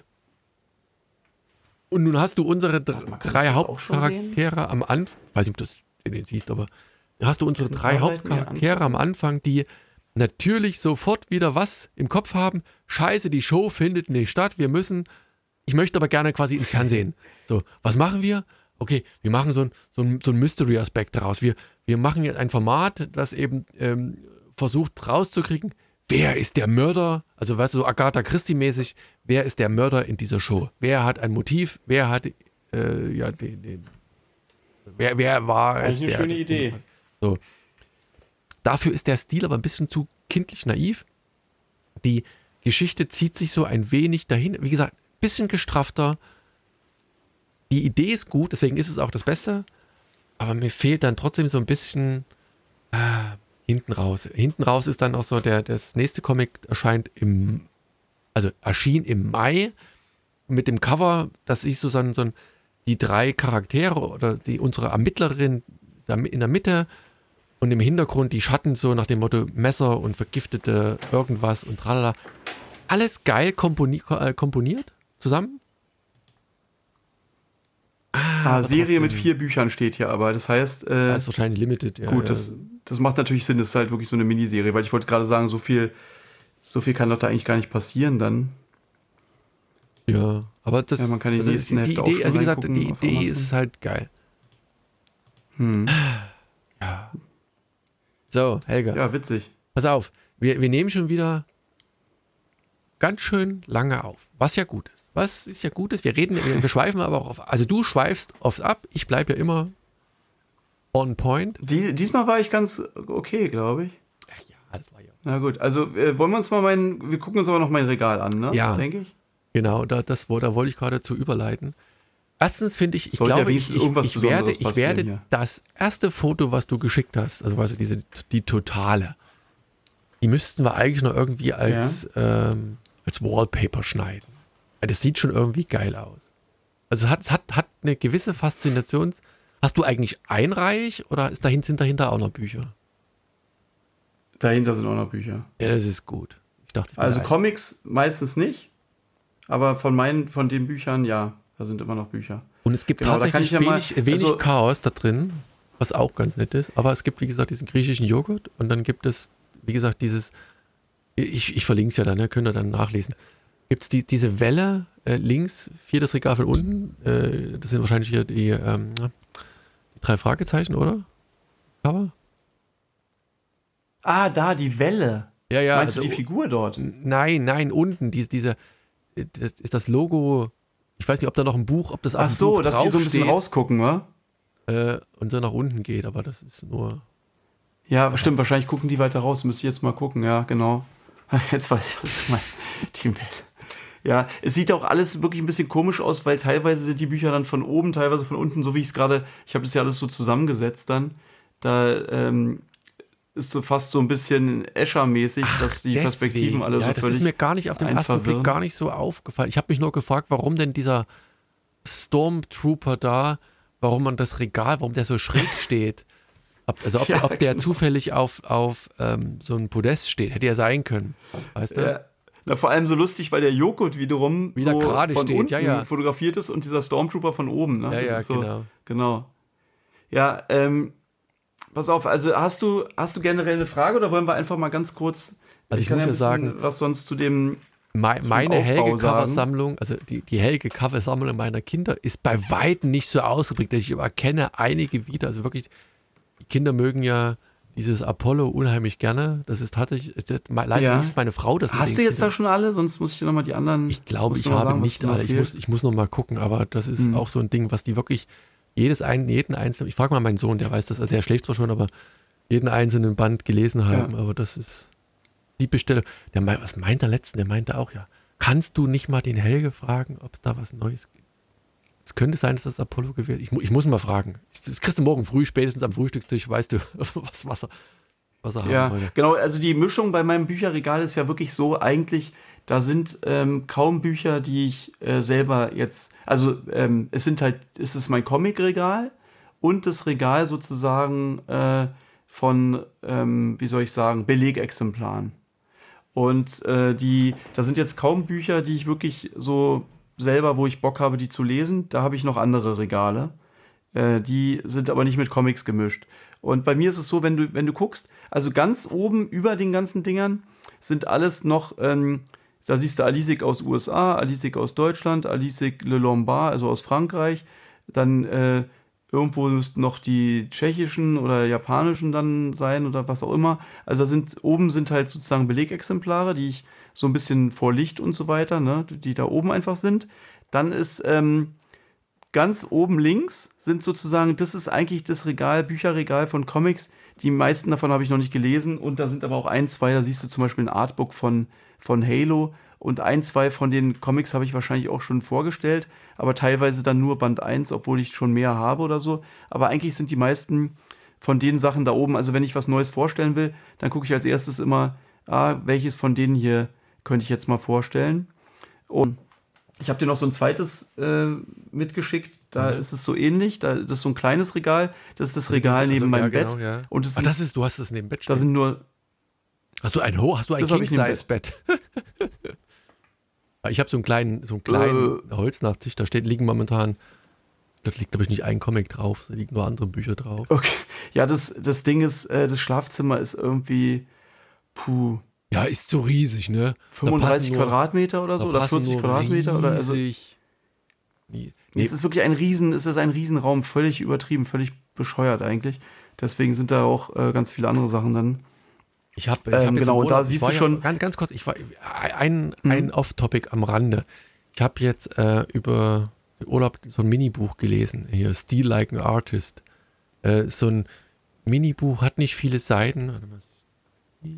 Speaker 1: Und nun hast du unsere d- drei Hauptcharaktere am Anfang, ich weiß nicht, ob du das in den siehst, aber hast du unsere drei Hauptcharaktere am Anfang, die natürlich sofort wieder was im Kopf haben. Scheiße, die Show findet nicht statt. Wir müssen, ich möchte aber gerne quasi ins Fernsehen. So, was machen wir? Okay, wir machen so ein, so ein, so ein Mystery-Aspekt daraus. Wir, wir machen jetzt ein Format, das eben ähm, versucht rauszukriegen, wer ist der Mörder? Also weißt du, so Agatha Christie-mäßig, wer ist der Mörder in dieser Show? Wer hat ein Motiv? Wer hat, äh, ja, den, den, wer, wer war
Speaker 2: das
Speaker 1: es?
Speaker 2: ist eine
Speaker 1: der,
Speaker 2: schöne Idee.
Speaker 1: So. Dafür ist der Stil aber ein bisschen zu kindlich naiv. Die Geschichte zieht sich so ein wenig dahin. Wie gesagt, ein bisschen gestrafter. Die Idee ist gut, deswegen ist es auch das Beste. Aber mir fehlt dann trotzdem so ein bisschen äh, hinten raus. Hinten raus ist dann auch so, der, das nächste Comic erscheint im, also erschien im Mai mit dem Cover, das ist so, so, ein, so ein, die drei Charaktere oder die, unsere Ermittlerin in der Mitte und im Hintergrund die Schatten so nach dem Motto Messer und vergiftete irgendwas und tralala. Alles geil komponi- äh, komponiert zusammen.
Speaker 2: Ah, Serie mit vier Büchern steht hier aber. Das heißt, äh,
Speaker 1: das ist wahrscheinlich limited. Ja,
Speaker 2: gut,
Speaker 1: ja.
Speaker 2: Das, das macht natürlich Sinn. Das ist halt wirklich so eine Miniserie, weil ich wollte gerade sagen, so viel, so viel kann doch da eigentlich gar nicht passieren dann.
Speaker 1: Ja, aber das,
Speaker 2: ja, man kann die,
Speaker 1: also
Speaker 2: nächsten
Speaker 1: die
Speaker 2: Hefte
Speaker 1: Idee,
Speaker 2: auch
Speaker 1: wie gesagt, die Idee
Speaker 2: Amazon.
Speaker 1: ist halt geil.
Speaker 2: Hm.
Speaker 1: Ja. So, Helga.
Speaker 2: Ja, witzig.
Speaker 1: Pass auf, wir, wir nehmen schon wieder ganz schön lange auf, was ja gut ist. Was ist ja gut ist, wir reden, wir, wir schweifen aber auch auf, also du schweifst oft ab, ich bleibe ja immer on point.
Speaker 2: Die, diesmal war ich ganz okay, glaube ich.
Speaker 1: Ach ja, das war ja.
Speaker 2: Na gut, also äh, wollen wir uns mal mein, wir gucken uns aber noch mein Regal an, ne?
Speaker 1: Ja,
Speaker 2: denke ich.
Speaker 1: Genau, da, das, da wollte ich gerade zu überleiten. Erstens finde ich, ich
Speaker 2: Sollte
Speaker 1: glaube,
Speaker 2: ja
Speaker 1: ich, ich, ich werde, ich werde ja. das erste Foto, was du geschickt hast, also weißt du, diese, die totale, die müssten wir eigentlich noch irgendwie als, ja. ähm, als Wallpaper schneiden. Das sieht schon irgendwie geil aus. Also es hat, es hat, hat eine gewisse Faszination. Hast du eigentlich einreich oder ist dahin, sind dahinter auch noch Bücher?
Speaker 2: Dahinter sind auch noch Bücher.
Speaker 1: Ja, das ist gut. Ich dachte, ich
Speaker 2: also Comics meistens nicht, aber von meinen, von den Büchern, ja, da sind immer noch Bücher.
Speaker 1: Und es gibt genau, tatsächlich ja wenig, mal, wenig also, Chaos da drin, was auch ganz nett ist. Aber es gibt, wie gesagt, diesen griechischen Joghurt und dann gibt es, wie gesagt, dieses, ich, ich verlinke es ja dann, ne, könnt ihr dann nachlesen. Gibt es die, diese Welle äh, links, viertes Regal von unten, äh, das sind wahrscheinlich hier die, ähm, die drei Fragezeichen, oder? Cover?
Speaker 2: Ah, da, die Welle.
Speaker 1: Ja, ja.
Speaker 2: Meinst
Speaker 1: also,
Speaker 2: du die Figur dort?
Speaker 1: Nein, nein, unten, diese, diese das ist das Logo, ich weiß nicht, ob da noch ein Buch, ob das auf
Speaker 2: Ach
Speaker 1: dem
Speaker 2: so,
Speaker 1: Buch
Speaker 2: dass die so ein bisschen
Speaker 1: draufsteht,
Speaker 2: rausgucken, wa?
Speaker 1: äh, und so nach unten geht, aber das ist nur...
Speaker 2: Ja, aber stimmt, wahrscheinlich gucken die weiter raus, müsste ich jetzt mal gucken, ja, genau. Jetzt weiß ich, was du meinst. Die Welt. Ja, es sieht auch alles wirklich ein bisschen komisch aus, weil teilweise sind die Bücher dann von oben, teilweise von unten, so wie ich es gerade, ich habe das ja alles so zusammengesetzt dann, da ähm, ist so fast so ein bisschen Escher-mäßig, dass die
Speaker 1: Deswegen.
Speaker 2: Perspektiven alle
Speaker 1: ja,
Speaker 2: so
Speaker 1: das
Speaker 2: völlig
Speaker 1: ist mir gar nicht auf den ersten
Speaker 2: verwirren.
Speaker 1: Blick gar nicht so aufgefallen. Ich habe mich nur gefragt, warum denn dieser Stormtrooper da, warum man das Regal, warum der so schräg steht. Ob, also ob,
Speaker 2: Ja,
Speaker 1: ob der
Speaker 2: genau.
Speaker 1: zufällig auf, auf ähm, so einem Podest steht, hätte ja sein können. Weißt du?
Speaker 2: Ja. Na, vor allem so lustig, weil der Joghurt wiederum
Speaker 1: Wieder
Speaker 2: so
Speaker 1: gerade
Speaker 2: von
Speaker 1: steht,
Speaker 2: unten
Speaker 1: ja, ja.
Speaker 2: fotografiert ist und dieser Stormtrooper von oben. Ne?
Speaker 1: Ja,
Speaker 2: Das
Speaker 1: ja,
Speaker 2: ist so,
Speaker 1: genau.
Speaker 2: Genau. Ja, ähm, pass auf, also hast du, hast du generell eine Frage oder wollen wir einfach mal ganz kurz,
Speaker 1: Also ich
Speaker 2: kann
Speaker 1: muss
Speaker 2: ja
Speaker 1: ja
Speaker 2: ein
Speaker 1: sagen-
Speaker 2: bisschen was sonst zu dem,
Speaker 1: Me
Speaker 2: zum
Speaker 1: meine
Speaker 2: Aufbau
Speaker 1: Helge-Coversammlung, also die, die Helge-Coversammlung meiner Kinder ist bei Weitem nicht so ausgeprägt. Ich erkenne einige wieder. Also wirklich, die Kinder mögen ja dieses Apollo unheimlich gerne. Das ist tatsächlich, das, leider
Speaker 2: Ja.
Speaker 1: liest meine Frau das mit
Speaker 2: hast
Speaker 1: den
Speaker 2: du jetzt
Speaker 1: Kindern.
Speaker 2: da schon alle? Sonst muss ich dir nochmal die anderen.
Speaker 1: Ich glaube,
Speaker 2: musst
Speaker 1: ich
Speaker 2: du noch
Speaker 1: habe
Speaker 2: sagen, was
Speaker 1: nicht
Speaker 2: dir noch
Speaker 1: alle. Ich
Speaker 2: fehlt?
Speaker 1: muss, ich muss noch mal gucken, aber das ist
Speaker 2: Hm.
Speaker 1: auch so ein Ding, was die wirklich jedes ein, jeden einzelnen, ich frage mal meinen Sohn, der weiß das, also der schläft zwar schon, aber jeden einzelnen Band gelesen haben,
Speaker 2: Ja.
Speaker 1: aber das ist die Bestellung. Der meint, was meint der letzten? Der meinte auch, ja, kannst du nicht mal den Helge fragen, ob es da was Neues gibt? Es könnte sein, dass das Apollo gewählt. Ich, mu- ich muss ihn mal fragen. Das kriegst du morgen früh, spätestens am Frühstückstisch, weißt du, was, was er, was er
Speaker 2: Ja,
Speaker 1: haben wollte.
Speaker 2: genau. Also die Mischung bei meinem Bücherregal ist ja wirklich so, eigentlich, da sind ähm, kaum Bücher, die ich äh, selber jetzt, also ähm, es sind halt, es ist mein Comicregal und das Regal sozusagen äh, von, ähm, wie soll ich sagen, Belegexemplaren. Und äh, die, da sind jetzt kaum Bücher, die ich wirklich so selber, wo ich Bock habe, die zu lesen. Da habe ich noch andere Regale. Äh, die sind aber nicht mit Comics gemischt. Und bei mir ist es so, wenn du, wenn du guckst, also ganz oben über den ganzen Dingern sind alles noch, ähm, da siehst du Alisik aus U S A, Alisik aus Deutschland, Alisik Le Lombard, also aus Frankreich. Dann äh, irgendwo müssten noch die tschechischen oder japanischen dann sein oder was auch immer. Also da sind, oben sind halt sozusagen Belegexemplare, die ich so ein bisschen vor Licht und so weiter, ne, die da oben einfach sind. Dann ist ähm, ganz oben links sind sozusagen, das ist eigentlich das Regal, Bücherregal von Comics. Die meisten davon habe ich noch nicht gelesen und da sind aber auch ein, zwei, da siehst du zum Beispiel ein Artbook von, von Halo und ein, zwei von den Comics habe ich wahrscheinlich auch schon vorgestellt, aber teilweise dann nur Band eins, obwohl ich schon mehr habe oder so. Aber eigentlich sind die meisten von den Sachen da oben, also wenn ich was Neues vorstellen will, dann gucke ich als erstes immer, ah, welches von denen hier könnte ich jetzt mal vorstellen. Und ich habe dir noch so ein zweites äh, mitgeschickt, da
Speaker 1: Mhm.
Speaker 2: ist es so ähnlich, da, das ist so ein kleines Regal, das ist das
Speaker 1: Also
Speaker 2: Regal
Speaker 1: das-
Speaker 2: neben
Speaker 1: also,
Speaker 2: meinem
Speaker 1: ja, genau,
Speaker 2: Bett.
Speaker 1: ja.
Speaker 2: Und es
Speaker 1: Ach,
Speaker 2: sind,
Speaker 1: das ist, du hast es neben Bett
Speaker 2: da
Speaker 1: stehen.
Speaker 2: sind nur,
Speaker 1: Hast du ein Ho, hast du ein
Speaker 2: Das hab ich neben
Speaker 1: King-Size-Bett? Ich habe so einen kleinen, so einen kleinen Holznachtisch, da steht, liegen momentan, da liegt glaube ich nicht ein Comic drauf, da liegen nur andere Bücher drauf.
Speaker 2: okay, ja, das, das Ding ist, äh, das Schlafzimmer ist irgendwie, puh,
Speaker 1: Ja, ist so riesig, ne? Da
Speaker 2: fünfunddreißig
Speaker 1: passen nur-
Speaker 2: Quadratmeter oder so,
Speaker 1: da
Speaker 2: oder
Speaker 1: passen
Speaker 2: vierzig
Speaker 1: nur
Speaker 2: Quadratmeter oder also,
Speaker 1: riesig. Nee,
Speaker 2: nee, es ist wirklich ein Riesen, es ist ein Riesenraum, völlig übertrieben, völlig bescheuert eigentlich. Deswegen sind da auch äh, ganz viele andere Sachen dann.
Speaker 1: Ich habe
Speaker 2: Ähm,
Speaker 1: hab jetzt
Speaker 2: genau,
Speaker 1: im
Speaker 2: und da
Speaker 1: Urlaub- ich
Speaker 2: siehst
Speaker 1: war
Speaker 2: du
Speaker 1: ja,
Speaker 2: schon-
Speaker 1: Ganz, ganz kurz, ich war ein,
Speaker 2: Mhm.
Speaker 1: ein Off-Topic am Rande. Ich habe jetzt äh, über den Urlaub so ein Minibuch gelesen, hier Steal Like an Artist. Äh, so ein Minibuch hat nicht viele Seiten. Warte mal. Steal.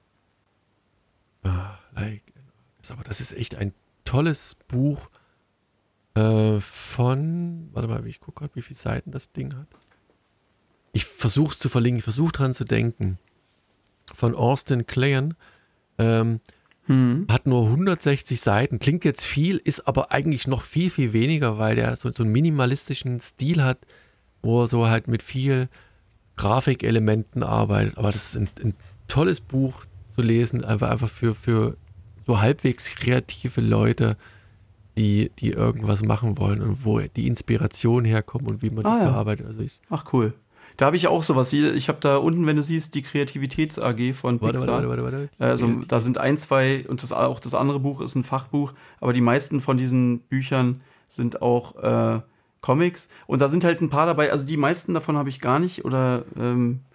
Speaker 1: Ah, like an Artist. Aber das ist echt ein tolles Buch äh, von, warte mal, ich gucke gerade, wie viele Seiten das Ding hat. Ich versuche es zu verlinken, ich versuche dran zu denken. Von Austin Kleon. Ähm,
Speaker 2: Hm.
Speaker 1: hat nur hundertsechzig Seiten. Klingt jetzt viel, ist aber eigentlich noch viel, viel weniger, weil der so, so einen minimalistischen Stil hat, wo er so halt mit viel Grafikelementen arbeitet. Aber das ist ein, ein tolles Buch zu lesen, einfach, einfach für, für so halbwegs kreative Leute, die, die irgendwas machen wollen und wo die Inspiration herkommt und wie man
Speaker 2: Ah,
Speaker 1: die
Speaker 2: ja.
Speaker 1: verarbeitet. Also ich,
Speaker 2: Ach cool. Da habe ich auch sowas. Hier- Ich habe da unten, wenn du siehst, die Kreativitäts-A G von
Speaker 1: warte,
Speaker 2: Pixar.
Speaker 1: warte, warte, warte, warte.
Speaker 2: Also da sind ein, zwei und das, auch das andere Buch ist ein Fachbuch, aber die meisten von diesen Büchern sind auch äh, Comics und da sind halt ein paar dabei, also die meisten davon habe ich gar nicht oder ähm,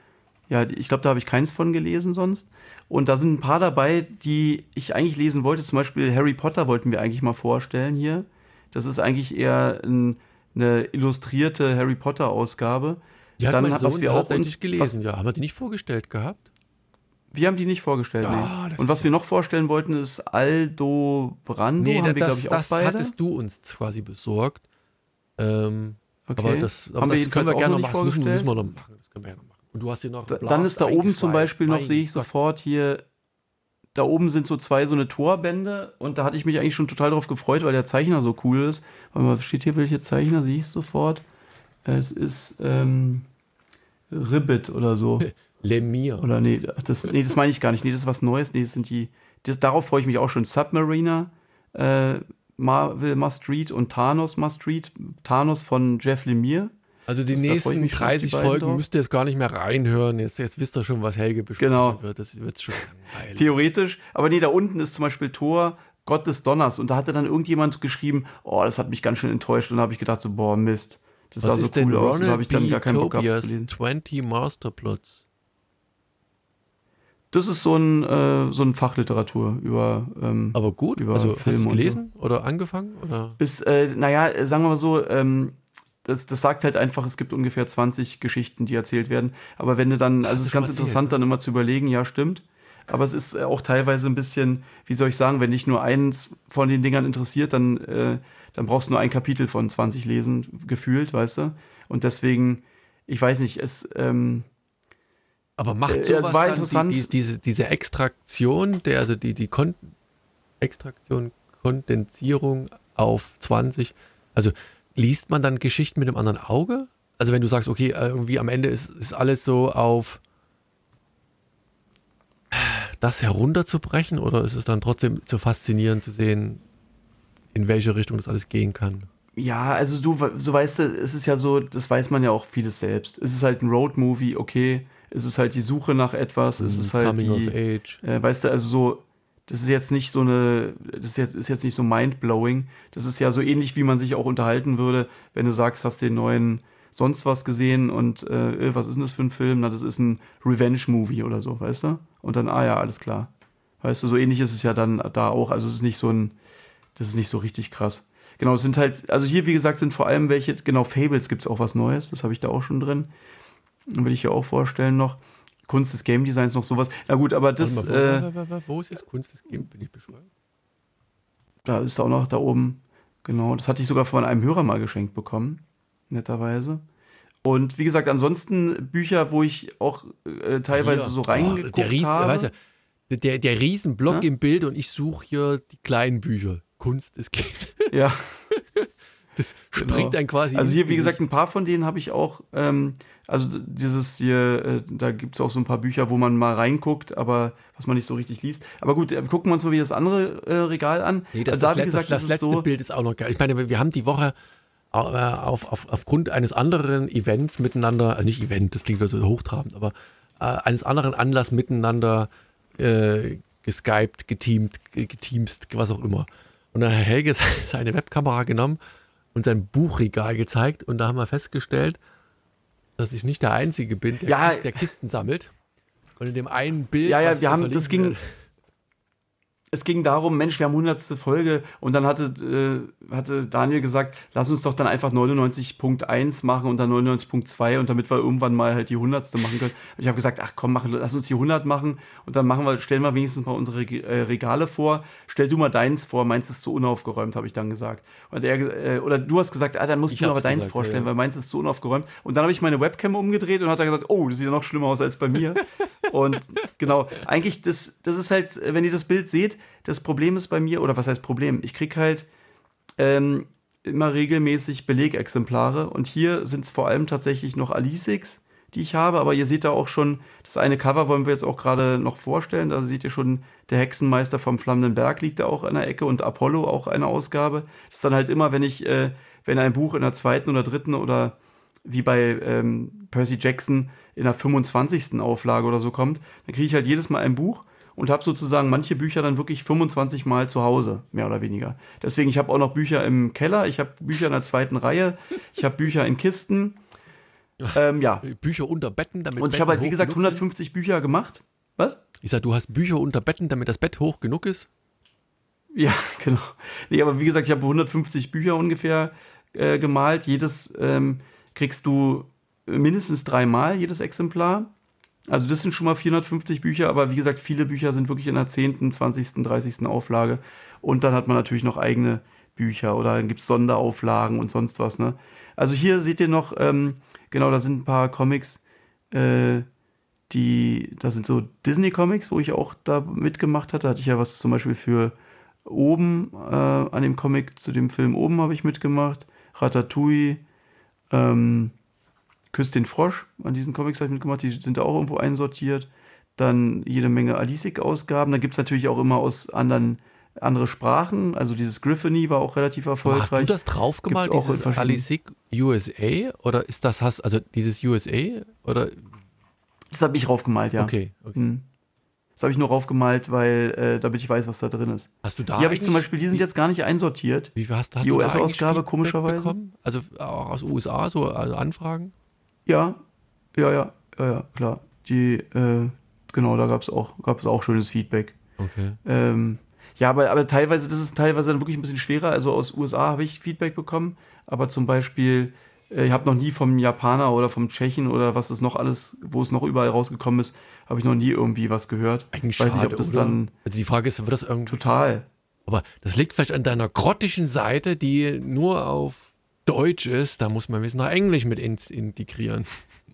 Speaker 2: Ja, ich glaube, da habe ich keins von gelesen sonst. Und da sind ein paar dabei, die ich eigentlich lesen wollte. Zum Beispiel Harry Potter wollten wir eigentlich mal vorstellen hier. Das ist eigentlich eher ein, eine illustrierte Harry Potter-Ausgabe.
Speaker 1: Die hat
Speaker 2: Dann,
Speaker 1: mein
Speaker 2: was
Speaker 1: Sohn
Speaker 2: wir
Speaker 1: tatsächlich
Speaker 2: auch uns,
Speaker 1: gelesen.
Speaker 2: was,
Speaker 1: Ja, haben wir die nicht vorgestellt gehabt?
Speaker 2: Wir haben die nicht vorgestellt,
Speaker 1: Ja,
Speaker 2: nee.
Speaker 1: das
Speaker 2: Und was
Speaker 1: ist
Speaker 2: wir
Speaker 1: ja-
Speaker 2: noch vorstellen wollten, ist Aldo Brando.
Speaker 1: Nee,
Speaker 2: haben
Speaker 1: da-
Speaker 2: wir, glaube
Speaker 1: das,
Speaker 2: ich, auch
Speaker 1: das
Speaker 2: beide.
Speaker 1: hattest du uns quasi besorgt. Ähm,
Speaker 2: Okay.
Speaker 1: Aber das, aber
Speaker 2: Haben wir
Speaker 1: das
Speaker 2: jedenfalls
Speaker 1: können wir
Speaker 2: auch
Speaker 1: gerne
Speaker 2: noch
Speaker 1: noch
Speaker 2: nicht
Speaker 1: machen. Das müssen, müssen wir
Speaker 2: vorgestellt.
Speaker 1: noch machen. Das können wir ja noch machen. Und du hast hier noch
Speaker 2: Da,
Speaker 1: Blast
Speaker 2: dann ist da oben zum
Speaker 1: eingeschweißt.
Speaker 2: Beispiel noch,
Speaker 1: Mein
Speaker 2: sehe ich
Speaker 1: Gott.
Speaker 2: sofort hier, da oben sind so zwei so eine Torbände und da hatte ich mich eigentlich schon total drauf gefreut, weil der Zeichner so cool ist. Warte mal, steht hier welche Zeichner? Sehe ich es sofort. Es ist ähm, Ribbit oder so.
Speaker 1: Lemire.
Speaker 2: Oder nee, das, nee, das meine ich gar nicht. Nee, das ist was Neues. Nee, das sind die. Das, darauf freue ich mich auch schon. Submariner, äh, Marvel Must Read und Thanos Must Read. Thanos von Jeff Lemire.
Speaker 1: Also die
Speaker 2: Das- da freu ich
Speaker 1: nächsten
Speaker 2: mich schon auf die
Speaker 1: dreißig
Speaker 2: beiden
Speaker 1: Folgen
Speaker 2: drauf.
Speaker 1: müsst ihr jetzt gar nicht mehr reinhören. Jetzt, jetzt wisst ihr schon, was Helge besprechen
Speaker 2: Genau.
Speaker 1: wird. Das wird schon langweilig.
Speaker 2: Theoretisch. Aber nee, da unten ist zum Beispiel Thor, Gott des Donners. Und da hatte dann irgendjemand geschrieben, oh, das hat mich ganz schön enttäuscht. Und da habe ich gedacht so, boah, Mist. Das
Speaker 1: Was
Speaker 2: sah so
Speaker 1: ist denn
Speaker 2: cool aus. Und da
Speaker 1: Ronald
Speaker 2: habe ich dann
Speaker 1: B.
Speaker 2: gar keinen Bock gehabt zu
Speaker 1: Tobias
Speaker 2: lesen.
Speaker 1: zwanzig Masterplots?
Speaker 2: Das ist so ein, äh, so ein Fachliteratur über, ähm,
Speaker 1: Aber gut.
Speaker 2: über
Speaker 1: Also hast du
Speaker 2: Filme
Speaker 1: es
Speaker 2: und so.
Speaker 1: gelesen oder angefangen? Oder?
Speaker 2: Ist, äh, naja, äh, sagen wir mal so, ähm, das, das sagt halt einfach, es gibt ungefähr zwanzig Geschichten, die erzählt werden. Aber wenn du dann,
Speaker 1: Hast
Speaker 2: also
Speaker 1: du
Speaker 2: es ist
Speaker 1: schon
Speaker 2: ganz
Speaker 1: erzählt,
Speaker 2: interessant,
Speaker 1: ne?
Speaker 2: dann immer zu überlegen, ja, stimmt. Aber es ist äh, auch teilweise ein bisschen, wie soll ich sagen, wenn dich nur eins von den Dingern interessiert, dann, äh, dann brauchst du nur ein Kapitel von zwanzig lesen, gefühlt, weißt du? Und deswegen, ich weiß nicht, es, ähm,
Speaker 1: Aber macht
Speaker 2: Äh,
Speaker 1: sowas
Speaker 2: es war
Speaker 1: dann
Speaker 2: interessant.
Speaker 1: Die, die, diese, diese Extraktion, der, also die, die Kon Extraktion, Kondensierung auf zwanzig, also liest man dann Geschichten mit einem anderen Auge? Also wenn du sagst, okay, irgendwie am Ende ist, ist alles so auf das herunterzubrechen oder ist es dann trotzdem so faszinierend zu sehen, in welche Richtung das alles gehen kann?
Speaker 2: ja, also du, so weißt du, es ist ja so, das weiß man ja auch vieles selbst. Es ist halt ein Roadmovie, okay. Es ist halt die Suche nach etwas. Es ist halt
Speaker 1: Coming
Speaker 2: die,
Speaker 1: of Age.
Speaker 2: Äh, weißt du, also so, das ist jetzt nicht so eine, das ist jetzt, ist jetzt nicht so mindblowing. Das ist ja so ähnlich, wie man sich auch unterhalten würde, wenn du sagst, hast den neuen sonst was gesehen und äh, was ist denn das für ein Film? Na, das ist ein Revenge-Movie oder so, weißt du? Und dann, ah ja, alles klar. Weißt du, so ähnlich ist es ja dann da auch. Also es ist nicht so ein, das ist nicht so richtig krass. Genau, es sind halt, also hier, wie gesagt, sind vor allem welche, genau, Fables gibt es auch was Neues, das habe ich da auch schon drin. Dann will ich hier auch vorstellen noch. Kunst des Game Designs, noch sowas. Na gut, aber das,
Speaker 1: Warte mal,
Speaker 2: äh,
Speaker 1: wo, wo, wo, wo, wo ist jetzt Kunst des Game? Bin ich bescheuert?
Speaker 2: da ist auch noch da oben, genau, das hatte ich sogar von einem Hörer mal geschenkt bekommen, netterweise. Und wie gesagt, ansonsten Bücher, wo ich auch äh, teilweise
Speaker 1: Hier.
Speaker 2: so
Speaker 1: Oh,
Speaker 2: reingeguckt
Speaker 1: der Riesen,
Speaker 2: habe.
Speaker 1: Weißt du, der, der Riesenblock
Speaker 2: Ja?
Speaker 1: im Bild und ich suche hier die kleinen Bücher. Kunst des Game.
Speaker 2: Ja,
Speaker 1: Das
Speaker 2: Genau.
Speaker 1: springt dann quasi
Speaker 2: also
Speaker 1: ins
Speaker 2: hier, wie gesagt,
Speaker 1: Gesicht.
Speaker 2: ein paar von denen habe ich auch, ähm, also dieses hier, äh, da gibt es auch so ein paar Bücher, wo man mal reinguckt, aber was man nicht so richtig liest. Aber gut, äh, gucken wir uns mal wieder das andere äh, Regal an.
Speaker 1: Nee, das,
Speaker 2: also da,
Speaker 1: das,
Speaker 2: wie
Speaker 1: das,
Speaker 2: gesagt,
Speaker 1: das
Speaker 2: ist es
Speaker 1: letzte
Speaker 2: so,
Speaker 1: Bild ist auch noch geil. Ich meine, wir haben die Woche äh, auf, auf, aufgrund eines anderen Events miteinander, also nicht Event, das klingt wieder so hochtrabend, aber äh, eines anderen Anlass miteinander äh, geskypt, geteamt, ge- geteamst, was auch immer. Und dann hat Helge seine Webkamera genommen und sein Buchregal gezeigt und da haben wir festgestellt, dass ich nicht der Einzige bin, der,
Speaker 2: Ja.
Speaker 1: Kist, der Kisten sammelt. Und in dem einen Bild,
Speaker 2: Ja, ja,
Speaker 1: was ich
Speaker 2: wir
Speaker 1: so
Speaker 2: haben-
Speaker 1: verlinken
Speaker 2: das ging-
Speaker 1: werde-
Speaker 2: es ging darum, Mensch, wir haben hundertste Folge und dann hatte, äh, hatte Daniel gesagt, lass uns doch dann einfach neunundneunzig Punkt eins machen und dann neunundneunzig Punkt zwei und damit wir irgendwann mal halt die hundertste machen können. Und ich habe gesagt, ach komm, mach, lass uns die hundert machen und dann machen wir, stellen wir wenigstens mal unsere Reg- äh, Regale vor. Stell du mal deins vor, meins ist zu unaufgeräumt, habe ich dann gesagt. Und er, äh, oder du hast gesagt, ah, dann musst
Speaker 1: Ich
Speaker 2: du aber
Speaker 1: hab's
Speaker 2: deins
Speaker 1: gesagt,
Speaker 2: vorstellen,
Speaker 1: ja, ja.
Speaker 2: weil meins ist zu unaufgeräumt. Und dann habe ich meine Webcam umgedreht und hat er gesagt, oh, das sieht ja noch schlimmer aus als bei mir. Und genau, eigentlich, das, das ist halt, wenn ihr das Bild seht, das Problem ist bei mir, oder was heißt Problem? Ich kriege halt ähm, immer regelmäßig Belegexemplare und hier sind es vor allem tatsächlich noch Alicics, die ich habe, aber ihr seht da auch schon, das eine Cover wollen wir jetzt auch gerade noch vorstellen, da seht ihr schon, der Hexenmeister vom Flammenden Berg liegt da auch in der Ecke und Apollo auch eine Ausgabe. Das ist dann halt immer, wenn ich, äh, wenn ein Buch in der zweiten oder dritten oder wie bei ähm, Percy Jackson in der fünfundzwanzigsten Auflage oder so kommt, dann kriege ich halt jedes Mal ein Buch und habe sozusagen manche Bücher dann wirklich fünfundzwanzig Mal zu Hause, mehr oder weniger. Deswegen, ich habe auch noch Bücher im Keller, ich habe Bücher in der zweiten Reihe, ich habe Bücher in Kisten. Ähm, ja.
Speaker 1: Bücher unter Betten, damit
Speaker 2: Und ich habe halt, wie gesagt, hundertfünfzig sind. Bücher gemacht. Was?
Speaker 1: Ich sag, du hast Bücher unter Betten, damit das Bett hoch genug ist?
Speaker 2: Ja, genau. Nee, aber wie gesagt, ich habe hundertfünfzig Bücher ungefähr äh, gemalt. Jedes ähm, kriegst du mindestens dreimal, jedes Exemplar. Also das sind schon mal vierhundertfünfzig Bücher, aber wie gesagt, viele Bücher sind wirklich in der zehnten, zwanzigsten, dreißigsten Auflage. Und dann hat man natürlich noch eigene Bücher oder dann gibt es Sonderauflagen und sonst was. Ne? Also hier seht ihr noch, ähm, genau, da sind ein paar Comics, äh, die, da sind so Disney-Comics, wo ich auch da mitgemacht hatte. Da hatte ich ja was zum Beispiel für Oben, äh, an dem Comic zu dem Film Oben habe ich mitgemacht. Ratatouille, ähm, Küss den Frosch, an diesen Comics habe ich mitgemacht, die sind da auch irgendwo einsortiert. Dann jede Menge Alisik-Ausgaben. Da gibt es natürlich auch immer aus anderen andere Sprachen. Also dieses Griffony war auch relativ erfolgreich.
Speaker 1: Hast du das drauf gemalt, dieses Alisik U S A? Oder ist das, hast, also dieses U S A? Oder?
Speaker 2: Das habe ich draufgemalt, ja.
Speaker 1: Okay, okay.
Speaker 2: Hm. Das habe ich nur draufgemalt, weil, äh, damit ich weiß, was da drin ist.
Speaker 1: Hast du da
Speaker 2: Die habe ich zum Beispiel, die sind wie, jetzt gar nicht einsortiert.
Speaker 1: Wie hast, hast
Speaker 2: die
Speaker 1: du
Speaker 2: U S-Ausgabe, komischerweise.
Speaker 1: Bekommen? Also auch aus den U S A, so also Anfragen?
Speaker 2: Ja, ja, ja, ja, ja, klar. Die, äh, genau, da gab es auch, gab es auch schönes Feedback.
Speaker 1: Okay.
Speaker 2: Ähm, ja, aber, aber teilweise, das ist teilweise dann wirklich ein bisschen schwerer. Also aus U S A habe ich Feedback bekommen, aber zum Beispiel, äh, ich habe noch nie vom Japaner oder vom Tschechen oder was es noch alles, wo es noch überall rausgekommen ist, habe ich noch nie irgendwie was gehört.
Speaker 1: Eigentlich
Speaker 2: Weiß
Speaker 1: schade,
Speaker 2: nicht, ob das
Speaker 1: oder?
Speaker 2: dann.
Speaker 1: Also die Frage ist, wird das irgendwie.
Speaker 2: Total.
Speaker 1: Aber das liegt vielleicht an deiner grottischen Seite, die nur auf Deutsch ist. Da muss man wissen, nach Englisch mit integrieren.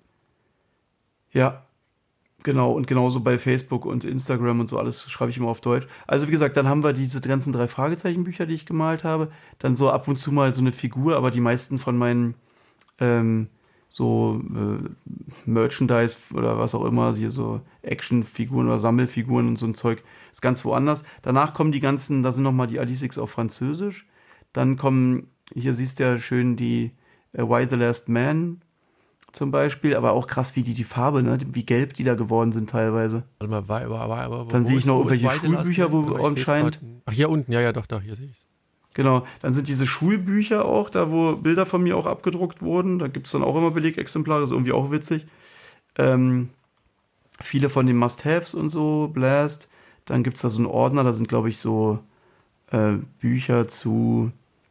Speaker 2: Ja, genau. Und genauso bei Facebook und Instagram und so alles schreibe ich immer auf Deutsch. Also wie gesagt, dann haben wir diese ganzen drei Fragezeichen-Bücher, die ich gemalt habe. Dann so ab und zu mal so eine Figur, aber die meisten von meinen ähm, so äh, Merchandise oder was auch immer, hier so Actionfiguren oder Sammelfiguren und so ein Zeug, ist ganz woanders. Danach kommen die ganzen, da sind nochmal die Alisiks auf Französisch. Dann kommen, hier siehst du ja schön die äh, Why the Last Man zum Beispiel, aber auch krass, wie die, die Farbe, ne? Wie gelb die da geworden sind teilweise.
Speaker 1: Warte mal, war, war, war, war,
Speaker 2: Dann sehe ich noch irgendwelche
Speaker 1: Weite
Speaker 2: Schulbücher, wo anscheinend.
Speaker 1: Ach, hier unten, ja, ja, doch, doch, hier sehe ich es.
Speaker 2: Genau, dann sind diese Schulbücher auch, da wo Bilder von mir auch abgedruckt wurden. Da gibt es dann auch immer Belegexemplare, ist irgendwie auch witzig. Ähm, viele von den Must-Haves und so, Blast. Dann gibt es da so einen Ordner, da sind, glaube ich, so äh, Bücher zu,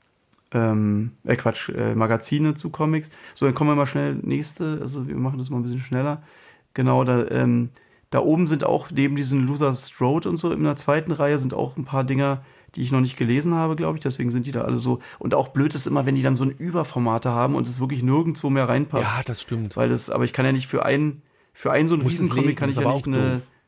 Speaker 2: ähm, äh Quatsch, äh, Magazine zu Comics. So, dann kommen wir mal schnell nächste, also wir machen das mal ein bisschen schneller. Genau, da, ähm, da oben sind auch neben diesen Luther's Road und so, in der zweiten Reihe sind auch ein paar Dinger, die ich noch nicht gelesen habe, glaube ich. Deswegen sind die da alle so. Und auch blöd ist immer, wenn die dann so ein Überformate haben und es wirklich nirgendwo mehr reinpasst.
Speaker 1: Ja, das stimmt.
Speaker 2: Weil das, aber ich kann ja nicht für einen, für einen so einen Riesencomic kann ich ja nicht eine. Doof.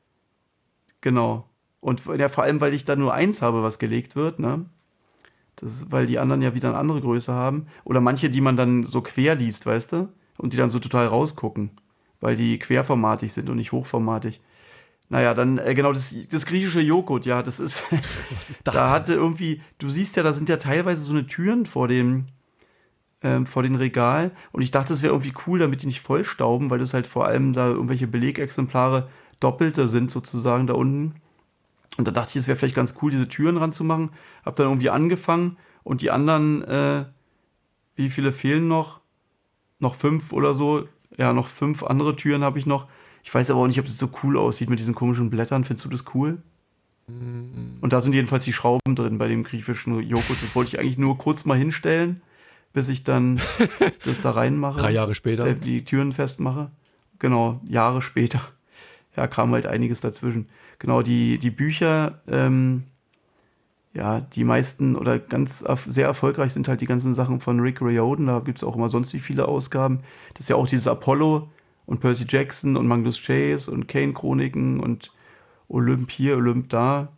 Speaker 2: Genau. Und ja, vor allem, weil ich da nur eins habe, was gelegt wird, ne? Das, weil die anderen ja wieder eine andere Größe haben. Oder manche, die man dann so quer liest, weißt du? Und die dann so total rausgucken. Weil die querformatig sind und nicht hochformatig. Naja, dann, äh, genau, das, das griechische Joghurt, ja, das ist.
Speaker 1: Was ist das?
Speaker 2: Da hatte irgendwie, du siehst ja, da sind ja teilweise so eine Türen vor dem, ähm, vor den Regalen. Und ich dachte, das wäre irgendwie cool, damit die nicht vollstauben, weil das halt vor allem da irgendwelche Belegexemplare doppelte sind, sozusagen, da unten. Und da dachte ich, es wäre vielleicht ganz cool, diese Türen ranzumachen. Hab dann irgendwie angefangen und die anderen, äh, wie viele fehlen noch? Noch fünf oder so. Ja, noch fünf andere Türen habe ich noch. Ich weiß aber auch nicht, ob das so cool aussieht mit diesen komischen Blättern. Findest du das cool? Mm. Und da sind jedenfalls die Schrauben drin bei dem griechischen Joghurt. Das wollte ich eigentlich nur kurz mal hinstellen, bis ich dann das da reinmache.
Speaker 1: Drei Jahre später.
Speaker 2: Äh, die Türen festmache. Genau, Jahre später. Ja, kam halt einiges dazwischen. Genau, die, die Bücher, ähm, ja, die meisten oder ganz sehr erfolgreich sind halt die ganzen Sachen von Rick Riordan. Da gibt es auch immer sonst wie viele Ausgaben. Das ist ja auch dieses Apollo und Percy Jackson und Magnus Chase und Kane-Chroniken und Olymp hier, Olymp da.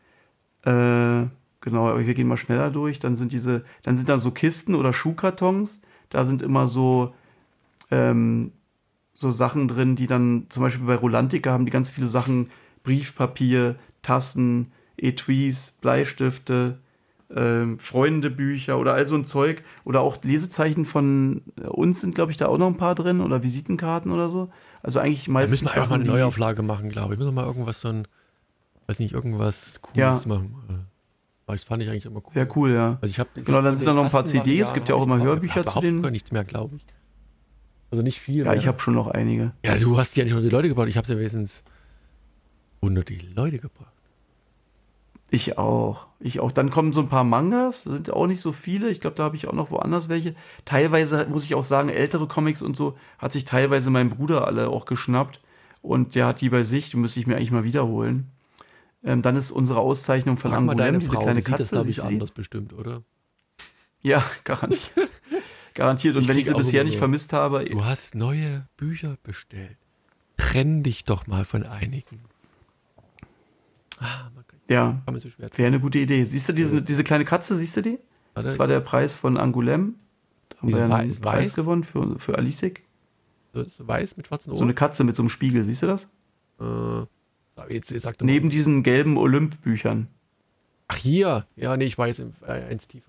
Speaker 2: Äh, genau, aber wir gehen mal schneller durch. Dann sind diese, dann sind da so Kisten oder Schuhkartons. Da sind immer so, ähm, so Sachen drin, die dann, zum Beispiel bei Rolantica haben die ganz viele Sachen, Briefpapier, Tassen, Etuis, Bleistifte, ähm, Freundebücher oder all so ein Zeug. Oder auch Lesezeichen von uns sind, glaube ich, da auch noch ein paar drin oder Visitenkarten oder so. Also eigentlich meistens.
Speaker 1: Da müssen wir einfach mal eine Neuauflage machen, glaube ich. Wir müssen mal irgendwas so ein, weiß nicht, irgendwas Cooles ja. machen. Das fand ich eigentlich immer cool.
Speaker 2: Ja, cool, ja.
Speaker 1: Also ich hab,
Speaker 2: genau, dann sind da noch ein paar C Ds. Es gibt ja auch immer Hörbücher
Speaker 1: zu
Speaker 2: den.
Speaker 1: Gar nichts mehr, glaube ich. Also nicht viel.
Speaker 2: Ja,
Speaker 1: mehr.
Speaker 2: ich habe schon noch einige.
Speaker 1: Ja, du hast ja nicht nur die Leute gebracht, ich habe ja wenigstens hundert die Leute gebracht.
Speaker 2: Ich auch. Ich auch. Dann kommen so ein paar Mangas, das sind auch nicht so viele. Ich glaube, da habe ich auch noch woanders welche. Teilweise muss ich auch sagen, ältere Comics und so hat sich teilweise mein Bruder alle auch geschnappt. Und der hat die bei sich, die müsste ich mir eigentlich mal wiederholen. Ähm, dann ist unsere Auszeichnung von
Speaker 1: Frag mal
Speaker 2: Angoulême,
Speaker 1: deine
Speaker 2: diese
Speaker 1: Frau,
Speaker 2: kleine
Speaker 1: die sieht
Speaker 2: Katze.
Speaker 1: das, glaube ich,
Speaker 2: siehst du die?
Speaker 1: anders bestimmt, oder?
Speaker 2: Ja, garantiert. Garantiert. Und
Speaker 1: Ich
Speaker 2: wenn ich
Speaker 1: krieg
Speaker 2: sie
Speaker 1: auch
Speaker 2: bisher
Speaker 1: immer
Speaker 2: nicht
Speaker 1: so,
Speaker 2: vermisst habe,
Speaker 1: Du hast neue Bücher bestellt. Trenn dich doch mal von einigen. Ah, man kann,
Speaker 2: ja,
Speaker 1: kann man so schwer tun.
Speaker 2: wäre eine gute Idee. Siehst du diese, diese kleine Katze, siehst du die?
Speaker 1: Warte,
Speaker 2: Das war der Preis von Angoulême. Da haben
Speaker 1: Diese
Speaker 2: wir
Speaker 1: Wei-
Speaker 2: einen
Speaker 1: ist
Speaker 2: Preis
Speaker 1: weiß?
Speaker 2: gewonnen für, für Alisik.
Speaker 1: so, so weiß mit schwarzen
Speaker 2: So eine
Speaker 1: Ohren.
Speaker 2: Katze mit so einem Spiegel, siehst du das?
Speaker 1: Äh, so, jetzt, jetzt sag doch mal.
Speaker 2: Neben diesen gelben Olymp-Büchern.
Speaker 1: Ach, hier. Ja, nee, ich weiß, im- äh, eins tiefer.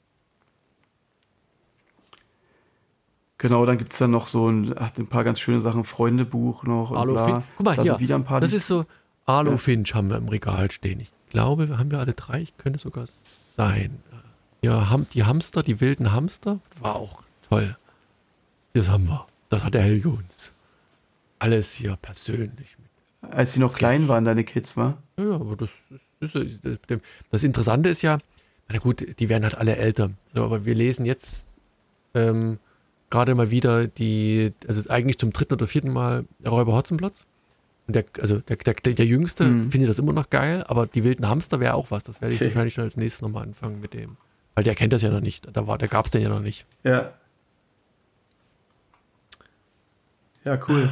Speaker 2: Genau, dann gibt es dann noch so ein, ach, ein paar ganz schöne Sachen, Freundebuch noch und
Speaker 1: Arlo
Speaker 2: bla.
Speaker 1: Finch. Guck mal
Speaker 2: da
Speaker 1: hier.
Speaker 2: sind wieder ein paar.
Speaker 1: Das
Speaker 2: die-
Speaker 1: ist so, Arlo
Speaker 2: Ja.
Speaker 1: Finch haben wir im Regal stehen. Ich glaube, haben wir alle drei. Ich könnte sogar sein. Ja, ham, die Hamster, die wilden Hamster. War auch toll. Das haben wir. Das hat der Helge uns. Alles hier persönlich.
Speaker 2: als sie noch
Speaker 1: Sketch.
Speaker 2: klein waren, deine Kids, wa?
Speaker 1: Ja, ja, aber das, ist, das, das, das Interessante ist ja, na gut, die werden halt alle älter. So, aber wir lesen jetzt ähm, gerade mal wieder die, also eigentlich zum dritten oder vierten Mal der Räuber Hotzenplotz. Und der, also der, der, der Jüngste
Speaker 2: Mhm.
Speaker 1: findet das immer noch geil, aber die wilden Hamster wäre auch was. Das werde ich
Speaker 2: Okay.
Speaker 1: wahrscheinlich schon als nächstes nochmal anfangen mit dem. Weil der kennt das ja noch nicht. Da, war, da gab es den ja noch nicht.
Speaker 2: Ja. Ja, cool.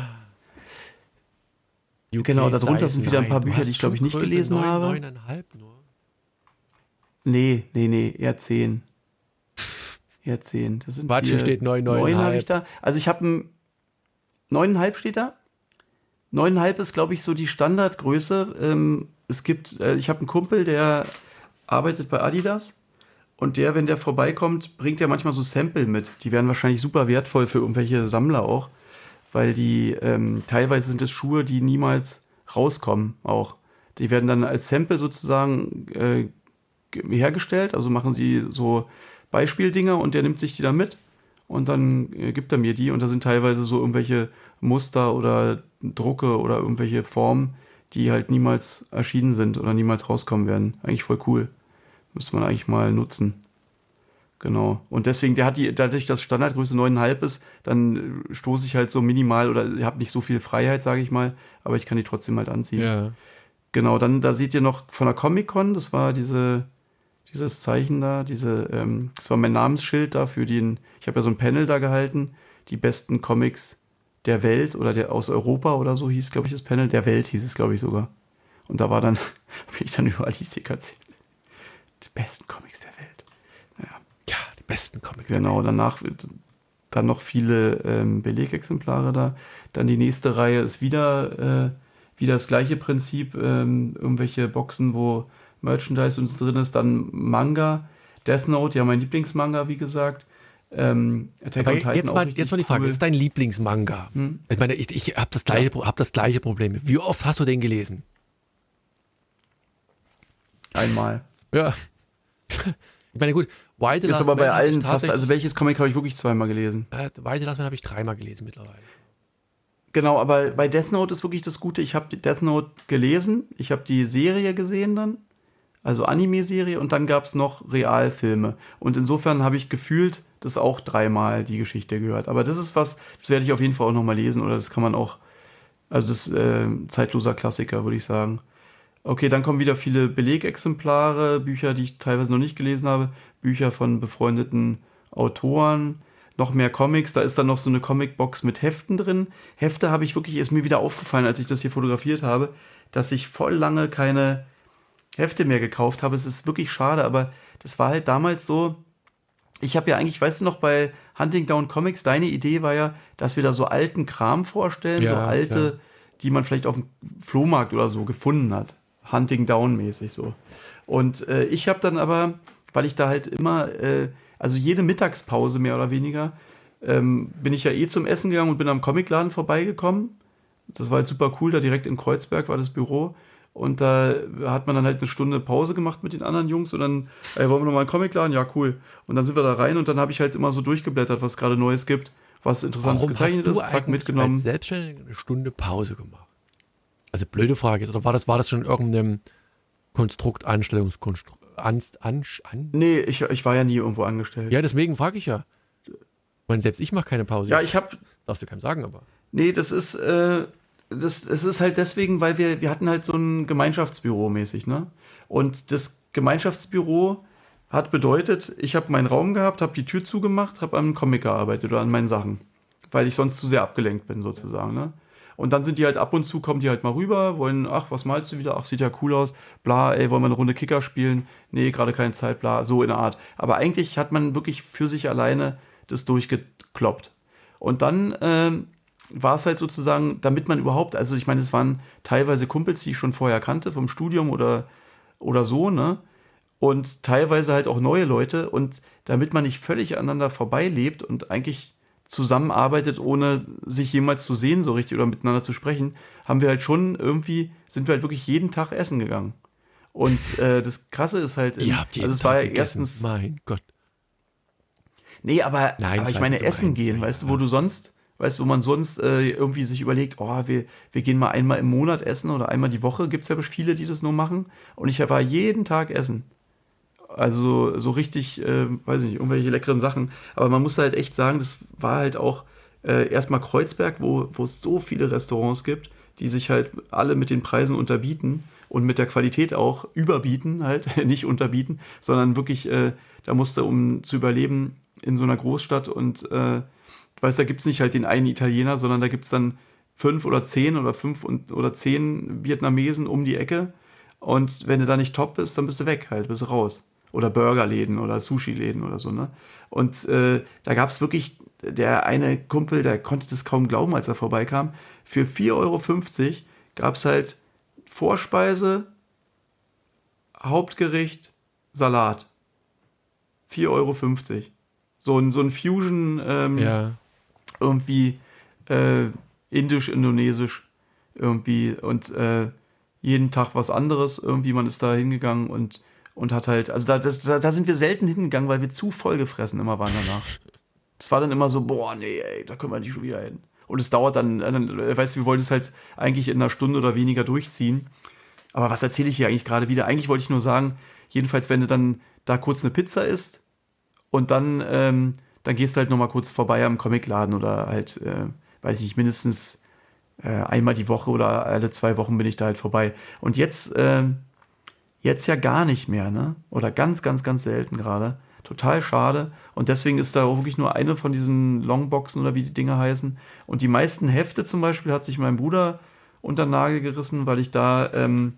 Speaker 1: U K
Speaker 2: Genau, darunter
Speaker 1: Size
Speaker 2: sind wieder ein paar
Speaker 1: neun. Du
Speaker 2: Bücher,
Speaker 1: hast
Speaker 2: die ich, glaub ich, nicht
Speaker 1: Schuhgröße
Speaker 2: gelesen
Speaker 1: neun,
Speaker 2: habe.
Speaker 1: neuneinhalb nur.
Speaker 2: Nee, nee, nee, eher zehn. Eher zehn. Das sind
Speaker 1: Warte, hier
Speaker 2: hier
Speaker 1: steht neun,
Speaker 2: neun habe
Speaker 1: neuneinhalb.
Speaker 2: ich da. Also ich habe ein neuneinhalb steht da. Neuneinhalb ist, glaube ich, so die Standardgröße. Ähm, es gibt, äh, ich habe einen Kumpel, der arbeitet bei Adidas. Und der, wenn der vorbeikommt, bringt er manchmal so Sample mit. Die wären wahrscheinlich super wertvoll für irgendwelche Sammler auch. Weil die, ähm, teilweise sind es Schuhe, die niemals rauskommen auch. Die werden dann als Sample sozusagen äh, ge- hergestellt. Also machen sie so Beispieldinger und der nimmt sich die dann mit. Und dann äh, gibt er mir die. Und da sind teilweise so irgendwelche Muster oder Drucke oder irgendwelche Formen, die halt niemals erschienen sind oder niemals rauskommen werden. Eigentlich voll cool. Müsste man eigentlich mal nutzen. Genau. Und deswegen, der hat die, dadurch, dass Standardgröße neuneinhalb ist, dann äh, stoße ich halt so minimal oder ich habe nicht so viel Freiheit, sage ich mal, aber ich kann die trotzdem halt anziehen.
Speaker 1: Ja.
Speaker 2: Genau, dann, da seht ihr noch von der Comic-Con, das war diese, dieses Zeichen da, diese, ähm, das war mein Namensschild da für den, ich habe ja so ein Panel da gehalten, die besten Comics der Welt oder der aus Europa oder so hieß, glaube ich, das Panel, der Welt hieß es, glaube ich, sogar. Und da war dann, habe ich dann überall die Sticker erzählt. Die besten Comics der Welt. Naja.
Speaker 1: Ja, die besten Comics.
Speaker 2: Genau, danach wird dann noch viele ähm, Belegexemplare da. Dann die nächste Reihe ist wieder, äh, wieder das gleiche Prinzip. Ähm, irgendwelche Boxen, wo Merchandise und so drin ist. Dann Manga, Death Note, ja mein Lieblingsmanga, wie gesagt. Ähm, Attack
Speaker 1: Aber
Speaker 2: on Titan
Speaker 1: jetzt
Speaker 2: auch
Speaker 1: mal,
Speaker 2: richtig
Speaker 1: jetzt mal die Frage,
Speaker 2: cool.
Speaker 1: was ist dein Lieblingsmanga?
Speaker 2: Hm?
Speaker 1: Ich meine, ich, ich habe das, gleiche Pro- hab das gleiche Problem. Wie oft hast du den gelesen?
Speaker 2: Einmal.
Speaker 1: Ja. Ich meine, gut, White
Speaker 2: Ist
Speaker 1: Last
Speaker 2: aber bei
Speaker 1: Man hab ich
Speaker 2: allen fast,
Speaker 1: tatsächlich-
Speaker 2: also welches Comic habe ich wirklich zweimal gelesen?
Speaker 1: äh, White Last Man habe ich dreimal gelesen mittlerweile.
Speaker 2: Genau, aber bei Death Note ist wirklich das Gute, ich habe die Death Note gelesen, ich habe die Serie gesehen dann, also Anime-Serie, und dann gab es noch Realfilme. Und insofern habe ich gefühlt das auch dreimal die Geschichte gehört. Aber das ist was, das werde ich auf jeden Fall auch nochmal lesen, oder das kann man auch, also das ist äh, zeitloser Klassiker, würde ich sagen. Okay, dann kommen wieder viele Belegexemplare, Bücher, die ich teilweise noch nicht gelesen habe, Bücher von befreundeten Autoren, noch mehr Comics, da ist dann noch so eine Comicbox mit Heften drin. Hefte habe ich wirklich, ist mir wieder aufgefallen, als ich das hier fotografiert habe, dass ich voll lange keine Hefte mehr gekauft habe. Es ist wirklich schade, aber das war halt damals so, ich habe ja eigentlich, weißt du noch, bei Hunting Down Comics, deine Idee war ja, dass wir da so alten Kram vorstellen,
Speaker 1: Ja,
Speaker 2: so alte,
Speaker 1: ja.
Speaker 2: die man vielleicht auf dem Flohmarkt oder so gefunden hat. Hunting Down mäßig so. Und äh, ich habe dann aber, weil ich da halt immer, äh, also jede Mittagspause mehr oder weniger, ähm, bin ich ja eh zum Essen gegangen und bin am Comicladen vorbeigekommen. Das war halt super cool, da direkt in Kreuzberg war das Büro. Und da hat man dann halt eine Stunde Pause gemacht mit den anderen Jungs und dann, ey, wollen wir nochmal einen Comicladen? Ja, cool. Und dann sind wir da rein und dann habe ich halt immer so durchgeblättert, was es gerade Neues gibt. was Interessantes
Speaker 1: Warum
Speaker 2: gezeichnet
Speaker 1: hast du
Speaker 2: ist, zack, mitgenommen.
Speaker 1: Als Selbstständiger eine Stunde Pause gemacht? Also blöde Frage. Oder war das, war das schon in irgendeinem Konstrukt, Anstellungskonstrukt? An, an, an?
Speaker 2: Nee, ich, ich war ja nie irgendwo angestellt.
Speaker 1: Ja, deswegen frage ich ja. Ich meine, selbst ich mache keine Pause.
Speaker 2: Ja, ich habe...
Speaker 1: Darfst du keinem sagen, aber...
Speaker 2: Nee, das ist, äh, das, das ist halt deswegen, weil wir, wir hatten halt so ein Gemeinschaftsbüro mäßig, ne? Und das Gemeinschaftsbüro hat bedeutet, ich habe meinen Raum gehabt, habe die Tür zugemacht, habe am Comic gearbeitet oder an meinen Sachen, weil ich sonst zu sehr abgelenkt bin sozusagen, ne? Und dann sind die halt ab und zu, kommen die halt mal rüber, wollen, ach, was malst du wieder? Ach, sieht ja cool aus, bla, ey, wollen wir eine Runde Kicker spielen? Nee, gerade keine Zeit, bla, so in der Art. Aber eigentlich hat man wirklich für sich alleine das durchgekloppt. Und dann ähm, war es halt sozusagen, damit man überhaupt, also ich meine, es waren teilweise Kumpels, die ich schon vorher kannte, vom Studium oder, oder so, ne? Und teilweise halt auch neue Leute. Und damit man nicht völlig aneinander vorbeilebt und eigentlich zusammenarbeitet, ohne sich jemals zu sehen so richtig oder miteinander zu sprechen, haben wir halt schon irgendwie, sind wir halt wirklich jeden Tag essen gegangen. Und äh, das Krasse ist halt,
Speaker 1: Ihr habt jeden
Speaker 2: also es
Speaker 1: Tag
Speaker 2: war ja
Speaker 1: gegessen.
Speaker 2: erstens,
Speaker 1: Mein Gott.
Speaker 2: nee, aber,
Speaker 1: Nein,
Speaker 2: aber ich
Speaker 1: vielleicht
Speaker 2: meine,
Speaker 1: nicht
Speaker 2: essen
Speaker 1: eins,
Speaker 2: gehen,
Speaker 1: ja,
Speaker 2: weißt du,
Speaker 1: ja.
Speaker 2: wo du sonst, weißt du, wo man sonst äh, irgendwie sich überlegt, oh, wir, wir gehen mal einmal im Monat essen oder einmal die Woche, gibt es ja viele, die das nur machen. Und ich war jeden Tag essen. Also so richtig, äh, weiß ich nicht, irgendwelche leckeren Sachen. Aber man muss halt echt sagen, das war halt auch äh, erstmal Kreuzberg, wo, wo es so viele Restaurants gibt, die sich halt alle mit den Preisen unterbieten und mit der Qualität auch überbieten, halt, nicht unterbieten, sondern wirklich, äh, da musste, um zu überleben in so einer Großstadt und äh, weißt, da gibt es nicht halt den einen Italiener, sondern da gibt es dann fünf oder zehn oder fünf und, oder zehn Vietnamesen um die Ecke. Und wenn du da nicht top bist, dann bist du weg halt, bist du raus. Oder Burgerläden oder Sushi-Läden oder so, ne? Und äh, da gab es wirklich, der eine Kumpel, der konnte das kaum glauben, als er vorbeikam. Für vier Euro fünfzig gab es halt Vorspeise, Hauptgericht, Salat. vier Euro fünfzig. So ein, so ein Fusion, ähm,
Speaker 1: Ja.
Speaker 2: irgendwie äh, indisch, indonesisch irgendwie und äh, jeden Tag was anderes. Irgendwie, man ist da hingegangen und Und hat halt, also da, das, da, da sind wir selten hingegangen, weil wir zu voll gefressen immer waren danach. Das war dann immer so, boah, nee, ey, da können wir nicht schon wieder hin. Und es dauert dann, dann weißt du, wir wollten es halt eigentlich in einer Stunde oder weniger durchziehen. Aber was erzähle ich hier eigentlich gerade wieder? Eigentlich wollte ich nur sagen, jedenfalls, wenn du dann da kurz eine Pizza isst und dann, ähm, dann gehst du halt nochmal kurz vorbei am Comicladen oder halt, äh, weiß ich nicht, mindestens äh, einmal die Woche oder alle zwei Wochen bin ich da halt vorbei. Und jetzt, ähm, Jetzt ja gar nicht mehr, ne? Oder ganz, ganz, ganz selten gerade. Total schade. Und deswegen ist da auch wirklich nur eine von diesen Longboxen oder wie die Dinger heißen. Und die meisten Hefte zum Beispiel hat sich mein Bruder unter den Nagel gerissen, weil ich da, ähm,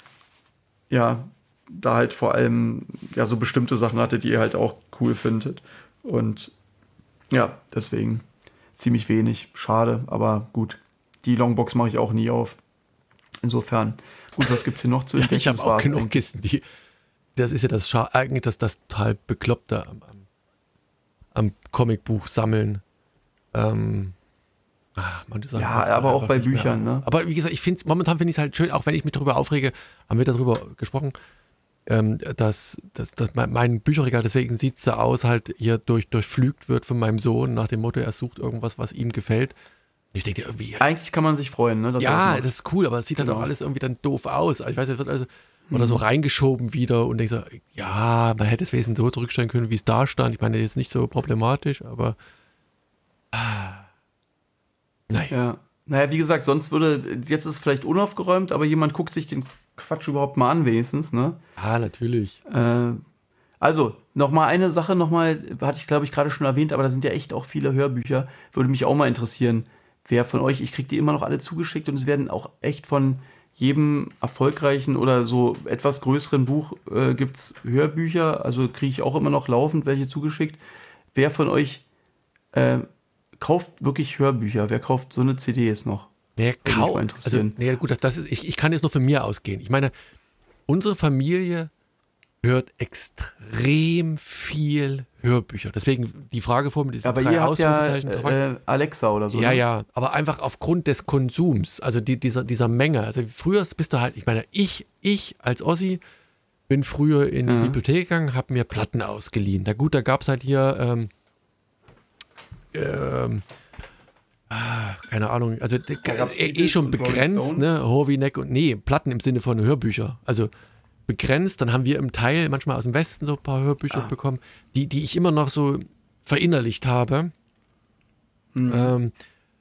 Speaker 2: ja, da halt vor allem ja so bestimmte Sachen hatte, die ihr halt auch cool findet. Und ja, deswegen ziemlich wenig. Schade, aber gut. Die Longbox mache ich auch nie auf. Insofern, gut, was gibt's hier noch zu entdecken?
Speaker 1: Ja, ich habe
Speaker 2: Das
Speaker 1: auch
Speaker 2: war's
Speaker 1: genug
Speaker 2: eigentlich.
Speaker 1: Kisten. Die, das ist ja das Scha eigentlich das, das total Bekloppte am, am, am Comicbuch sammeln. Ähm, ah, man, die Sachen
Speaker 2: Ja,
Speaker 1: macht man
Speaker 2: aber auch
Speaker 1: einfach
Speaker 2: bei
Speaker 1: nicht mehr
Speaker 2: Büchern,
Speaker 1: auf.
Speaker 2: ne?
Speaker 1: Aber wie gesagt, ich finde momentan finde ich es halt schön, auch wenn ich mich darüber aufrege, haben wir darüber gesprochen, ähm, dass, dass, dass mein, mein Bücherregal, deswegen sieht es so aus, halt hier durch, durchflügt wird von meinem Sohn nach dem Motto, er sucht irgendwas, was ihm gefällt. Und ich denke irgendwie,
Speaker 2: Eigentlich kann man sich freuen, ne? dass er
Speaker 1: ja,
Speaker 2: macht.
Speaker 1: das ist cool, aber es sieht
Speaker 2: Genau.
Speaker 1: halt auch alles irgendwie dann doof aus. Ich weiß, es wird also oder so reingeschoben wieder und denke so, ja, man hätte es wesentlich so zurückstellen können, wie es da stand. Ich meine, jetzt nicht so problematisch, aber ah, naja.
Speaker 2: Ja. Naja, wie gesagt, sonst würde, jetzt ist es vielleicht unaufgeräumt, aber jemand guckt sich den Quatsch überhaupt mal an, wenigstens, ne?
Speaker 1: Ah, natürlich.
Speaker 2: Äh, also, nochmal eine Sache, nochmal, hatte ich glaube ich gerade schon erwähnt, aber da sind ja echt auch viele Hörbücher. Würde mich auch mal interessieren, wer von euch, ich kriege die immer noch alle zugeschickt und es werden auch echt von jedem erfolgreichen oder so etwas größeren Buch äh, gibt es Hörbücher, also kriege ich auch immer noch laufend welche zugeschickt. Wer von euch äh, kauft wirklich Hörbücher? Wer kauft so eine C D jetzt noch?
Speaker 1: Naja,
Speaker 2: mich
Speaker 1: kaum.
Speaker 2: mal
Speaker 1: Also,
Speaker 2: interessieren.
Speaker 1: naja, gut, das, das ist, ich, ich kann jetzt nur von mir ausgehen. Ich meine, unsere Familie hört extrem viel Hörbücher. Deswegen die Frage vor mit diesen
Speaker 2: Aber
Speaker 1: drei
Speaker 2: ihr habt ja
Speaker 1: Ausrufezeichen.
Speaker 2: äh, Alexa oder so.
Speaker 1: Ja,
Speaker 2: ne?
Speaker 1: ja, aber einfach aufgrund des Konsums, also die, dieser, dieser Menge. Also früher bist du halt, ich meine, ich, ich als Ossi bin früher in die
Speaker 2: Ja.
Speaker 1: Bibliothek gegangen, habe mir Platten ausgeliehen. Na gut, da gab es halt hier ähm, äh, ähm, ah, keine Ahnung, also eh, eh schon begrenzt, ne, Horvineck und, nee, Platten im Sinne von Hörbücher, also begrenzt, dann haben wir im Teil manchmal aus dem Westen so ein paar Hörbücher ah. bekommen, die, die ich immer noch so verinnerlicht habe. Mhm. Ähm,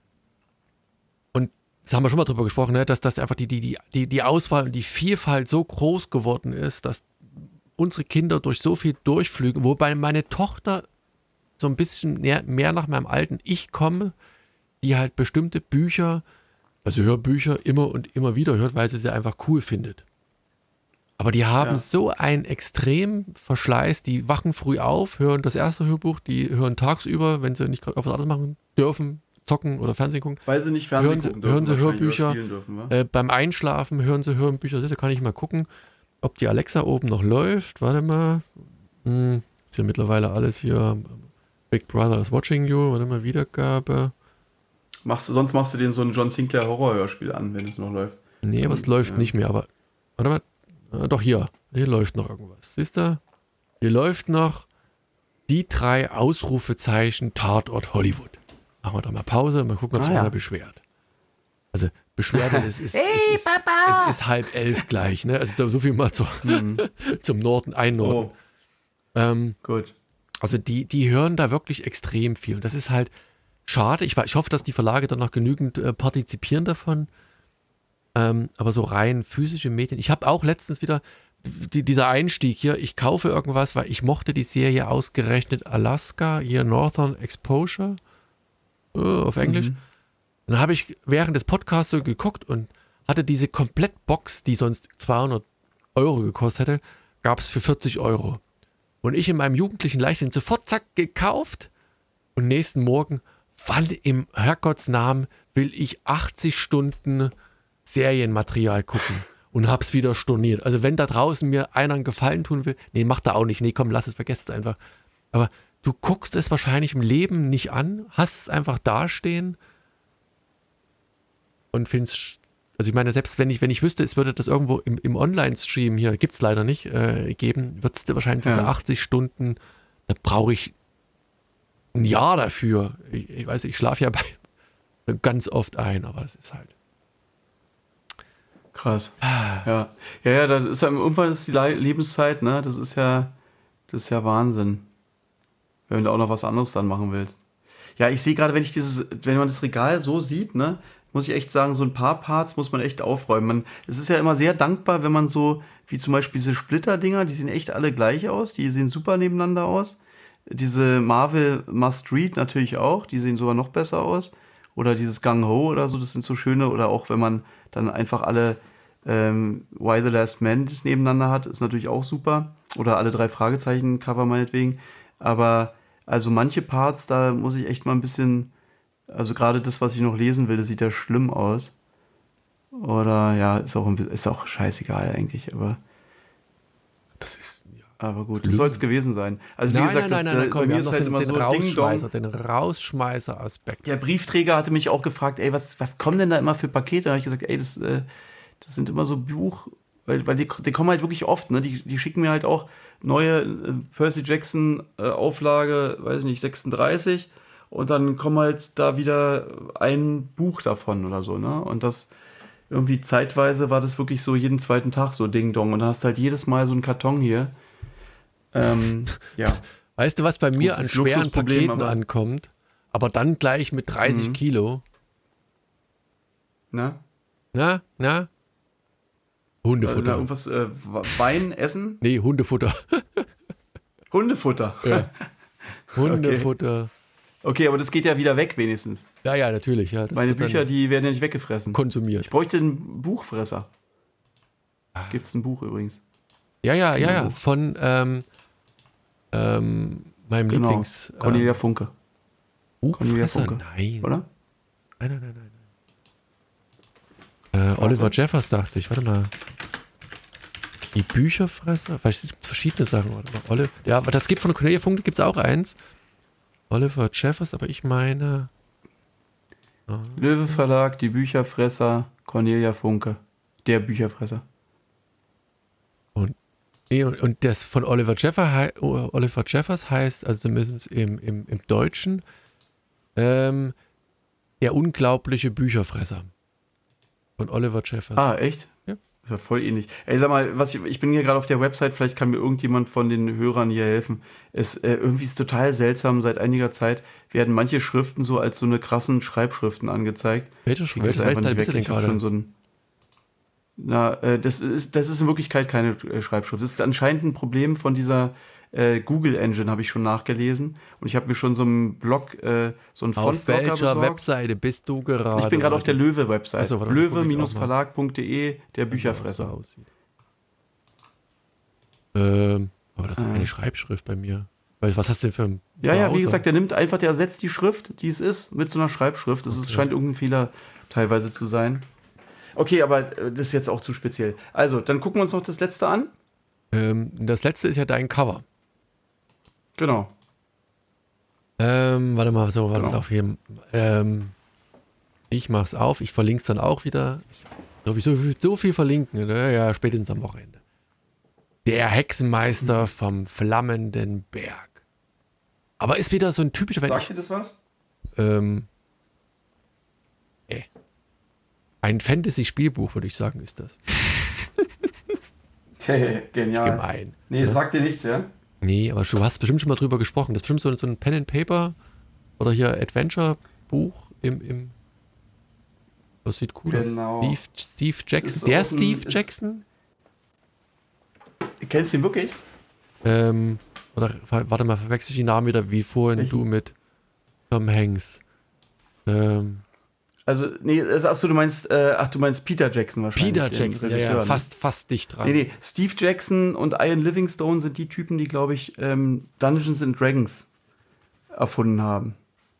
Speaker 1: und das haben wir schon mal drüber gesprochen, ne, dass, dass einfach die, die, die, die Auswahl und die Vielfalt so groß geworden ist, dass unsere Kinder durch so viel durchflügen, wobei meine Tochter so ein bisschen mehr, mehr nach meinem alten Ich komme, die halt bestimmte Bücher, also Hörbücher, immer und immer wieder hört, weil sie sie einfach cool findet. Aber die haben ja. so einen extremen Verschleiß, die wachen früh auf, hören das erste Hörbuch, die hören tagsüber, wenn sie nicht auf was anderes machen dürfen, zocken oder Fernsehen gucken.
Speaker 2: Weil sie nicht Fernsehen
Speaker 1: hören
Speaker 2: gucken
Speaker 1: sie, hören sie Hörbücher.
Speaker 2: Dürfen,
Speaker 1: äh, beim Einschlafen hören sie Hörbücher. Da kann ich mal gucken, ob die Alexa oben noch läuft. Warte mal. Hm, ist ja mittlerweile alles hier. Big Brother is watching you. Warte mal, Wiedergabe.
Speaker 2: Machst du, sonst machst du den so ein John Sinclair Horrorhörspiel an, wenn es noch läuft.
Speaker 1: Nee, aber es läuft ja. nicht mehr. Aber warte mal. Ah, doch, hier. Hier läuft noch irgendwas. Siehst du? Hier läuft noch die drei Ausrufezeichen Tatort Hollywood. Machen wir da mal Pause und mal gucken, ob sich ah, einer ja. beschwert. Also, Beschwerde ist, ist,
Speaker 3: hey,
Speaker 1: ist, ist,
Speaker 3: Papa!
Speaker 1: es ist halb elf gleich. Ne? Also, so viel mal zu, mhm. zum Norden einordnen.
Speaker 2: Oh.
Speaker 1: Ähm,
Speaker 2: Gut.
Speaker 1: Also, die, die hören da wirklich extrem viel. Und das ist halt schade. Ich, ich hoffe, dass die Verlage dann noch genügend äh, partizipieren davon. Ähm, aber so rein physische Medien. Ich habe auch letztens wieder die, dieser Einstieg hier, ich kaufe irgendwas, weil ich mochte die Serie ausgerechnet Alaska, hier Northern Exposure äh, auf Englisch. Mhm. Dann habe ich während des Podcasts so geguckt und hatte diese Komplettbox, die sonst zweihundert Euro gekostet hätte, gab es für vierzig Euro. Und ich in meinem jugendlichen Leichtsinn sofort zack gekauft und nächsten Morgen, wann im Herrgottsnamen will ich achtzig Stunden Serienmaterial gucken und hab's wieder storniert. Also wenn da draußen mir einer einen Gefallen tun will, nee, macht er auch nicht, nee, komm, lass es, vergesst es einfach. Aber du guckst es wahrscheinlich im Leben nicht an, hast es einfach dastehen und findest, also ich meine, selbst wenn ich, wenn ich wüsste, es würde das irgendwo im, im Online-Stream hier, gibt's leider nicht, äh, geben, wird es dir wahrscheinlich ja. diese achtzig Stunden, da brauche ich ein Jahr dafür. Ich, ich weiß, ich schlafe ja bei, ganz oft ein, aber es ist halt
Speaker 2: krass. Ja. Ja, ja, das ist ja irgendwann ist die Lebenszeit, ne? Das ist ja, das ist ja Wahnsinn. Wenn du auch noch was anderes dann machen willst. Ja, ich sehe gerade, wenn ich dieses, wenn man das Regal so sieht, ne, muss ich echt sagen, so ein paar Parts muss man echt aufräumen. Man, es ist ja immer sehr dankbar, wenn man so, wie zum Beispiel diese Splitter-Dinger, die sehen echt alle gleich aus, die sehen super nebeneinander aus. Diese Marvel Must Read natürlich auch, die sehen sogar noch besser aus. Oder dieses Gung Ho oder so, das sind so schöne. Oder auch wenn man dann einfach alle ähm, Why the Last Man nebeneinander hat, ist natürlich auch super. Oder alle drei Fragezeichen-Cover meinetwegen. Aber also manche Parts, da muss ich echt mal ein bisschen, also gerade das, was ich noch lesen will, das sieht ja schlimm aus. Oder ja, ist auch, ist auch scheißegal eigentlich, aber
Speaker 1: das ist, ja.
Speaker 2: Aber gut, das soll es gewesen sein. Also wie
Speaker 1: nein,
Speaker 2: gesagt,
Speaker 1: nein, nein,
Speaker 2: das,
Speaker 1: nein, komm,
Speaker 2: bei
Speaker 1: wir
Speaker 2: mir
Speaker 1: haben
Speaker 2: ist
Speaker 1: noch
Speaker 2: halt
Speaker 1: den,
Speaker 2: immer
Speaker 1: den
Speaker 2: so
Speaker 1: Rausschmeißer, den Rausschmeißer-Aspekt.
Speaker 2: Der Briefträger hatte mich auch gefragt, ey, was, was kommen denn da immer für Pakete? Da habe ich gesagt, ey, das, äh, das sind immer so Buch, weil, weil die, die kommen halt wirklich oft, ne? Die, die schicken mir halt auch neue äh, Percy Jackson äh, Auflage, weiß ich nicht, sechsunddreißig und dann kommen halt da wieder ein Buch davon oder so, ne? Und das irgendwie zeitweise war das wirklich so jeden zweiten Tag so Ding Dong und dann hast du halt jedes Mal so einen Karton hier. Ähm, ja.
Speaker 1: Weißt du, was bei mir an schweren Paketen aber ankommt, aber dann gleich mit dreißig mhm. Kilo?
Speaker 2: Na?
Speaker 1: Na? Na? Hundefutter.
Speaker 2: Äh, irgendwas, äh, Wein, Essen?
Speaker 1: Nee, Hundefutter.
Speaker 2: Hundefutter?
Speaker 1: Ja. Hundefutter.
Speaker 2: Okay. okay, aber das geht ja wieder weg wenigstens.
Speaker 1: Ja, ja, natürlich. Ja, das
Speaker 2: Meine Bücher, die werden ja nicht weggefressen.
Speaker 1: Konsumiert.
Speaker 2: Ich bräuchte einen Buchfresser. Ah. Gibt es ein Buch übrigens?
Speaker 1: Ja, ja, ja, ja. Von ähm, ähm, meinem
Speaker 2: genau.
Speaker 1: Lieblings...
Speaker 2: Cornelia Funke.
Speaker 1: Buchfresser? Funke. Nein.
Speaker 2: Oder?
Speaker 1: Nein, nein, nein, nein. Äh, Oliver Jeffers dachte ich. Warte mal. Die Bücherfresser? Vielleicht gibt es verschiedene Sachen. Oder? Ja, aber das gibt von Cornelia Funke gibt es auch eins. Oliver Jeffers, aber ich meine... Oh.
Speaker 2: Löwe Verlag, die Bücherfresser, Cornelia Funke. Der Bücherfresser.
Speaker 1: Und, und das von Oliver, Jeffer, Oliver Jeffers heißt, also zumindest im, im, im Deutschen, äh, Ähm, der unglaubliche Bücherfresser von Oliver Jeffers.
Speaker 2: Ah, echt?
Speaker 1: Ja.
Speaker 2: Das ist ja voll ähnlich. Ey, sag mal, was ich, ich bin hier gerade auf der Website, vielleicht kann mir irgendjemand von den Hörern hier helfen. Es, äh, irgendwie ist total seltsam, seit einiger Zeit werden manche Schriften so als so eine krassen Schreibschriften angezeigt.
Speaker 1: Welche
Speaker 2: Krieg das
Speaker 1: Schrift?
Speaker 2: einfach
Speaker 1: Welche
Speaker 2: nicht
Speaker 1: bist du
Speaker 2: weg.
Speaker 1: denn
Speaker 2: Ich hab
Speaker 1: gerade?
Speaker 2: schon so ein Na, äh, das ist, das ist in Wirklichkeit keine äh, Schreibschrift. Das ist anscheinend ein Problem von dieser äh, Google Engine, habe ich schon nachgelesen. Und ich habe mir schon so einen Blog, äh, so einen
Speaker 1: Auf
Speaker 2: Frontblocker
Speaker 1: welcher
Speaker 2: besorgt.
Speaker 1: Webseite bist du gerade?
Speaker 2: Ich bin gerade auf der Löwe-Website.
Speaker 1: Achso, warte, guck ich auch mal.
Speaker 2: löwe-verlag punkt de, der
Speaker 1: So
Speaker 2: Bücherfresser.
Speaker 1: aussieht. Ähm, aber das ist doch
Speaker 2: Äh.
Speaker 1: keine Schreibschrift bei mir. Weil, was hast du denn für ein
Speaker 2: Ja, ja, wie
Speaker 1: Browser?
Speaker 2: gesagt, der nimmt einfach, der ersetzt die Schrift, die es ist, mit so einer Schreibschrift. Das ist,
Speaker 1: Okay.
Speaker 2: scheint irgendein Fehler teilweise zu sein. Okay, aber äh, das ist jetzt auch zu speziell. Also, dann gucken wir uns noch das letzte an.
Speaker 1: Ähm, das letzte ist ja dein Cover.
Speaker 2: Genau.
Speaker 1: Ähm, warte mal, so war das
Speaker 2: Genau.
Speaker 1: auf hier. Ähm, ich mach's auf, ich verlinke es dann auch wieder. Ich, so, viel, so viel verlinken, ne? Ja, spätestens am Wochenende. Der Hexenmeister vom flammenden Berg. Aber ist wieder so ein typischer, wenn
Speaker 2: Sagt
Speaker 1: ich.
Speaker 2: dir das was?
Speaker 1: Ähm, äh, ein Fantasy-Spielbuch, würde ich sagen, ist das.
Speaker 2: Hey, genial.
Speaker 1: Gemein.
Speaker 2: Nee,
Speaker 1: ne?
Speaker 2: sagt dir nichts, ja?
Speaker 1: Nee, aber du hast bestimmt schon mal drüber gesprochen. Das ist bestimmt so, so ein Pen and Paper oder hier Adventure-Buch im, im. Das sieht cool
Speaker 2: Genau.
Speaker 1: aus. Steve, Steve Jackson.
Speaker 2: ist
Speaker 1: Der
Speaker 2: auch ein-
Speaker 1: Steve
Speaker 2: ist-
Speaker 1: Jackson?
Speaker 2: Kennst du ihn wirklich?
Speaker 1: Ähm, oder warte mal, verwechsel ich die Namen wieder wie vorhin
Speaker 2: Welchen?
Speaker 1: du mit Tom Hanks. Ähm,
Speaker 2: Also, nee, achso, du meinst, äh, ach, du meinst Peter Jackson wahrscheinlich.
Speaker 1: Peter
Speaker 2: den
Speaker 1: Jackson, ja,
Speaker 2: Regisseur,
Speaker 1: ja,
Speaker 2: ne?
Speaker 1: fast, fast dicht dran.
Speaker 2: Nee, nee, Steve Jackson und Ian Livingstone sind die Typen, die, glaube ich, ähm, Dungeons and Dragons erfunden haben.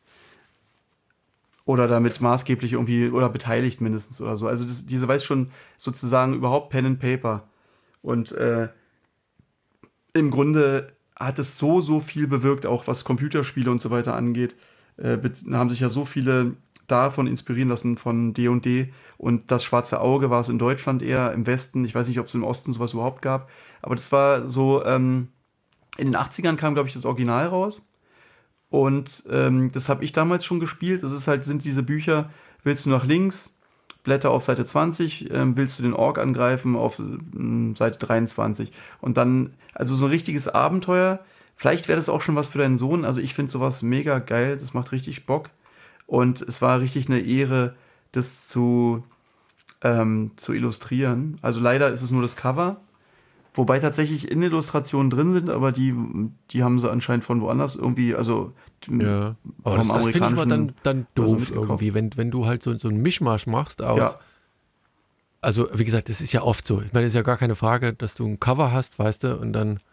Speaker 2: Oder damit maßgeblich irgendwie, oder beteiligt mindestens oder so. Also das, diese weiß schon sozusagen überhaupt Pen and Paper. Und äh, im Grunde hat es so, so viel bewirkt, auch was Computerspiele und so weiter angeht. Äh, bet- haben sich ja so viele davon inspirieren lassen, von D und D. Und das Schwarze Auge war es in Deutschland eher, im Westen. Ich weiß nicht, ob es im Osten sowas überhaupt gab. Aber das war so, ähm, in den achtzigern kam, glaube ich, das Original raus. Und ähm, das habe ich damals schon gespielt. Das ist halt, sind diese Bücher, willst du nach links, Blätter auf Seite zwanzig, ähm, willst du den Ork angreifen auf ähm, Seite dreiundzwanzig. Und dann, also so ein richtiges Abenteuer. Vielleicht wäre das auch schon was für deinen Sohn. Also ich finde sowas mega geil. Das macht richtig Bock. Und es war richtig eine Ehre, das zu, ähm, zu illustrieren. Also leider ist es nur das Cover. Wobei tatsächlich in Illustrationen drin sind, aber die, die haben sie anscheinend von woanders irgendwie, also
Speaker 1: Ja, aber das, das finde ich mal dann, dann doof irgendwie, wenn, wenn du halt so, so einen Mischmasch machst aus.
Speaker 2: Ja.
Speaker 1: Also, wie gesagt, das ist ja oft so. Ich meine, es ist ja gar keine Frage, dass du ein Cover hast, weißt du, und dann.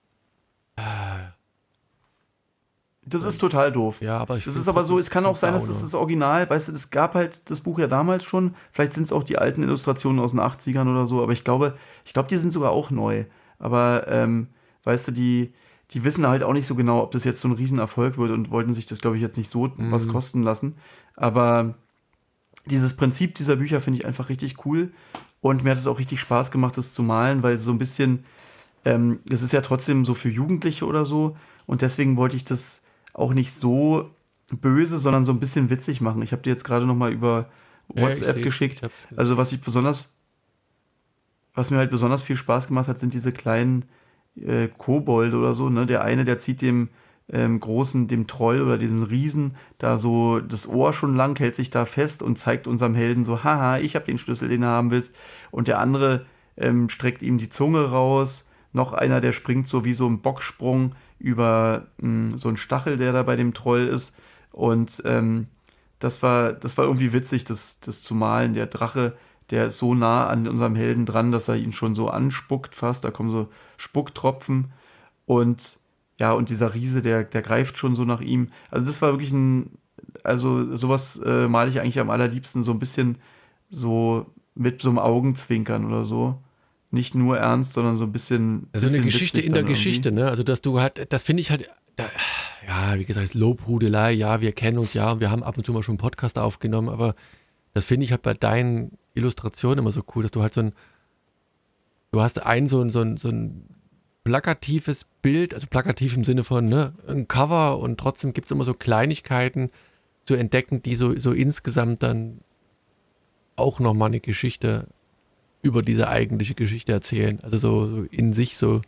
Speaker 2: Das ist total doof.
Speaker 1: Ja, aber ich
Speaker 2: Das
Speaker 1: find
Speaker 2: ist aber so,
Speaker 1: trotzdem
Speaker 2: es kann auch sein, dass
Speaker 1: Downer.
Speaker 2: das das Original, weißt du, das gab halt das Buch ja damals schon, vielleicht sind es auch die alten Illustrationen aus den achtzigern oder so, aber ich glaube, ich glaube, die sind sogar auch neu. Aber, ähm, weißt du, die, die wissen halt auch nicht so genau, ob das jetzt so ein Riesenerfolg wird und wollten sich das, glaube ich, jetzt nicht so
Speaker 1: Mhm.
Speaker 2: was kosten lassen. Aber dieses Prinzip dieser Bücher finde ich einfach richtig cool und mir hat es auch richtig Spaß gemacht, das zu malen, weil so ein bisschen, ähm, das ist ja trotzdem so für Jugendliche oder so und deswegen wollte ich das auch nicht so böse, sondern so ein bisschen witzig machen. Ich habe dir jetzt gerade noch mal über
Speaker 1: Ja, ich
Speaker 2: WhatsApp
Speaker 1: seh's,
Speaker 2: geschickt.
Speaker 1: ich hab's gesehen.
Speaker 2: Also was ich besonders, was mir halt besonders viel Spaß gemacht hat, sind diese kleinen äh, Kobolde oder so. Ne? Der eine, der zieht dem ähm, großen, dem Troll oder diesem Riesen da so das Ohr schon lang, hält sich da fest und zeigt unserem Helden so, haha, ich habe den Schlüssel, den du haben willst. Und der andere ähm, streckt ihm die Zunge raus. Noch einer, der springt so wie so ein Bocksprung über mh, so einen Stachel, der da bei dem Troll ist. Und ähm, das war, das war irgendwie witzig, das, das zu malen. Der Drache, der ist so nah an unserem Helden dran, dass er ihn schon so anspuckt fast. Da kommen so Spucktropfen. Und ja, und dieser Riese, der, der greift schon so nach ihm. Also das war wirklich ein, also sowas äh, male ich eigentlich am allerliebsten so ein bisschen so mit so einem Augenzwinkern oder so. Nicht nur ernst, sondern so ein bisschen.
Speaker 1: Also eine
Speaker 2: bisschen
Speaker 1: Geschichte
Speaker 2: witzig
Speaker 1: in der
Speaker 2: dann irgendwie.
Speaker 1: Geschichte, ne? Also, dass du halt, das finde ich halt, da, ja, wie gesagt, Lobhudelei, ja, wir kennen uns, ja, und wir haben ab und zu mal schon einen Podcast aufgenommen, aber das finde ich halt bei deinen Illustrationen immer so cool, dass du halt so ein, du hast ein so ein, so ein, so ein plakatives Bild, also plakativ im Sinne von, ne, ein Cover und trotzdem gibt es immer so Kleinigkeiten, zu entdecken, die so, so insgesamt dann auch nochmal eine Geschichte über diese eigentliche Geschichte erzählen. Also so, so in sich so.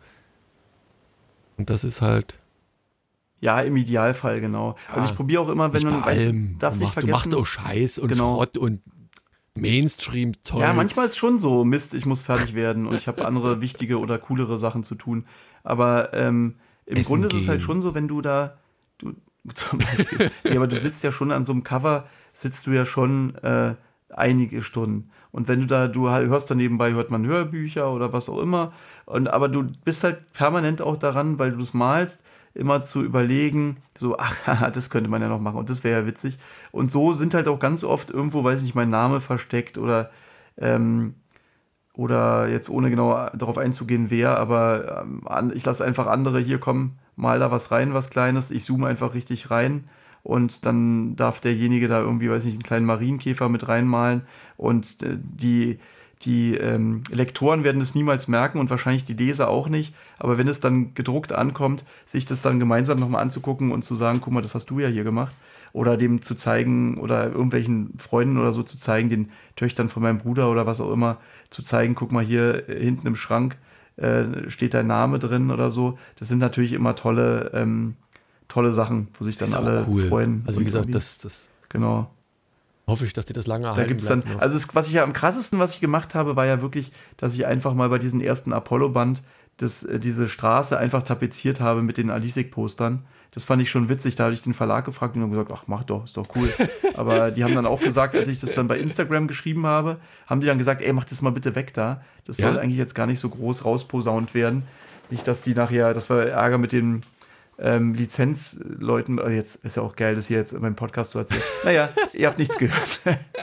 Speaker 1: Und das ist halt.
Speaker 2: Ja, im Idealfall, genau.
Speaker 1: Ja,
Speaker 2: also ich probiere auch immer, wenn
Speaker 1: nicht
Speaker 2: man
Speaker 1: bei allem.
Speaker 2: darfst
Speaker 1: du,
Speaker 2: nicht
Speaker 1: mach, du machst auch Scheiß und
Speaker 2: genau.
Speaker 1: Schrott und Mainstream-Zeug.
Speaker 2: Ja, manchmal ist schon so, Mist, ich muss fertig werden und ich habe andere wichtige oder coolere Sachen zu tun. Aber ähm, im
Speaker 1: Essen
Speaker 2: Grunde ist
Speaker 1: gehen.
Speaker 2: es halt schon so, wenn du da, du, zum Beispiel, ja, aber du sitzt ja schon an so einem Cover, sitzt du ja schon äh, einige Stunden. Und wenn du da, du hörst dann nebenbei, hört man Hörbücher oder was auch immer. Und, aber du bist halt permanent auch daran, weil du es malst, immer zu überlegen, so, ach, haha, das könnte man ja noch machen und das wäre ja witzig. Und so sind halt auch ganz oft irgendwo, weiß ich nicht, mein Name versteckt oder, ähm, oder jetzt ohne genau darauf einzugehen, wer, aber ähm, an, ich lasse einfach andere hier kommen, mal da was rein, was Kleines, ich zoome einfach richtig rein und dann darf derjenige da irgendwie, weiß nicht, einen kleinen Marienkäfer mit reinmalen und äh, die Die ähm, Lektoren werden es niemals merken und wahrscheinlich die Leser auch nicht. Aber wenn es dann gedruckt ankommt, sich das dann gemeinsam nochmal anzugucken und zu sagen, guck mal, das hast du ja hier gemacht. Oder dem zu zeigen oder irgendwelchen Freunden oder so zu zeigen, den Töchtern von meinem Bruder oder was auch immer, zu zeigen, guck mal hier äh, hinten im Schrank äh, steht dein Name drin oder so. Das sind natürlich immer tolle, ähm, tolle Sachen, wo sich
Speaker 1: Das
Speaker 2: dann
Speaker 1: ist
Speaker 2: alle
Speaker 1: auch cool.
Speaker 2: freuen.
Speaker 1: Also wie
Speaker 2: und
Speaker 1: gesagt,
Speaker 2: irgendwie-
Speaker 1: das, das
Speaker 2: Genau.
Speaker 1: hoffe ich, dass dir das lange
Speaker 2: Da
Speaker 1: erhalten
Speaker 2: gibt's dann,
Speaker 1: bleibt noch.
Speaker 2: also es, was ich ja am krassesten, was ich gemacht habe, war ja wirklich, dass ich einfach mal bei diesem ersten Apollo-Band das, äh, diese Straße einfach tapeziert habe mit den Alisik-Postern. Das fand ich schon witzig, da habe ich den Verlag gefragt und haben gesagt, ach mach doch, ist doch cool. Aber die haben dann auch gesagt, als ich das dann bei Instagram geschrieben habe, haben die dann gesagt, ey, mach das mal bitte weg da. Das
Speaker 1: Ja?
Speaker 2: soll eigentlich jetzt gar nicht so groß rausposaunt werden. Nicht, dass die nachher, das war Ärger mit den ähm, Lizenzleuten, also jetzt ist ja auch geil, das hier jetzt in meinem Podcast zu erzählen. Naja, ihr habt nichts gehört.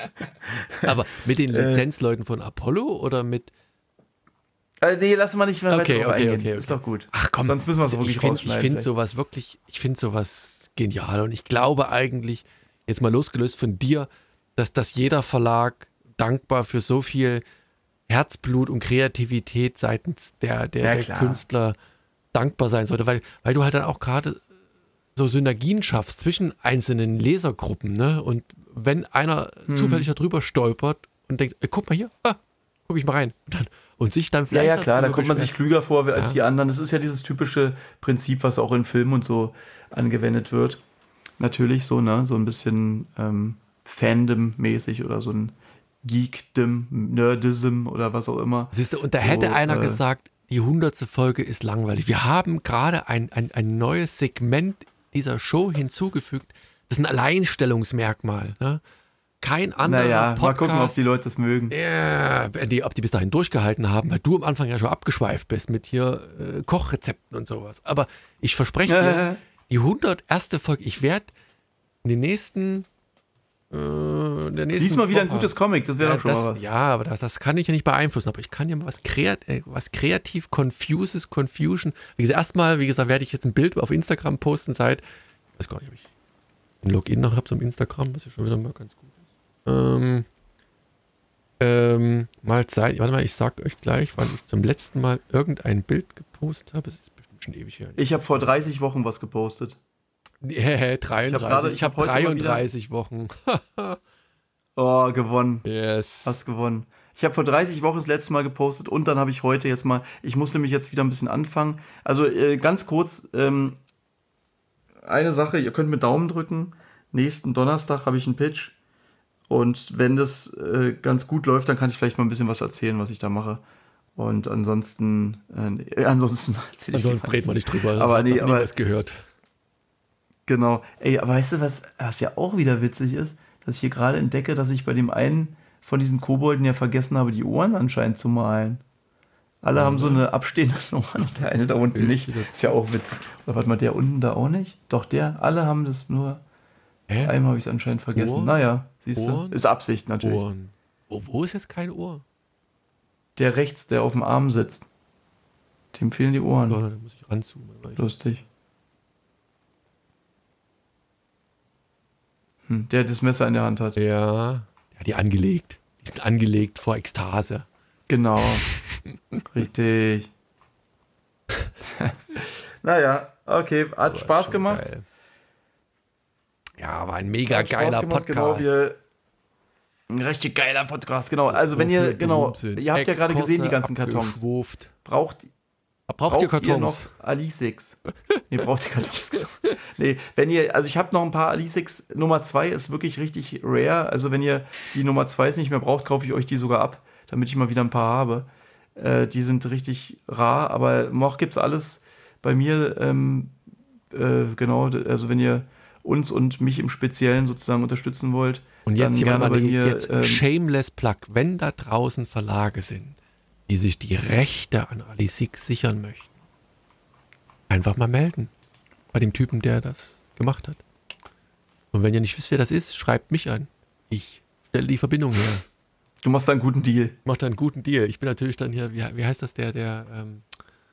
Speaker 1: Aber mit den
Speaker 2: Äh.
Speaker 1: Lizenzleuten von Apollo oder mit.
Speaker 2: Äh, nee, lass mal nicht mehr
Speaker 1: Okay,
Speaker 2: weiter drauf
Speaker 1: okay,
Speaker 2: eingehen.
Speaker 1: okay, okay.
Speaker 2: Ist doch gut.
Speaker 1: Ach komm,
Speaker 2: Sonst müssen wir es wirklich
Speaker 1: ich finde
Speaker 2: rausschneiden
Speaker 1: find
Speaker 2: vielleicht.
Speaker 1: sowas wirklich, ich finde sowas genial und ich glaube eigentlich, jetzt mal losgelöst von dir, dass, dass jeder Verlag dankbar für so viel Herzblut und Kreativität seitens der, der,
Speaker 2: Ja,
Speaker 1: der
Speaker 2: klar.
Speaker 1: Künstler dankbar sein sollte, weil, weil du halt dann auch gerade so Synergien schaffst zwischen einzelnen Lesergruppen, ne? Und wenn einer
Speaker 2: Hm.
Speaker 1: zufällig da drüber stolpert und denkt, ey, guck mal hier, ah, guck ich mal rein. Und, dann, und sich dann
Speaker 2: Ja,
Speaker 1: vielleicht
Speaker 2: ja, klar, da
Speaker 1: darüber
Speaker 2: kommt man sich
Speaker 1: beschwert.
Speaker 2: klüger vor als
Speaker 1: Ja.
Speaker 2: die anderen. Das ist ja dieses typische Prinzip, was auch in Filmen und so angewendet wird. Natürlich so, ne? So ein bisschen ähm, Fandom-mäßig oder so ein Geekdom, Nerdism oder was auch immer.
Speaker 1: Siehst du, und da
Speaker 2: So,
Speaker 1: hätte einer
Speaker 2: äh,
Speaker 1: gesagt, die hundertste Folge ist langweilig. Wir haben gerade ein, ein, ein neues Segment dieser Show hinzugefügt. Das ist ein Alleinstellungsmerkmal. Ne? Kein anderer
Speaker 2: Naja, mal
Speaker 1: Podcast.
Speaker 2: gucken, ob die Leute das mögen.
Speaker 1: Ja, die, ob die bis dahin durchgehalten haben, weil du am Anfang ja schon abgeschweift bist mit hier äh, Kochrezepten und sowas. Aber ich verspreche dir, die hundertste Folge, ich werde in den nächsten, äh, in der nächsten
Speaker 2: Diesmal wieder ein
Speaker 1: Woche-
Speaker 2: gutes Comic, das wäre
Speaker 1: ja,
Speaker 2: doch schon
Speaker 1: das,
Speaker 2: mal was.
Speaker 1: ja, aber das, das kann ich ja nicht beeinflussen. Aber ich kann ja mal was, kreat äh, was kreativ Confuses, Confusion. Wie gesagt, erstmal, wie gesagt, werde ich jetzt ein Bild auf Instagram posten seit, ich weiß gar nicht, ob ich ein Login noch habe zum Instagram, was ja schon wieder mal ganz gut ist. Ähm, ähm, mal Zeit, warte mal, ich sag euch gleich, wann ich zum letzten Mal irgendein Bild gepostet habe. Es ist bestimmt schon ewig her.
Speaker 2: Ich habe vor dreißig Wochen was gepostet.
Speaker 1: Nee, dreiunddreißig.
Speaker 2: gerade-
Speaker 1: Ich
Speaker 2: ich
Speaker 1: habe
Speaker 2: hab heute mal wieder-
Speaker 1: dreiunddreißig Wochen.
Speaker 2: Oh, gewonnen.
Speaker 1: Yes.
Speaker 2: Hast gewonnen. Ich habe vor dreißig Wochen das letzte Mal gepostet und dann habe ich heute jetzt mal, ich muss nämlich jetzt wieder ein bisschen anfangen. Also äh, ganz kurz, ähm, eine Sache, ihr könnt mit Daumen drücken. Nächsten Donnerstag habe ich einen Pitch. Und wenn das äh, ganz gut läuft, dann kann ich vielleicht mal ein bisschen was erzählen, was ich da mache. Und ansonsten, äh, ansonsten erzähle ich
Speaker 1: Ansonsten
Speaker 2: dir
Speaker 1: reden wir nicht drüber. Das
Speaker 2: Aber
Speaker 1: hat
Speaker 2: nee,
Speaker 1: noch nie
Speaker 2: aber-
Speaker 1: was gehört.
Speaker 2: Genau. Ey, aber weißt du, was, was ja auch wieder witzig ist, dass ich hier gerade entdecke, dass ich bei dem einen von diesen Kobolden ja vergessen habe, die Ohren anscheinend zu malen. Alle
Speaker 1: Ja,
Speaker 2: haben so
Speaker 1: ne?
Speaker 2: eine abstehende Ohren und der eine da unten
Speaker 1: Bild
Speaker 2: nicht.
Speaker 1: wieder.
Speaker 2: Ist ja auch witzig. Oder warte mal, der unten da auch nicht? Doch, der, alle haben das nur.
Speaker 1: Hä?
Speaker 2: Einmal habe ich es anscheinend vergessen.
Speaker 1: Ohren?
Speaker 2: Naja, siehst du.
Speaker 1: Ohren?
Speaker 2: Ist Absicht natürlich.
Speaker 1: Ohren. Oh, wo ist jetzt kein Ohr?
Speaker 2: Der rechts, der auf dem Arm sitzt. Dem fehlen die Ohren.
Speaker 1: Oh, da muss ich ranzoomen. weil ich-
Speaker 2: Lustig. Hm, der das Messer in der Hand hat.
Speaker 1: Ja, der hat die angelegt. Die sind angelegt vor Ekstase.
Speaker 2: Genau. Richtig. naja, okay. Hat
Speaker 1: Aber
Speaker 2: Spaß
Speaker 1: schon
Speaker 2: gemacht.
Speaker 1: geil. Ja, war ein mega
Speaker 2: Spaß
Speaker 1: geiler
Speaker 2: gemacht,
Speaker 1: Podcast.
Speaker 2: Genau, wir, ein richtig geiler Podcast, genau. Also wenn ihr, genau, ihr habt ja gerade gesehen, die ganzen Kartons. Braucht,
Speaker 1: braucht ihr Kartons?
Speaker 2: Ihr noch Alisix? Nee, braucht ihr Kartons, genau. Nee, wenn ihr, also ich habe noch ein paar Alisix. Nummer zwei ist wirklich richtig rare. Also wenn ihr die Nummer zwei nicht mehr braucht, kaufe ich euch die sogar ab, damit ich mal wieder ein paar habe. Äh, die sind richtig rar, aber noch gibt's alles bei mir, ähm, äh, genau, also wenn ihr uns und mich im Speziellen sozusagen unterstützen wollt.
Speaker 1: Und jetzt hier mal
Speaker 2: bei mir,
Speaker 1: jetzt ähm, shameless plug, wenn da draußen Verlage sind, die sich die Rechte an Alisix sichern möchten, einfach mal melden bei dem Typen, der das gemacht hat. Und wenn ihr nicht wisst, wer das ist, schreibt mich an. Ich stelle die Verbindung her.
Speaker 2: Du machst da einen guten Deal.
Speaker 1: Ich mach da einen guten Deal. Ich bin natürlich dann hier, wie, wie heißt das, der, der, ähm,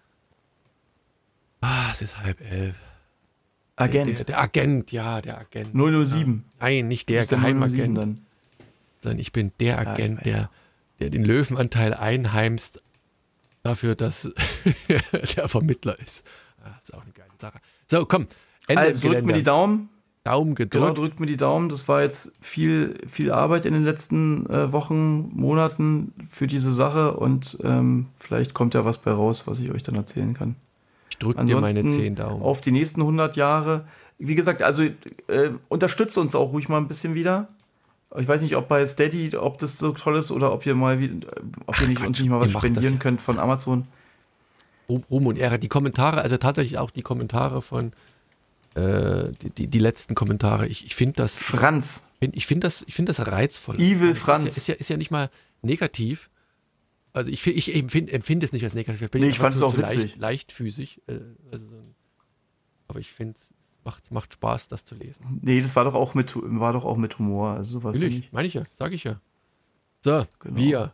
Speaker 1: ah, es ist halb elf.
Speaker 2: Agent.
Speaker 1: Der, der, der Agent, ja, der Agent.
Speaker 2: null null sieben.
Speaker 1: Ja. Nein, nicht der Geheimagent. Sondern ich bin der Agent, ja, der, der den Löwenanteil einheimst dafür, dass der Vermittler ist. Das ist auch eine geile Sache. So, komm.
Speaker 2: Ende also drückt mir die Daumen.
Speaker 1: Daumen gedrückt.
Speaker 2: Genau, drückt mir die Daumen. Das war jetzt viel, viel Arbeit in den letzten äh, Wochen, Monaten für diese Sache und ähm, vielleicht kommt ja was bei raus, was ich euch dann erzählen kann.
Speaker 1: Ich drücke dir meine zehn Daumen.
Speaker 2: Auf die nächsten hundert Jahre. Wie gesagt, also äh, unterstützt uns auch ruhig mal ein bisschen wieder. Ich weiß nicht, ob bei Steady, ob das so toll ist oder ob ihr mal, ob ihr nicht, uns nicht mal was spendieren könnt von Amazon.
Speaker 1: Ruhm und Ehre. Die Kommentare, also tatsächlich auch die Kommentare von äh, die, die, die letzten Kommentare. Ich, ich finde das.
Speaker 2: Franz.
Speaker 1: Ich finde das, ich find das reizvoll.
Speaker 2: Evil Franz.
Speaker 1: Ist ja, ist, ja, ist ja nicht mal negativ. Also ich, ich empfinde, empfinde es nicht als negativ. Ich,
Speaker 2: bin nee, ich fand es auch witzig.
Speaker 1: Leicht, leichtfüßig. Äh, also so ein, aber ich finde es macht, macht Spaß, das zu lesen.
Speaker 2: Nee, das war doch auch mit, war doch auch mit Humor. Also sowas
Speaker 1: nicht. Meine ich ja, sage ich ja. So, genau. Wir.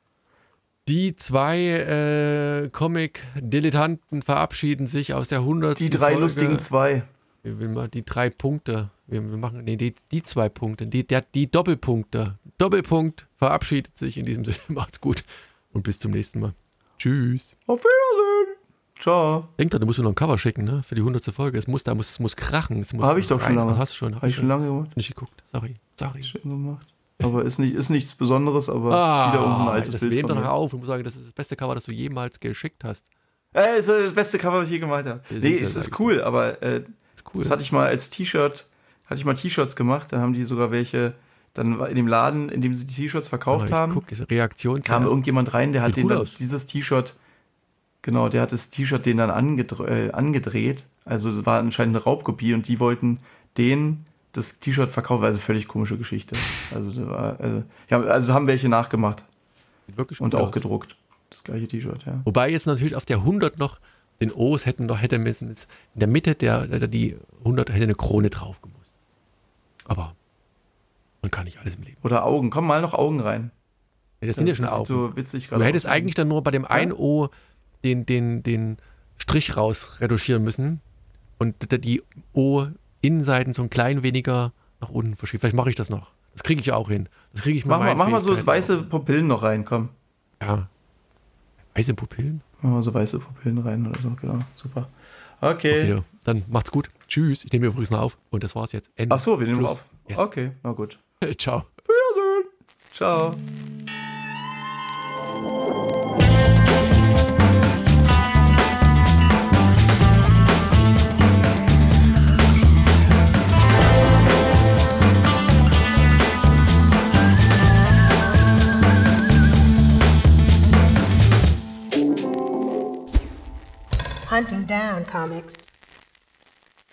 Speaker 1: Die zwei äh, Comic-Dilettanten verabschieden sich aus der hundertsten
Speaker 2: Die drei
Speaker 1: Folge.
Speaker 2: lustigen zwei.
Speaker 1: Wir will mal die drei Punkte. Wir, wir machen nee, die, die zwei Punkte. Die, der, die Doppelpunkte. Doppelpunkt verabschiedet sich in diesem Sinne. Macht's gut und bis zum nächsten Mal. Tschüss.
Speaker 2: Auf Wiedersehen. Ciao.
Speaker 1: Denk dran, du musst mir noch ein Cover schicken, ne? Für die hundertste Folge. Es muss, da muss, es muss krachen. Es muss
Speaker 2: Habe ich doch schon lange.
Speaker 1: Hast schon.
Speaker 2: Habe ich schon lange gemacht.
Speaker 1: Nicht geguckt. Sorry. Sorry.
Speaker 2: Schön gemacht. Aber ist, nicht, ist nichts Besonderes, aber
Speaker 1: ah,
Speaker 2: wieder um ein altes
Speaker 1: das
Speaker 2: Bild.
Speaker 1: Das doch noch auf. Ich muss sagen, das ist das beste Cover, das du jemals geschickt hast.
Speaker 2: Äh, ist das beste Cover, was ich je gemacht habe. Das nee, ist, ist cool, aber äh, ist cool. Das hatte ich mal als T-Shirt, hatte ich mal T-Shirts gemacht, dann haben die sogar welche, dann in dem Laden, in dem sie die T-Shirts verkauft haben,
Speaker 1: guck, Reaktion
Speaker 2: kam irgendjemand rein, der hat den dann, dieses T-Shirt, genau, der hat das T-Shirt den dann angedreht, äh, angedreht, also das war anscheinend eine Raubkopie und die wollten den das T-Shirt verkaufen, also völlig komische Geschichte. Also, das war, also, ja, also haben welche nachgemacht.
Speaker 1: Wirklich
Speaker 2: und auch
Speaker 1: aus.
Speaker 2: gedruckt. Das gleiche T-Shirt, ja.
Speaker 1: Wobei jetzt natürlich auf der hundert noch den O's hätten noch, hätte müssen, in der Mitte der, der die hundert hätte eine Krone drauf gemusst. Aber man kann nicht alles im Leben.
Speaker 2: Oder Augen, komm mal noch Augen rein.
Speaker 1: Ja, das sind ja, ja schon Augen.
Speaker 2: So witzig
Speaker 1: du hättest eigentlich dann nur bei dem ja? einen O den, den, den Strich raus retuschieren müssen und die O-Innenseiten so ein klein weniger nach unten verschieben. Vielleicht mache ich das noch. Das kriege ich ja auch hin. Das kriege ich mal.
Speaker 2: Mach mal, mach mal so weiße Pupillen noch rein, komm.
Speaker 1: Ja. Weiße Pupillen?
Speaker 2: Machen wir so weiße Pupillen rein oder so, genau. Super. Okay.
Speaker 1: okay. Dann macht's gut. Tschüss. Ich nehme übrigens noch auf. Und das war's jetzt. Ende.
Speaker 2: Ach so, wir nehmen
Speaker 1: Schluss.
Speaker 2: auf.
Speaker 1: Yes.
Speaker 2: Okay, na gut.
Speaker 1: Ciao.
Speaker 2: Wiedersehen. Ciao.
Speaker 3: Hunting down comics.